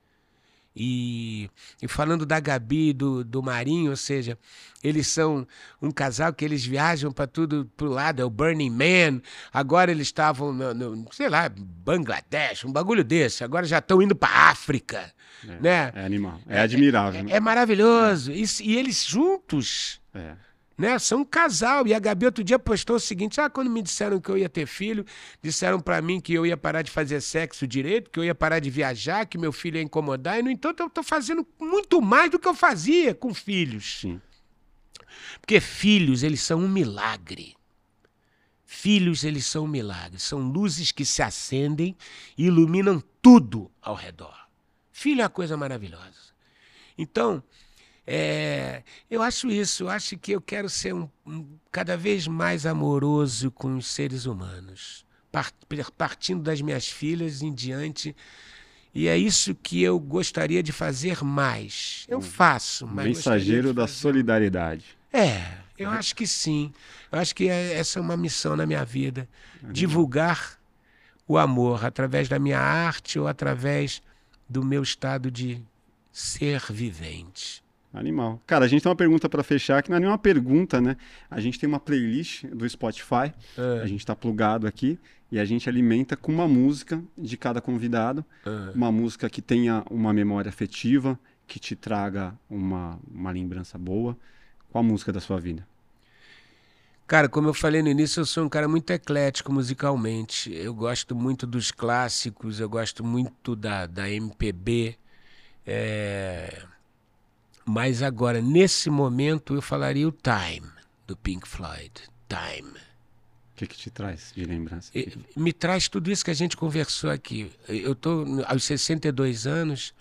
E, e falando da Gabi e do, do Marinho, ou seja, eles são um casal que eles viajam para tudo pro lado, é o Burning Man, agora eles estavam, no, no, sei lá, Bangladesh, um bagulho desse, agora já estão indo para África, é, né? É animal, é admirável. É, né? é, é maravilhoso, é. E, e eles juntos... É. Né? São um casal. E a Gabi outro dia postou o seguinte, ah, quando me disseram que eu ia ter filho, disseram pra mim que eu ia parar de fazer sexo direito, que eu ia parar de viajar, que meu filho ia incomodar, e no entanto eu tô fazendo muito mais do que eu fazia com filhos. Sim. Porque filhos, eles são um milagre. Filhos, eles são um milagre. São luzes que se acendem e iluminam tudo ao redor. Filho é uma coisa maravilhosa. Então... É, eu acho isso, eu acho que eu quero ser um, um, cada vez mais amoroso com os seres humanos, part, partindo das minhas filhas em diante, e é isso que eu gostaria de fazer mais. Eu faço, mas mensageiro da solidariedade. É, eu acho que sim. Eu acho que essa é uma missão na minha vida, divulgar o amor através da minha arte ou através do meu estado de ser vivente. Animal. Cara, a gente tem uma pergunta para fechar, que não é nenhuma pergunta, né? A gente tem uma playlist do Spotify, é. a gente está plugado aqui, e a gente alimenta com uma música de cada convidado, é. uma música que tenha uma memória afetiva, que te traga uma, uma lembrança boa. Qual a música da sua vida? Cara, como eu falei no início, eu sou um cara muito eclético musicalmente. Eu gosto muito dos clássicos, eu gosto muito da, da M P B, é... Mas agora, nesse momento, eu falaria o Time, do Pink Floyd. Time. O que, que te traz de lembrança? E, me traz tudo isso que a gente conversou aqui. Eu estou aos sessenta e dois anos,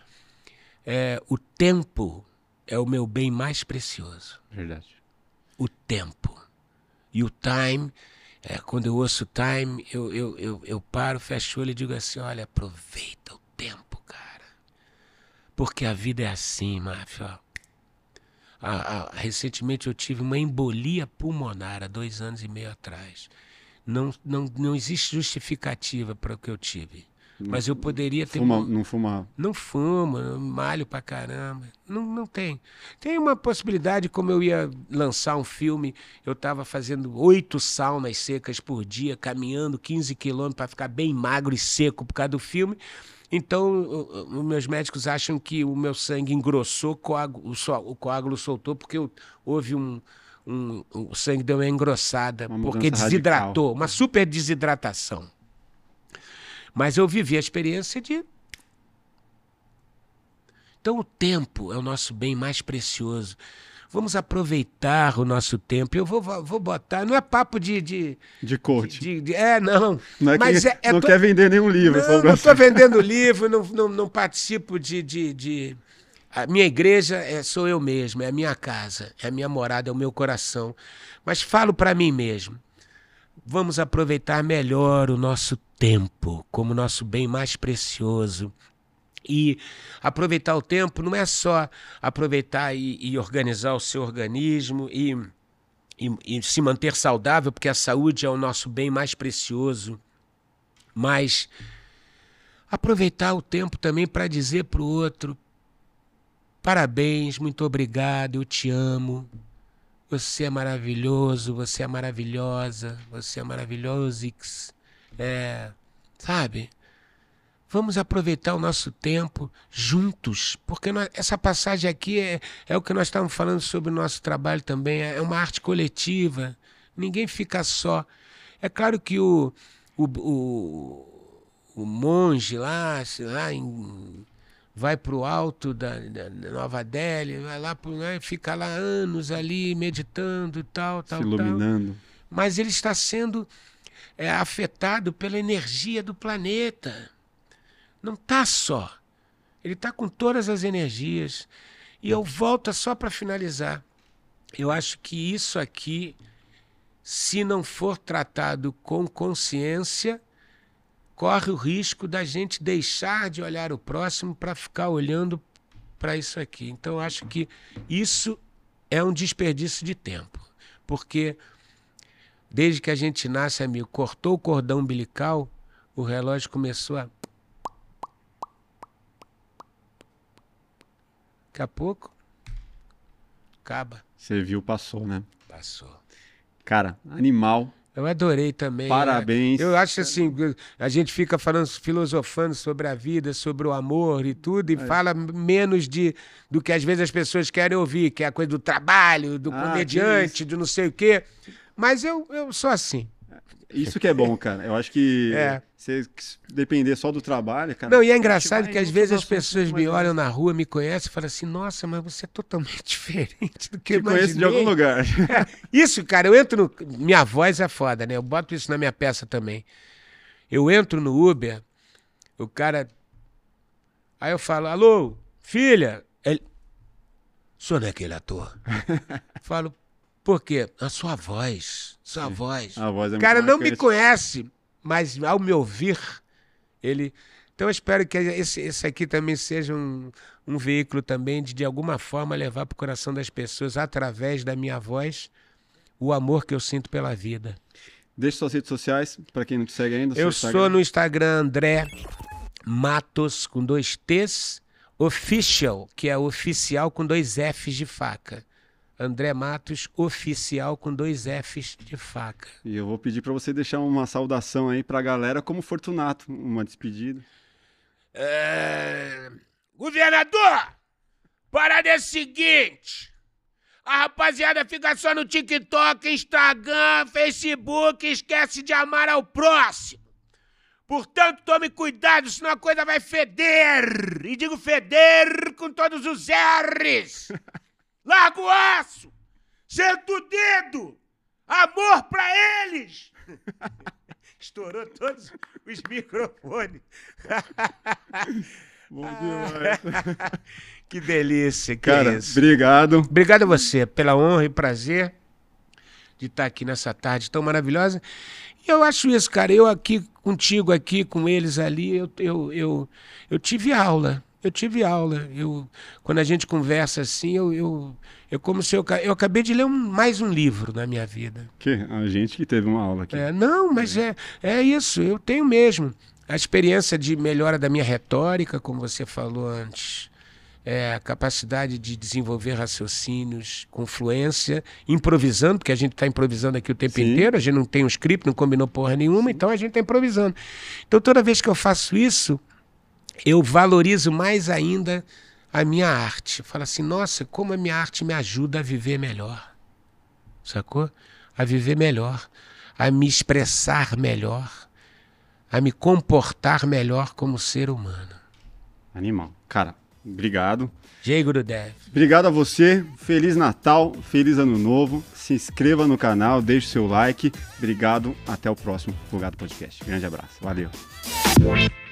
é, o tempo é o meu bem mais precioso. Verdade. O tempo. E o Time É, quando eu ouço Time, eu, eu, eu, eu paro, fecho o olho e digo assim, olha, aproveita o tempo, cara. Porque a vida é assim, Máfio. Ó. A, a, recentemente eu tive uma embolia pulmonar há dois anos e meio atrás. Não, não, não existe justificativa para o que eu tive. Mas eu poderia ter... Fuma, não fuma... Não fumo, eu malho pra caramba. Não, não tem. Tem uma possibilidade, como eu ia lançar um filme, eu estava fazendo oito saunas secas por dia, caminhando quinze quilômetros para ficar bem magro e seco por causa do filme. Então, os meus médicos acham que o meu sangue engrossou, coágulo, o coágulo soltou, porque eu, houve um... Um, o sangue deu uma engrossada, Uma porque desidratou, radical. uma super desidratação. Mas eu vivi a experiência de... Então o tempo é o nosso bem mais precioso. Vamos aproveitar o nosso tempo. Eu vou, vou botar... Não é papo de... De, de coach. De, de, é, não. Não, é mas que, é, é não to... quer vender nenhum livro. Não, não estou vendendo livro, não, não, não participo de... de, de... A minha igreja é, sou eu mesmo, é a minha casa, é a minha morada, é o meu coração. Mas falo para mim mesmo. Vamos aproveitar melhor o nosso tempo como nosso bem mais precioso. E aproveitar o tempo não é só aproveitar e, e organizar o seu organismo e, e, e se manter saudável, porque a saúde é o nosso bem mais precioso. Mas aproveitar o tempo também para dizer para o outro: parabéns, muito obrigado, eu te amo. Você é maravilhoso, você é maravilhosa, você é maravilhosix. É, sabe? Vamos aproveitar o nosso tempo juntos, porque nós, essa passagem aqui é, é o que nós estávamos falando sobre o nosso trabalho também, é uma arte coletiva, ninguém fica só. É claro que o, o, o, o monge lá, lá em... vai para o alto da, da Nova Delhi, vai lá, pro, né, fica lá anos ali meditando e tal, tal, se iluminando. Tal. Mas ele está sendo é, afetado pela energia do planeta. Não está só. Ele está com todas as energias. E eu volto só para finalizar. Eu acho que isso aqui, se não for tratado com consciência, corre o risco da gente deixar de olhar o próximo para ficar olhando para isso aqui. Então, eu acho que isso é um desperdício de tempo. Porque desde que a gente nasce, amigo, cortou o cordão umbilical, o relógio começou a... Daqui a pouco, acaba. Você viu, passou, né? Passou. Cara, animal. Eu adorei também. Parabéns. Né? Eu acho assim, a gente fica falando, filosofando sobre a vida, sobre o amor e tudo, e é. fala menos de, do que às vezes as pessoas querem ouvir, que é a coisa do trabalho, do ah, comediante, do não sei o quê. Mas eu, eu sou assim. Isso que é bom, cara. Eu acho que é. se depender só do trabalho, cara... Não, e é engraçado que às vezes as pessoas me olham na rua, me conhecem e falam assim, nossa, mas você é totalmente diferente do que eu imaginei. Te conheço de algum lugar. É. Isso, cara, eu entro no... Minha voz é foda, né? Eu boto isso na minha peça também. Eu entro no Uber, o cara... Aí eu falo, alô, filha? Ele... O senhor não é aquele ator? Falo... Por quê? A sua voz, sua Sim. voz. A voz é o cara muito não me conhece, mas ao me ouvir, ele... Então eu espero que esse, esse aqui também seja um, um veículo também de, de alguma forma, levar para o coração das pessoas, através da minha voz, o amor que eu sinto pela vida. Deixe suas redes sociais, para quem não te segue ainda. Eu sou no Instagram André Matos, com dois T's, Official, que é oficial com dois F's de faca. André Matos, oficial, com dois F's de faca. E eu vou pedir para você deixar uma saudação aí para a galera como Fortunato, uma despedida. É... Governador, parada é a seguinte, a rapaziada fica só no TikTok, Instagram, Facebook, esquece de amar ao próximo. Portanto, tome cuidado, senão a coisa vai feder. E digo feder com todos os R's. Larga o aço, senta o dedo, amor pra eles. Estourou todos os microfones. Bom demais. Que delícia, que Cara, é isso. Obrigado. Obrigado a você pela honra e prazer de de estar aqui nessa tarde tão maravilhosa. E eu acho isso, cara. Eu aqui contigo, aqui com eles ali, eu, eu, eu, eu tive aula. Eu tive aula. Eu, quando a gente conversa assim, eu, eu, eu como se eu, eu acabei de ler um, mais um livro na minha vida. Que a gente que teve uma aula aqui. É, não, mas é, é isso. Eu tenho mesmo a experiência de melhora da minha retórica, como você falou antes. É, a capacidade de desenvolver raciocínios com fluência, improvisando, porque a gente está improvisando aqui o tempo Sim. inteiro, a gente não tem um script, não combinou porra nenhuma, Sim. então a gente está improvisando. Então toda vez que eu faço isso, eu valorizo mais ainda a minha arte. Eu falo assim, nossa, como a minha arte me ajuda a viver melhor, sacou? A viver melhor, a me expressar melhor, a me comportar melhor como ser humano. Animal. Cara, obrigado. Jai Gurudev. Obrigado a você. Feliz Natal, feliz Ano Novo. Se inscreva no canal, deixe seu like. Obrigado. Até o próximo Plugado Podcast. Grande abraço. Valeu.